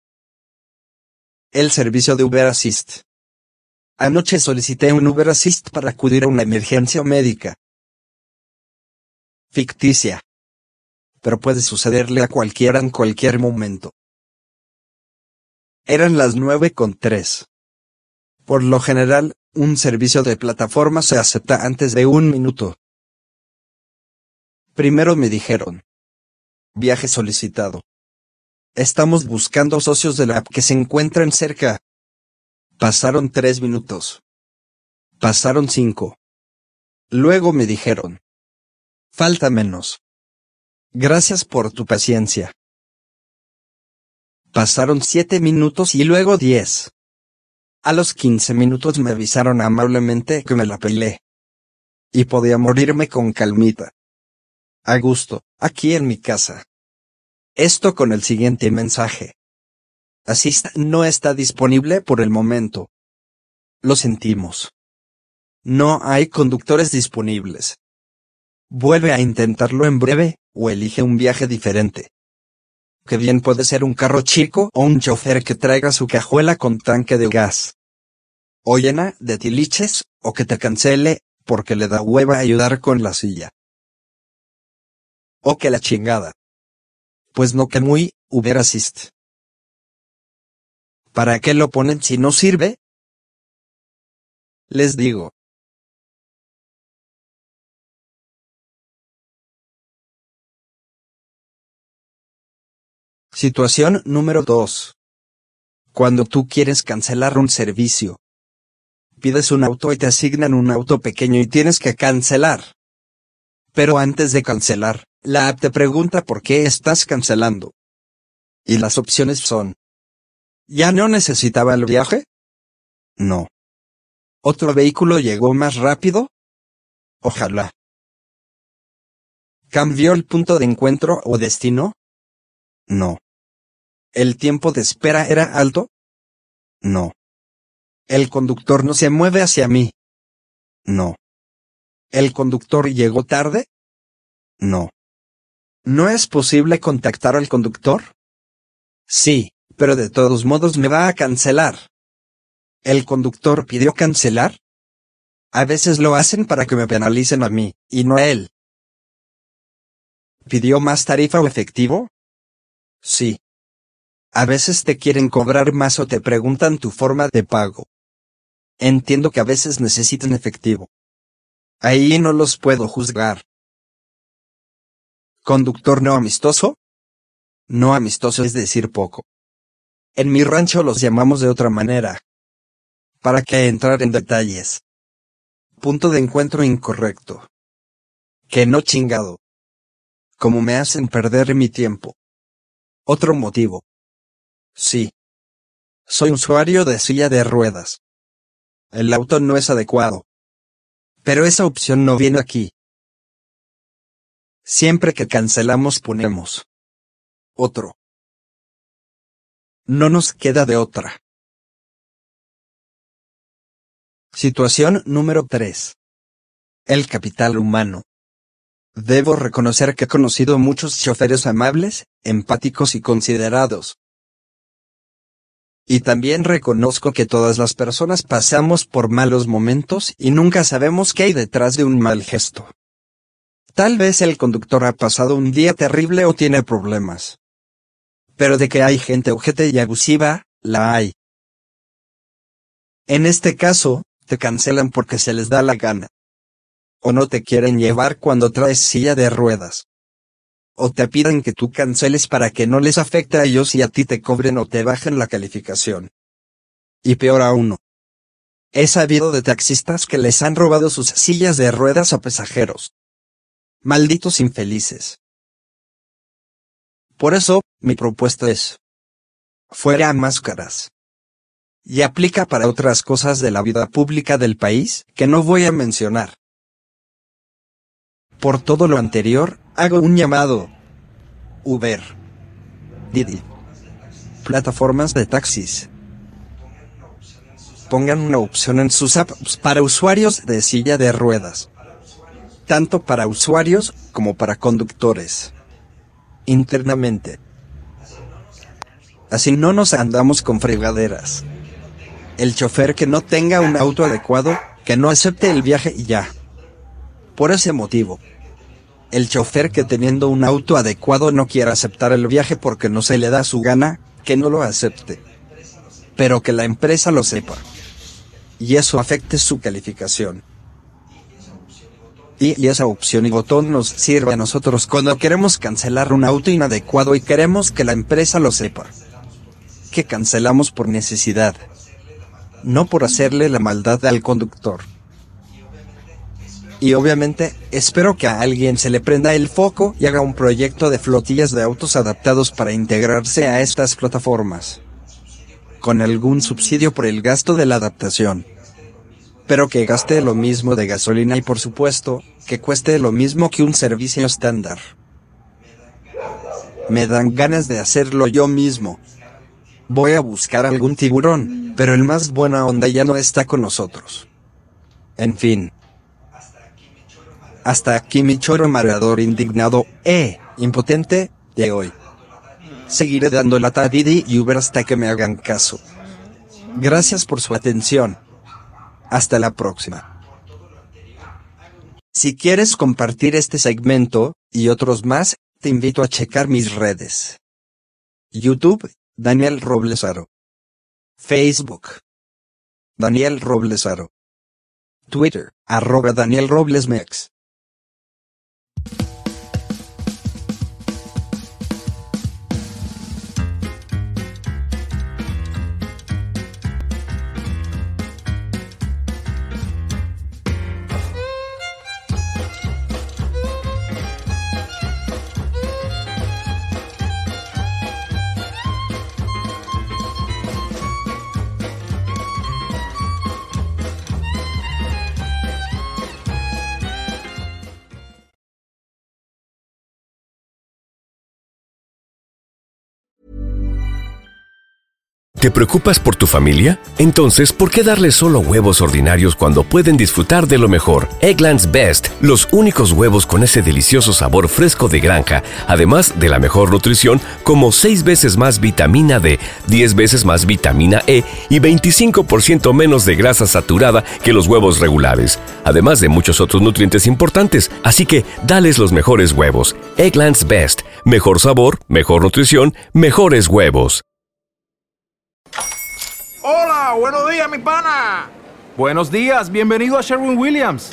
El servicio de Uber Assist. Anoche solicité un Uber Assist para acudir a una emergencia médica. Ficticia. Pero puede sucederle a cualquiera en cualquier momento. Eran las nueve con tres. Por lo general, un servicio de plataforma se acepta antes de un minuto. Primero me dijeron: viaje solicitado. Estamos buscando socios de la app que se encuentren cerca. Pasaron tres minutos. Pasaron cinco. Luego me dijeron: falta menos. Gracias por tu paciencia. Pasaron siete minutos y luego diez. A los quince minutos me avisaron amablemente que me la pelé. Y podía morirme con calmita. A gusto, aquí en mi casa. Esto con el siguiente mensaje: Assist no está disponible por el momento. Lo sentimos. No hay conductores disponibles. Vuelve a intentarlo en breve, o elige un viaje diferente. Que bien puede ser un carro chico o un chofer que traiga su cajuela con tanque de gas. O llena de tiliches, o que te cancele, porque le da hueva ayudar con la silla. O que la chingada. Pues no, que muy Uber Assist. ¿Para qué lo ponen si no sirve? Les digo. Situación número dos. Cuando tú quieres cancelar un servicio. Pides un auto y te asignan un auto pequeño y tienes que cancelar. Pero antes de cancelar, la app te pregunta por qué estás cancelando. Y las opciones son: ¿ya no necesitaba el viaje? No. ¿Otro vehículo llegó más rápido? Ojalá. ¿Cambió el punto de encuentro o destino? No. ¿El tiempo de espera era alto? No. ¿El conductor no se mueve hacia mí? No. ¿El conductor llegó tarde? No. ¿No es posible contactar al conductor? Sí, pero de todos modos me va a cancelar. ¿El conductor pidió cancelar? A veces lo hacen para que me penalicen a mí, y no a él. ¿Pidió más tarifa o efectivo? Sí. A veces te quieren cobrar más o te preguntan tu forma de pago. Entiendo que a veces necesitan efectivo. Ahí no los puedo juzgar. ¿Conductor no amistoso? No amistoso es decir poco. En mi rancho los llamamos de otra manera. ¿Para qué entrar en detalles? Punto de encuentro incorrecto. Que no chingado. Como me hacen perder mi tiempo. Otro motivo. Sí. Soy usuario de silla de ruedas. El auto no es adecuado. Pero esa opción no viene aquí. Siempre que cancelamos ponemos otro. No nos queda de otra. Situación número tres. El capital humano. Debo reconocer que he conocido muchos choferes amables, empáticos y considerados. Y también reconozco que todas las personas pasamos por malos momentos y nunca sabemos qué hay detrás de un mal gesto. Tal vez el conductor ha pasado un día terrible o tiene problemas. Pero de que hay gente ojete y abusiva, la hay. En este caso, te cancelan porque se les da la gana. O no te quieren llevar cuando traes silla de ruedas. O te piden que tú canceles para que no les afecte a ellos y a ti te cobren o te bajen la calificación. Y peor aún. He sabido de taxistas que les han robado sus sillas de ruedas a pasajeros. Malditos infelices. Por eso, mi propuesta es: fuera máscaras. Y aplica para otras cosas de la vida pública del país que no voy a mencionar. Por todo lo anterior, hago un llamado. Uber, Didi, plataformas de taxis. Pongan una opción en sus apps para usuarios de silla de ruedas. Tanto para usuarios como para conductores. Internamente. Así no nos andamos con fregaderas. El chofer que no tenga un auto adecuado, que no acepte el viaje y ya. Por ese motivo. El chofer que teniendo un auto adecuado no quiera aceptar el viaje porque no se le da su gana, que no lo acepte. Pero que la empresa lo sepa. Y eso afecte su calificación. Y, y esa opción y botón nos sirve a nosotros cuando queremos cancelar un auto inadecuado y queremos que la empresa lo sepa. Que cancelamos por necesidad. No por hacerle la maldad al conductor. Y obviamente, espero que a alguien se le prenda el foco y haga un proyecto de flotillas de autos adaptados para integrarse a estas plataformas. Con algún subsidio por el gasto de la adaptación. Pero que gaste lo mismo de gasolina y por supuesto, que cueste lo mismo que un servicio estándar. Me dan ganas de hacerlo yo mismo. Voy a buscar algún tiburón, pero el más buena onda ya no está con nosotros. En fin. Hasta aquí mi choro mareador indignado, e impotente, de hoy. Seguiré dando lata a Didi y Uber hasta que me hagan caso. Gracias por su atención. Hasta la próxima. Si quieres compartir este segmento, y otros más, te invito a checar mis redes. YouTube, Daniel Roblesaro. Facebook, Daniel Roblesaro. Twitter, arroba Daniel Roblesmex. ¿Te preocupas por tu familia? Entonces, ¿por qué darles solo huevos ordinarios cuando pueden disfrutar de lo mejor? Eggland's Best, los únicos huevos con ese delicioso sabor fresco de granja, además de la mejor nutrición, como seis veces más vitamina D, diez veces más vitamina E y veinticinco por ciento menos de grasa saturada que los huevos regulares, además de muchos otros nutrientes importantes. Así que, dales los mejores huevos. Eggland's Best, mejor sabor, mejor nutrición, mejores huevos. Hola, buenos días, mi pana. Buenos días, bienvenido a Sherwin-Williams.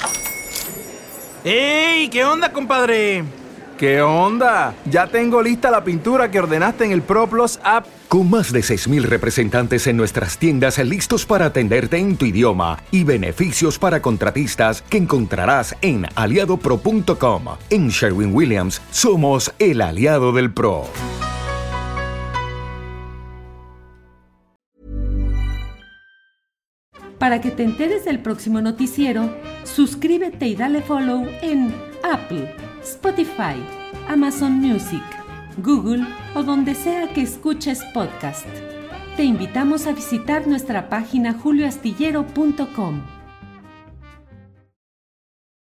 ¡Ey! ¿Qué onda, compadre? ¿Qué onda? Ya tengo lista la pintura que ordenaste en el ProPlus app. Con más de seis mil representantes en nuestras tiendas listos para atenderte en tu idioma y beneficios para contratistas que encontrarás en aliado pro punto com. En Sherwin-Williams somos el aliado del pro. Para que te enteres del próximo noticiero, suscríbete y dale follow en Apple, Spotify, Amazon Music, Google o donde sea que escuches podcast. Te invitamos a visitar nuestra página julio astillero punto com.